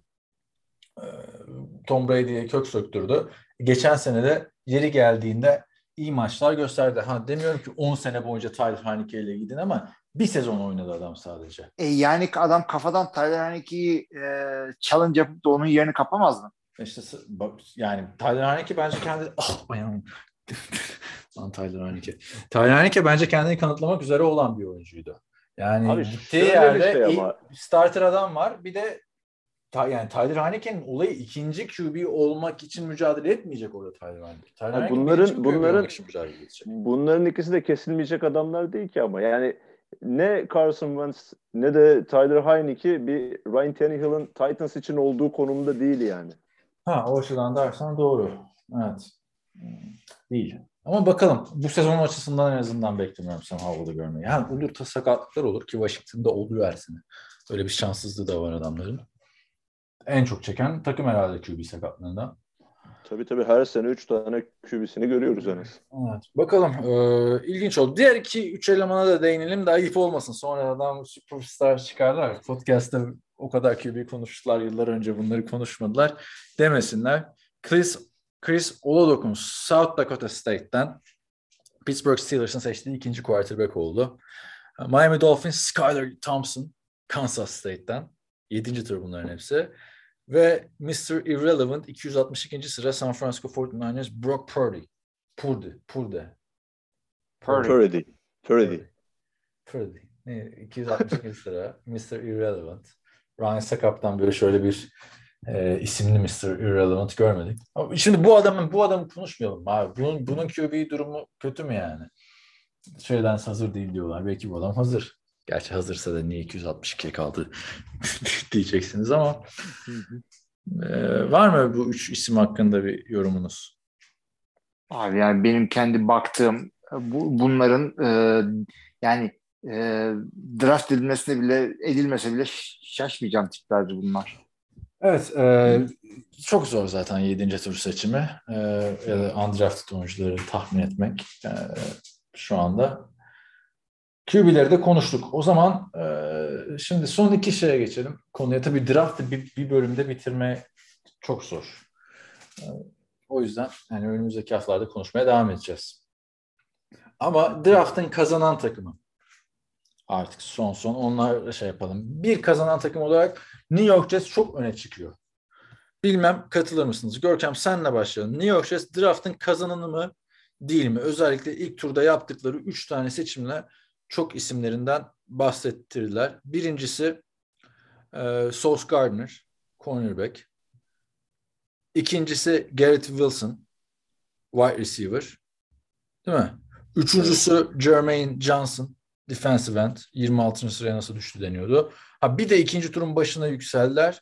Tom Brady'ye kök söktürdü. Geçen sene de yeri geldiğinde iyi maçlar gösterdi. Demiyorum ki 10 sene boyunca Tyler Heinicke ile gidin ama bir sezon oynadı adam sadece. Yani adam kafadan Tyler Heinicke'yi challenge yapıp da onun yerini kapamaz mı? İşte yani Tyler Heinicke bence kendi ayağım. Lan Tyler Heinicke. Tyler Heinicke bence kendini kanıtlamak üzere olan bir oyuncuydu. Yani abi gittiği yerde şey starter adam var. Bir de yani Tyler Heinicke'nin olayı ikinci QB olmak için mücadele etmeyecek orada Tyler Heinicke. Tyler Heinicke bunların ikisi de kesilmeyecek adamlar değil ki ama yani ne Carson Wentz ne de Tyler Heinicke bir Ryan Tannehill'ın Titans için olduğu konumda değil yani. O açıdan dersen doğru. Evet. Değil. Ama bakalım bu sezon açısından en azından beklemiyorum Sam Howell'ı görmeyi. Yani olur sakatlıklar olur ki Washington'da oluyor her sene. Öyle bir şanssızlığı da var adamların. En çok çeken takım herhalde QB sakatlığında. Tabii her sene 3 tane QB'sini görüyoruz en az. Evet. Bakalım. İlginç oldu. Diğer 2-3 elemana da değinelim de ayıp olmasın. Sonradan superstar çıkarlar. Podcast'ta o kadar QB konuştular. Yıllar önce bunları konuşmadılar. Demesinler. Chris Oladokun South Dakota State'ten Pittsburgh Steelers'ın seçtiği ikinci quarterback oldu. Miami Dolphins Skylar Thompson Kansas State'ten. 7. tur bunların hepsi. Ve Mr. Irrelevant 262. sıra San Francisco 49ers Brock Purdy. Purdy. 262. sıra Mr. Irrelevant. Ryan Sackup'tan böyle şöyle bir isimli Mr. Irrelevant görmedik. Ama şimdi bu adamı konuşmayalım abi. Bunun QB durumu kötü mü yani? Şeyden hazır değil diyorlar. Belki bu adam hazır. Gerçi hazırsa da niye 262 kaldı diyeceksiniz ama var mı bu 3 isim hakkında bir yorumunuz? Abi yani benim kendi baktığım bunların yani e, draft edilmese bile şaşmayacağım tiplerdi bunlar. Evet, çok zor zaten 7. tur seçimi ya da undrafted oyuncuları tahmin etmek şu anda. QB'leri de konuştuk. O zaman şimdi son 2 şeye geçelim. Konuya tabii draft'ı bir bölümde bitirme çok zor. O yüzden yani önümüzdeki haftalarda konuşmaya devam edeceğiz. Ama draft'ın kazanan takımı. Artık son onlarla şey yapalım. Bir kazanan takım olarak New York Jets çok öne çıkıyor. Bilmem katılır mısınız? Görkem senle başlayalım. New York Jets draft'ın kazananı mı değil mi? Özellikle ilk turda yaptıkları 3 tane seçimle çok isimlerinden bahsettirdiler. Birincisi Sauce Gardner, cornerback. İkincisi Garrett Wilson, wide receiver. Değil mi? Üçüncüsü Jermaine Johnson, defensive end. 26. sıraya nasıl düştü deniyordu. Bir de ikinci turun başına yükseldiler.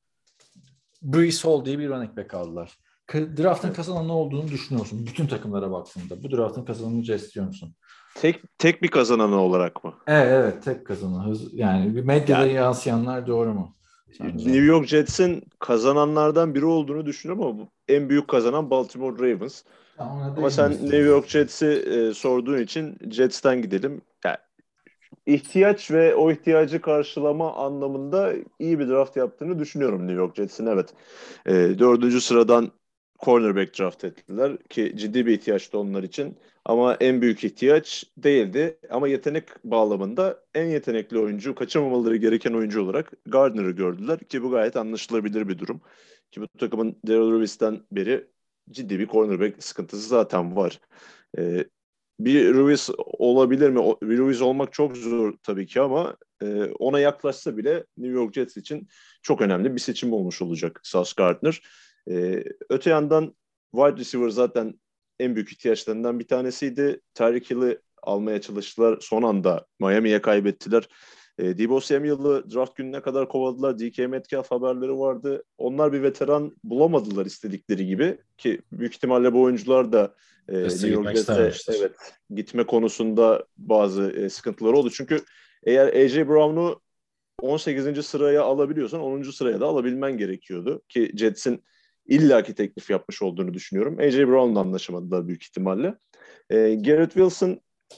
Breece Hall diye bir running back aldılar. Draft'ın kazanan ne olduğunu düşünüyorsun? Bütün takımlara baktığında. Bu draft'ın kazananını istiyor musun? Tek bir kazananı olarak mı? Evet, tek kazanan. Yani medyada yansıyanlar doğru mu? Sence? New York Jets'in kazananlardan biri olduğunu düşünüyorum ama en büyük kazanan Baltimore Ravens. Ama sen New York Jets'i sorduğun için Jets'ten gidelim. Yani ihtiyaç ve o ihtiyacı karşılama anlamında iyi bir draft yaptığını düşünüyorum New York Jets'in. Evet. 4. sıradan cornerback draft ettiler ki ciddi bir ihtiyaçtı onlar için. Ama en büyük ihtiyaç değildi. Ama yetenek bağlamında en yetenekli oyuncu, kaçırmamaları gereken oyuncu olarak Gardner'ı gördüler ki bu gayet anlaşılabilir bir durum. Ki bu takımın Darrelle Revis'ten beri ciddi bir cornerback sıkıntısı zaten var. Bir Ruiz olabilir mi? Bir Ruiz olmak çok zor tabii ki ama ona yaklaşsa bile New York Jets için çok önemli bir seçim olmuş olacak Sauce Gardner. Öte yandan wide receiver zaten en büyük ihtiyaçlarından bir tanesiydi. Tyreek Hill'i almaya çalıştılar. Son anda Miami'ye kaybettiler. Deebo Samuel'ı draft gününe kadar kovaladılar. DK Metcalf haberleri vardı. Onlar bir veteran bulamadılar istedikleri gibi ki büyük ihtimalle bu oyuncular da New York Jets'e gitme konusunda bazı sıkıntıları oldu. Çünkü eğer AJ Brown'u 18. sıraya alabiliyorsan 10. sıraya da alabilmen gerekiyordu. Ki Jets'in illaki teklif yapmış olduğunu düşünüyorum. AJ Brown'la anlaşamadılar büyük ihtimalle. Garrett Wilson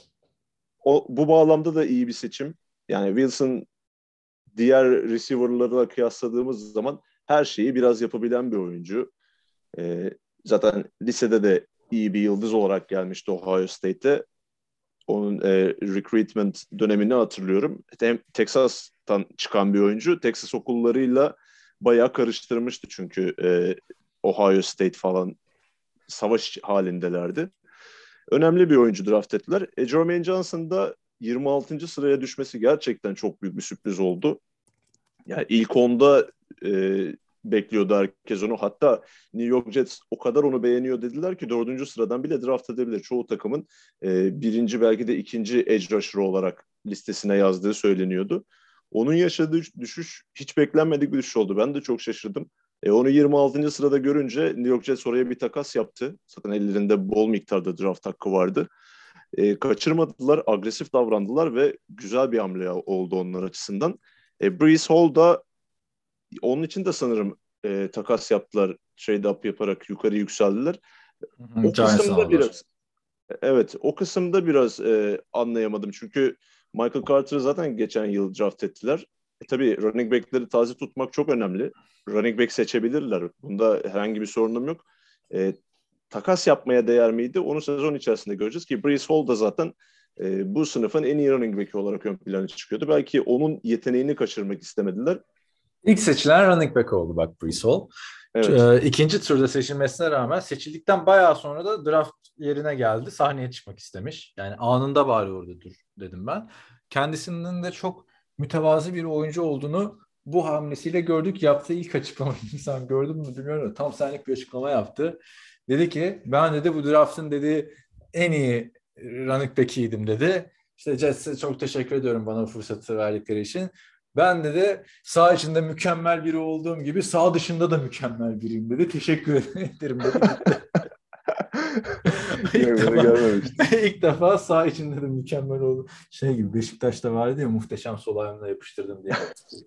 bu bağlamda da iyi bir seçim. Yani Wilson diğer receiver'larla kıyasladığımız zaman her şeyi biraz yapabilen bir oyuncu. Zaten lisede de iyi bir yıldız olarak gelmişti Ohio State'te. Onun recruitment dönemini hatırlıyorum. Hem Texas'tan çıkan bir oyuncu. Texas okullarıyla bayağı karıştırmıştı çünkü Ohio State falan savaş halindelerdi. Önemli bir oyuncu draft ettiler. Jermaine Johnson da 26. sıraya düşmesi gerçekten çok büyük bir sürpriz oldu. Yani ilk 10'da bekliyordu herkes onu. Hatta New York Jets o kadar onu beğeniyor dediler ki 4. sıradan bile draft edebilir. Çoğu takımın birinci belki de ikinci edge rusher olarak listesine yazdığı söyleniyordu. Onun yaşadığı düşüş hiç beklenmedik bir düşüş oldu. Ben de çok şaşırdım. Onu 26. sırada görünce New York Jets oraya bir takas yaptı. Zaten ellerinde bol miktarda draft hakkı vardı. Kaçırmadılar, agresif davrandılar ve güzel bir hamle oldu onlar açısından. Breece Hall da onun için de sanırım takas yaptılar. Trade up yaparak yukarı yükseldiler. O kısımda biraz o kısımda biraz anlayamadım. Çünkü Michael Carter'ı zaten geçen yıl draft ettiler. Tabii running back'leri taze tutmak çok önemli. Running back seçebilirler. Bunda herhangi bir sorunum yok. Takas yapmaya değer miydi? Onu sezon içerisinde göreceğiz ki Breece Hall da zaten bu sınıfın en iyi running back'i olarak ön plana çıkıyordu. Belki onun yeteneğini kaçırmak istemediler. İlk seçilen running back oldu bak Breece Hall. Evet. İkinci turda seçilmesine rağmen seçildikten bayağı sonra da draft yerine geldi. Sahneye çıkmak istemiş. Yani anında bari orada dur dedim ben. Kendisinin de çok mütevazı bir oyuncu olduğunu bu hamlesiyle gördük. Yaptığı ilk açıklamayı sen gördün mü bilmiyorum. Tam senlik bir açıklama yaptı. Dedi ki ben dedi bu draft'ın dedi en iyi running back'iydim dedi. İşte Jets'e çok teşekkür ediyorum bana bu fırsatı verdikleri için. Ben dedi sağ içinde mükemmel biri olduğum gibi sağ dışında da mükemmel biriyim dedi. Teşekkür ederim dedi. İlk defa sağ içinde de mükemmel oldu. Şey gibi Beşiktaş'ta vardı ya muhteşem sol ayağımla yapıştırdım diye.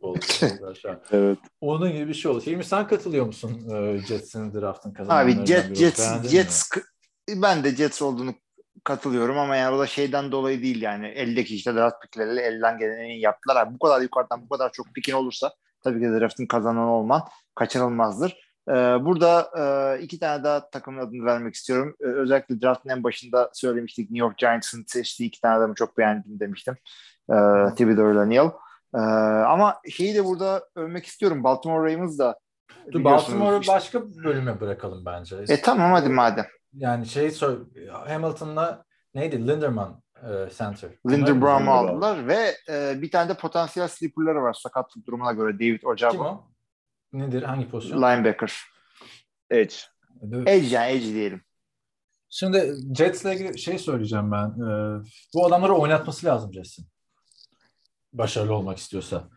Evet. Onun gibi bir şey oldu. Hilmi sen katılıyor musun Jets'in draft'ın kazananlarından Abi Jets mi? Ben de Jets olduğunu katılıyorum ama yani o da şeyden dolayı değil yani eldeki işte draft pikleriyle elden geleni yaptılar. Abi, bu kadar yukarıdan bu kadar çok pikin olursa tabii ki draftın kazananı olman kaçınılmazdır. Burada iki tane daha takımın adını vermek istiyorum. Özellikle draftın en başında söylemiştik New York Giants'ın seçtiği iki tane adamı çok beğendim demiştim. Thibodeau ile Neal. Ama şeyi de burada övmek istiyorum. Baltimore Ravens da Baltimore'u başka bölüme bırakalım bence. Tamam hadi madem. Yani Hamilton'la neydi? Linderman center. Linderbaum'u aldılar ve bir tane de potansiyel sleeper'ları var sakatlık durumuna göre. David Ojabo. Kim o? Nedir? Hangi pozisyon? Linebacker. Edge. Edge diyelim. Şimdi Jets'le ilgili söyleyeceğim ben. Bu adamları oynatması lazım Jets'in. Başarılı olmak istiyorsa.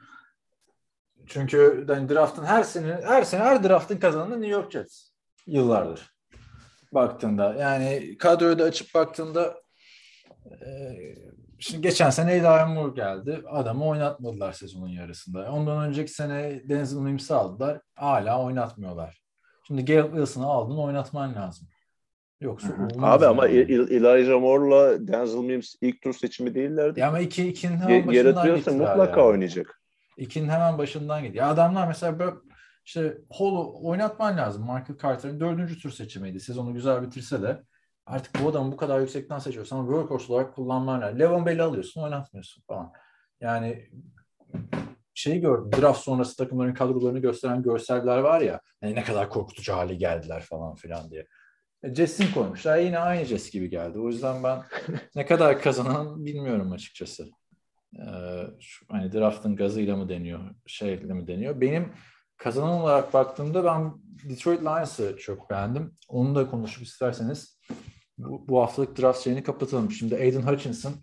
Çünkü yani draft'ın her draft'ın kazananı New York Jets. Yıllardır. Baktığında yani kadroyu da açıp baktığında şimdi geçen sene Eli Moore geldi. Adamı oynatmadılar sezonun yarısında. Ondan önceki sene Denzel Mims'i aldılar. Hala oynatmıyorlar. Şimdi Garrett Wilson'ı aldın oynatman lazım. Yoksa abi ama Elijah Moore'la Denzel Mims ilk tur seçimi değillerdi. Ya ama ikinin hemen başından gittiler. Mutlaka oynayacak. İkinin hemen başından gitti. Ya adamlar mesela böyle işte Hall'u oynatman lazım. Michael Carter'ın 4. tur seçimiydi. Sezonu güzel bitirse de artık bu adamı bu kadar yüksekten seçiyorsan workhorse olarak kullanman lazım. Le'Veon Bell'i alıyorsun, oynatmıyorsun falan. Yani gördüm. Draft sonrası takımların kadrolarını gösteren görseller var ya. Yani ne kadar korkutucu hale geldiler falan filan diye. Jets'in koymuşlar. Yine aynı Jets gibi geldi. O yüzden ben ne kadar kazanan bilmiyorum açıkçası. Hani draft'ın gazıyla mı deniyor, şeyle mi deniyor? Benim kazanan olarak baktığımda ben Detroit Lions'ı çok beğendim. Onu da konuşup isterseniz bu haftalık draft şeyini kapatalım. Şimdi Aiden Hutchinson,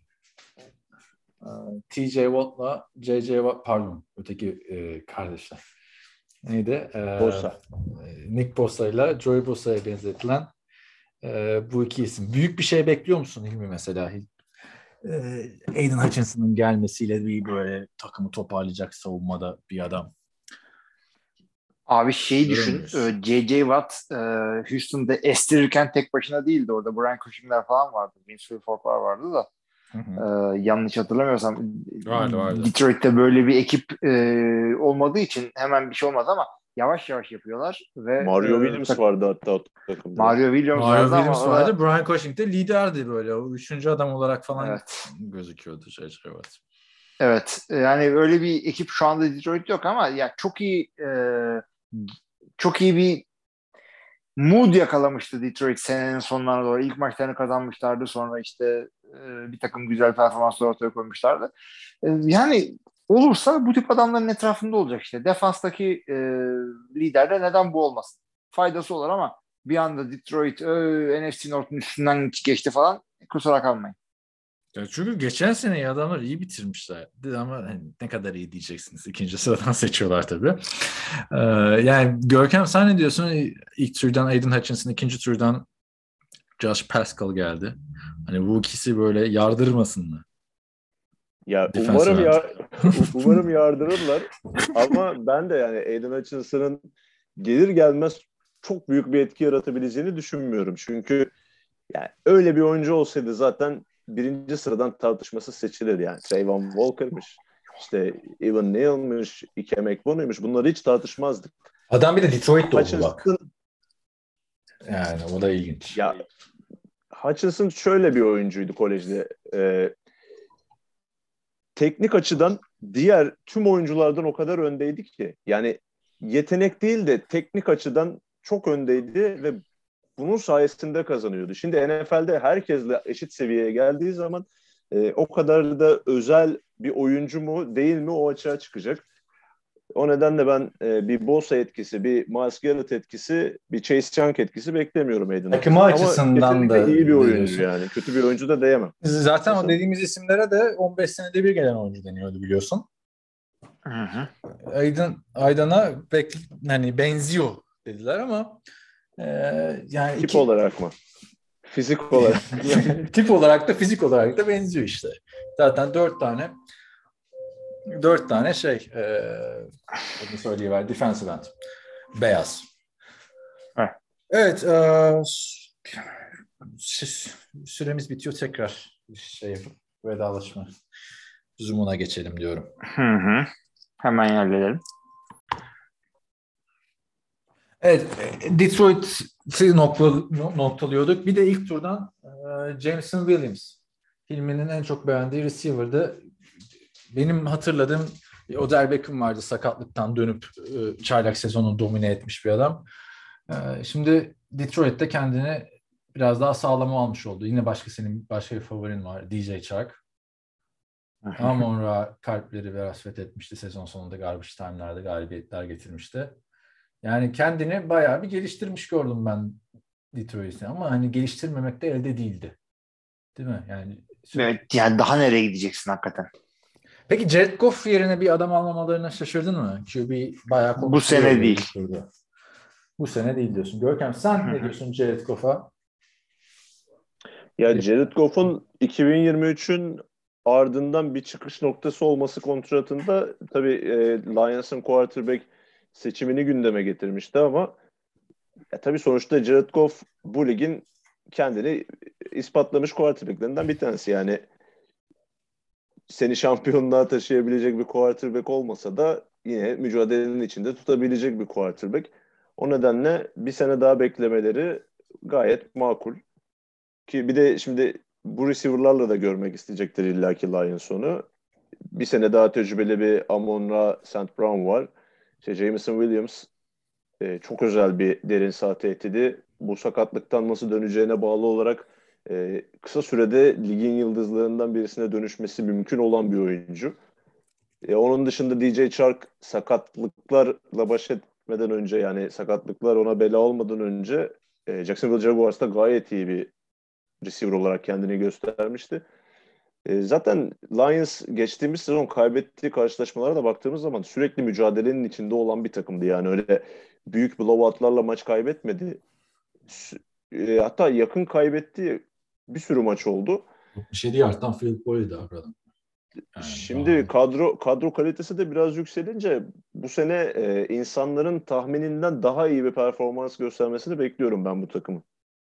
T.J. Watt'la J.J. Watt, pardon, öteki kardeşler. Neydi? Bosa. Nick Bosa'yla Joey Bosa'ya benzetilen bu iki isim. Büyük bir şey bekliyor musun Hilmi mesela? Aiden Hutchinson'ın gelmesiyle bir böyle takımı toparlayacak savunmada bir adam. Abi düşün. J.J. Watt Houston'da estirirken tek başına değildi. Orada Brian Cushing'ler falan vardı. Vince Wilfork'lar vardı da. Yanlış hatırlamıyorsam vardı. Detroit'te böyle bir ekip olmadığı için hemen bir şey olmaz ama yavaş yavaş yapıyorlar ve Mario Williams vardı hatta o takımda. Mario Williams vardı. Brian Cushing de liderdi böyle. O 3. adam olarak falan gözüküyordu J.J. Watt. Evet. Yani öyle bir ekip şu anda Detroit yok ama ya çok iyi bir mood yakalamıştı Detroit senenin sonlarına doğru. İlk maçlarını kazanmışlardı. Sonra işte bir takım güzel performanslar ortaya koymuşlardı. Yani olursa bu tip adamların etrafında olacak işte. Defanstaki lider de neden bu olmasın? Faydası olur ama bir anda Detroit NFC North'un üstünden geçti falan. Kusura kalmayın. Ya çünkü geçen sene adamlar iyi bitirmişler. Ama ne kadar iyi diyeceksiniz. 2. sıradan seçiyorlar tabii. Yani Görkem sen ne diyorsun? İlk turdan Aiden Hutchinson, 2. turdan Josh Pascal geldi. Hani bu ikisi böyle yardırmasın mı? Ya umarım yardırırlar. Ama ben de yani Aiden Hutchinson'ın gelir gelmez çok büyük bir etki yaratabileceğini düşünmüyorum. Çünkü yani öyle bir oyuncu olsaydı zaten 1. sıradan tartışması seçilir yani. Trayvon Walker'mış, işte Evan Neal'mış, Ike McBone'ymuş. Bunları hiç tartışmazdık. Adam bir de Detroit'te oldu bak. Yani o da ilginç. Ya Hutchinson şöyle bir oyuncuydu kolejde. Teknik açıdan diğer tüm oyunculardan o kadar öndeydi ki. Yani yetenek değil de teknik açıdan çok öndeydi ve bunun sayesinde kazanıyordu. Şimdi NFL'de herkesle eşit seviyeye geldiği zaman o kadar da özel bir oyuncu mu değil mi o açığa çıkacak. O nedenle ben bir Bosa etkisi, bir Myles Garrett etkisi, bir Chase Young etkisi beklemiyorum Aiden Takımı Hutchinson. açısından Ama da kesinlikle iyi bir oyuncu diyorsun. yani. Kötü bir oyuncu da diyemem. Zaten o Nasıl? dediğimiz isimlere de 15 senede bir gelen oyuncu deniyordu biliyorsun. Hı. Aydan'a hani benziyor dediler ama yani Tip olarak mı? Fizik olarak. tip olarak da fizik olarak da benziyor işte. Zaten dört tane bunu söyleyiver, defensive end. Beyaz. Evet. Evet. Süremiz bitiyor, tekrar yapıp vedalaşma zoom'una geçelim diyorum. Hı. Hemen halledelim. Evet, Detroit'i noktalıyorduk. Bir de ilk turdan Jameson Williams. Filminin en çok beğendiği receiver'dı. Benim hatırladığım Odell Beckham vardı, sakatlıktan dönüp çaylak sezonu domine etmiş bir adam. Şimdi Detroit'te kendini biraz daha sağlama almış oldu. Yine başka bir favorin var, DJ Chark. Amon-Ra kalpleri veraset etmişti sezon sonunda, garbage time'larda galibiyetler getirmişti. Yani kendini bayağı bir geliştirmiş gördüm ben Detroit'te, ama hani geliştirmemek de elde değildi. Değil mi? Yani Evet, yani daha nereye gideceksin hakikaten? Peki Jared Goff yerine bir adam almamalarına şaşırdın mı? QB bayağı konuşuluyor. Bu sene değil. Bu sene değil diyorsun. Görkem, sen ne diyorsun Jared Goff'a? Ya Jared Goff'un 2023'ün ardından bir çıkış noktası olması kontratında tabii Lions'ın quarterback seçimini gündeme getirmişti ama tabii sonuçta Jared Goff bu ligin kendini ispatlamış quarterbacklerinden bir tanesi. Yani seni şampiyonluğa taşıyabilecek bir quarterback olmasa da yine mücadelenin içinde tutabilecek bir quarterback. O nedenle bir sene daha beklemeleri gayet makul. Ki bir de şimdi bu receiver'larla da görmek isteyecektir illaki Lions onu. Bir sene daha tecrübeli bir Amon-Ra St. Brown var. Jameson Williams çok özel bir derin saha tehdidi. Bu sakatlıktan nasıl döneceğine bağlı olarak kısa sürede ligin yıldızlarından birisine dönüşmesi mümkün olan bir oyuncu. Onun dışında DJ Chark sakatlıklarla baş etmeden önce, yani sakatlıklar ona bela olmadan önce Jacksonville Jaguars'ta gayet iyi bir receiver olarak kendini göstermişti. Zaten Lions geçtiğimiz sezon kaybettiği karşılaşmalara da baktığımız zaman sürekli mücadelenin içinde olan bir takımdı. Yani öyle büyük blowoutlarla maç kaybetmedi. Hatta yakın kaybettiği bir sürü maç oldu. 67 yardtan field goal'ü de aradım. Yani şimdi kadro kalitesi de biraz yükselince bu sene insanların tahmininden daha iyi bir performans göstermesini bekliyorum ben bu takımın.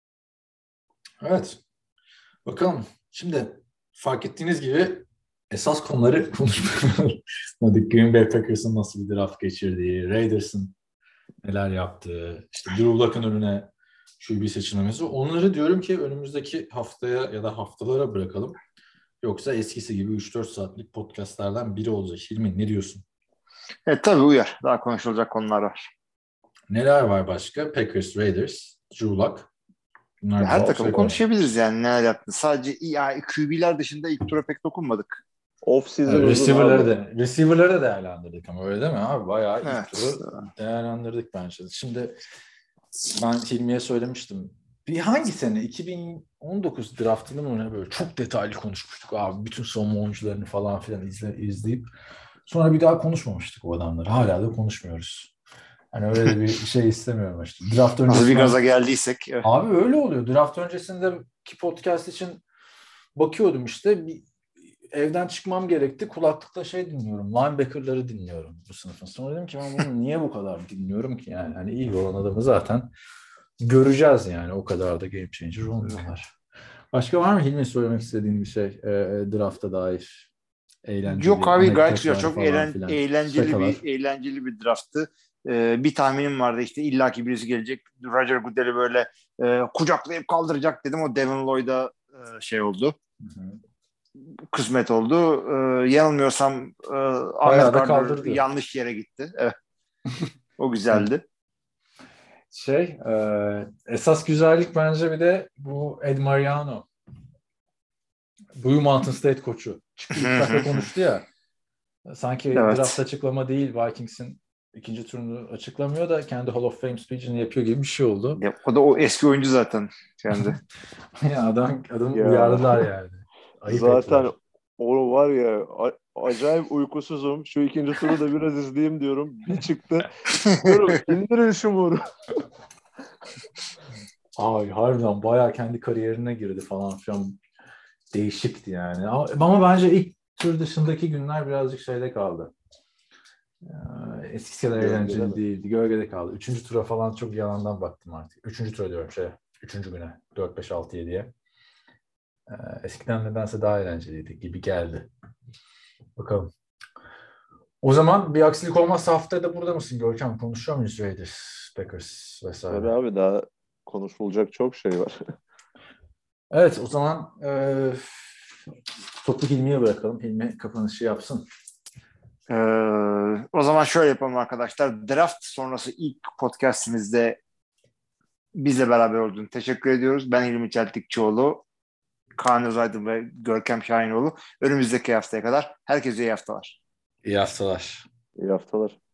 Evet. Bakalım. Şimdi fark ettiğiniz gibi esas konuları konuşmadık. Green Bay Packers'ın nasıl bir draft geçirdiği, Raiders'ın neler yaptığı, işte Drew Luck'ın önüne QB seçilmesi. Onları diyorum ki önümüzdeki haftaya ya da haftalara bırakalım. Yoksa eskisi gibi 3-4 saatlik podcastlardan biri olacak. Hilmi, ne diyorsun? Evet, tabii uyar. Daha konuşulacak konular var. Neler var başka? Packers, Raiders, Drew Luck. Her takımı konuşabiliriz yani neler yaptı. Sadece yani QB'ler dışında ilk tura pek dokunmadık. Off-season receiver'ları da değerlendirdik ama öyle değil mi abi? Bayağı ilk turu değerlendirdik bence. Şimdi ben Hilmi'ye söylemiştim. Hangi sene? 2019 draftını mı böyle çok detaylı konuşmuştuk abi. Bütün savunma oyuncularını falan filan izleyip sonra bir daha konuşmamıştık o adamları. Hala da konuşmuyoruz. Hani öyle de bir şey istemiyorum işte. Draft öncesinde nasıl bir gaza geldiysek. Evet. Abi öyle oluyor. Draft öncesindeki podcast için bakıyordum işte. Evden çıkmam gerekti. Kulaklıkla dinliyorum. Linebacker'ları dinliyorum bu sınıfın. Sonra dedim ki ben bunu niye bu kadar dinliyorum ki yani? Hani iyi olan adamı zaten göreceğiz yani. O kadar da game changer olmuyorlar. Başka var mı Hilmi söylemek istediğin bir şey? Draft'a dair eğlenceli. Yok abi, gayet güzel. Çok eğlenceli bir drafttı. Bir tahminim vardı işte illaki birisi gelecek. Roger Goodell'i böyle kucaklayıp kaldıracak dedim. O Devin Lloyd'a oldu. Hı-hı. Kısmet oldu. Yanılmıyorsam Ahmet Gardner yanlış yere gitti. Evet. O güzeldi. Esas güzellik bence bir de bu Ed Mariano. Blue Mountain State koçu. Çıktı ilk dakika konuştu ya. Sanki Evet. draft açıklama değil, Vikings'in ikinci turunu açıklamıyor da kendi Hall of Fame speech'ini yapıyor gibi bir şey oldu. Ya, o da o eski oyuncu zaten kendi. Ya adamı Ya. uyardılar yani. Ayıp Zaten ettiler. o var ya acayip uykusuzum. Şu ikinci turu da biraz izleyeyim diyorum. Bir çıktı. Diyorum indirin şu moru. Ay harbiden bayağı kendi kariyerine girdi falan filan. Değişikti yani. Ama bence ilk tur dışındaki günler birazcık şeyde kaldı. Eskisi kadar Gölgede eğlenceli mi? değildi. Gölgede kaldı. Üçüncü tura falan çok yalandan baktım artık. Üçüncü tura diyorum üçüncü güne. 4, 5, 6, 7'ye. Eskiden nedense daha eğlenceliydi gibi geldi. Bakalım. O zaman bir aksilik olmazsa haftaya da burada mısın Görkem? Konuşuyor muyuz Raiders, Packers vesaire? Tabii abi daha konuşulacak çok şey var. Evet o zaman topu Hilmi'ye bırakalım. Hilmi kapanışı yapsın. O zaman şöyle yapalım arkadaşlar. Draft sonrası ilk podcastimizde bizle beraber olduğun teşekkür ediyoruz. Ben İlmi Çeltikçioğlu, Kaan Özaydın ve Görkem Şahinoğlu. Önümüzdeki haftaya kadar herkese iyi haftalar. İyi haftalar. İyi haftalar.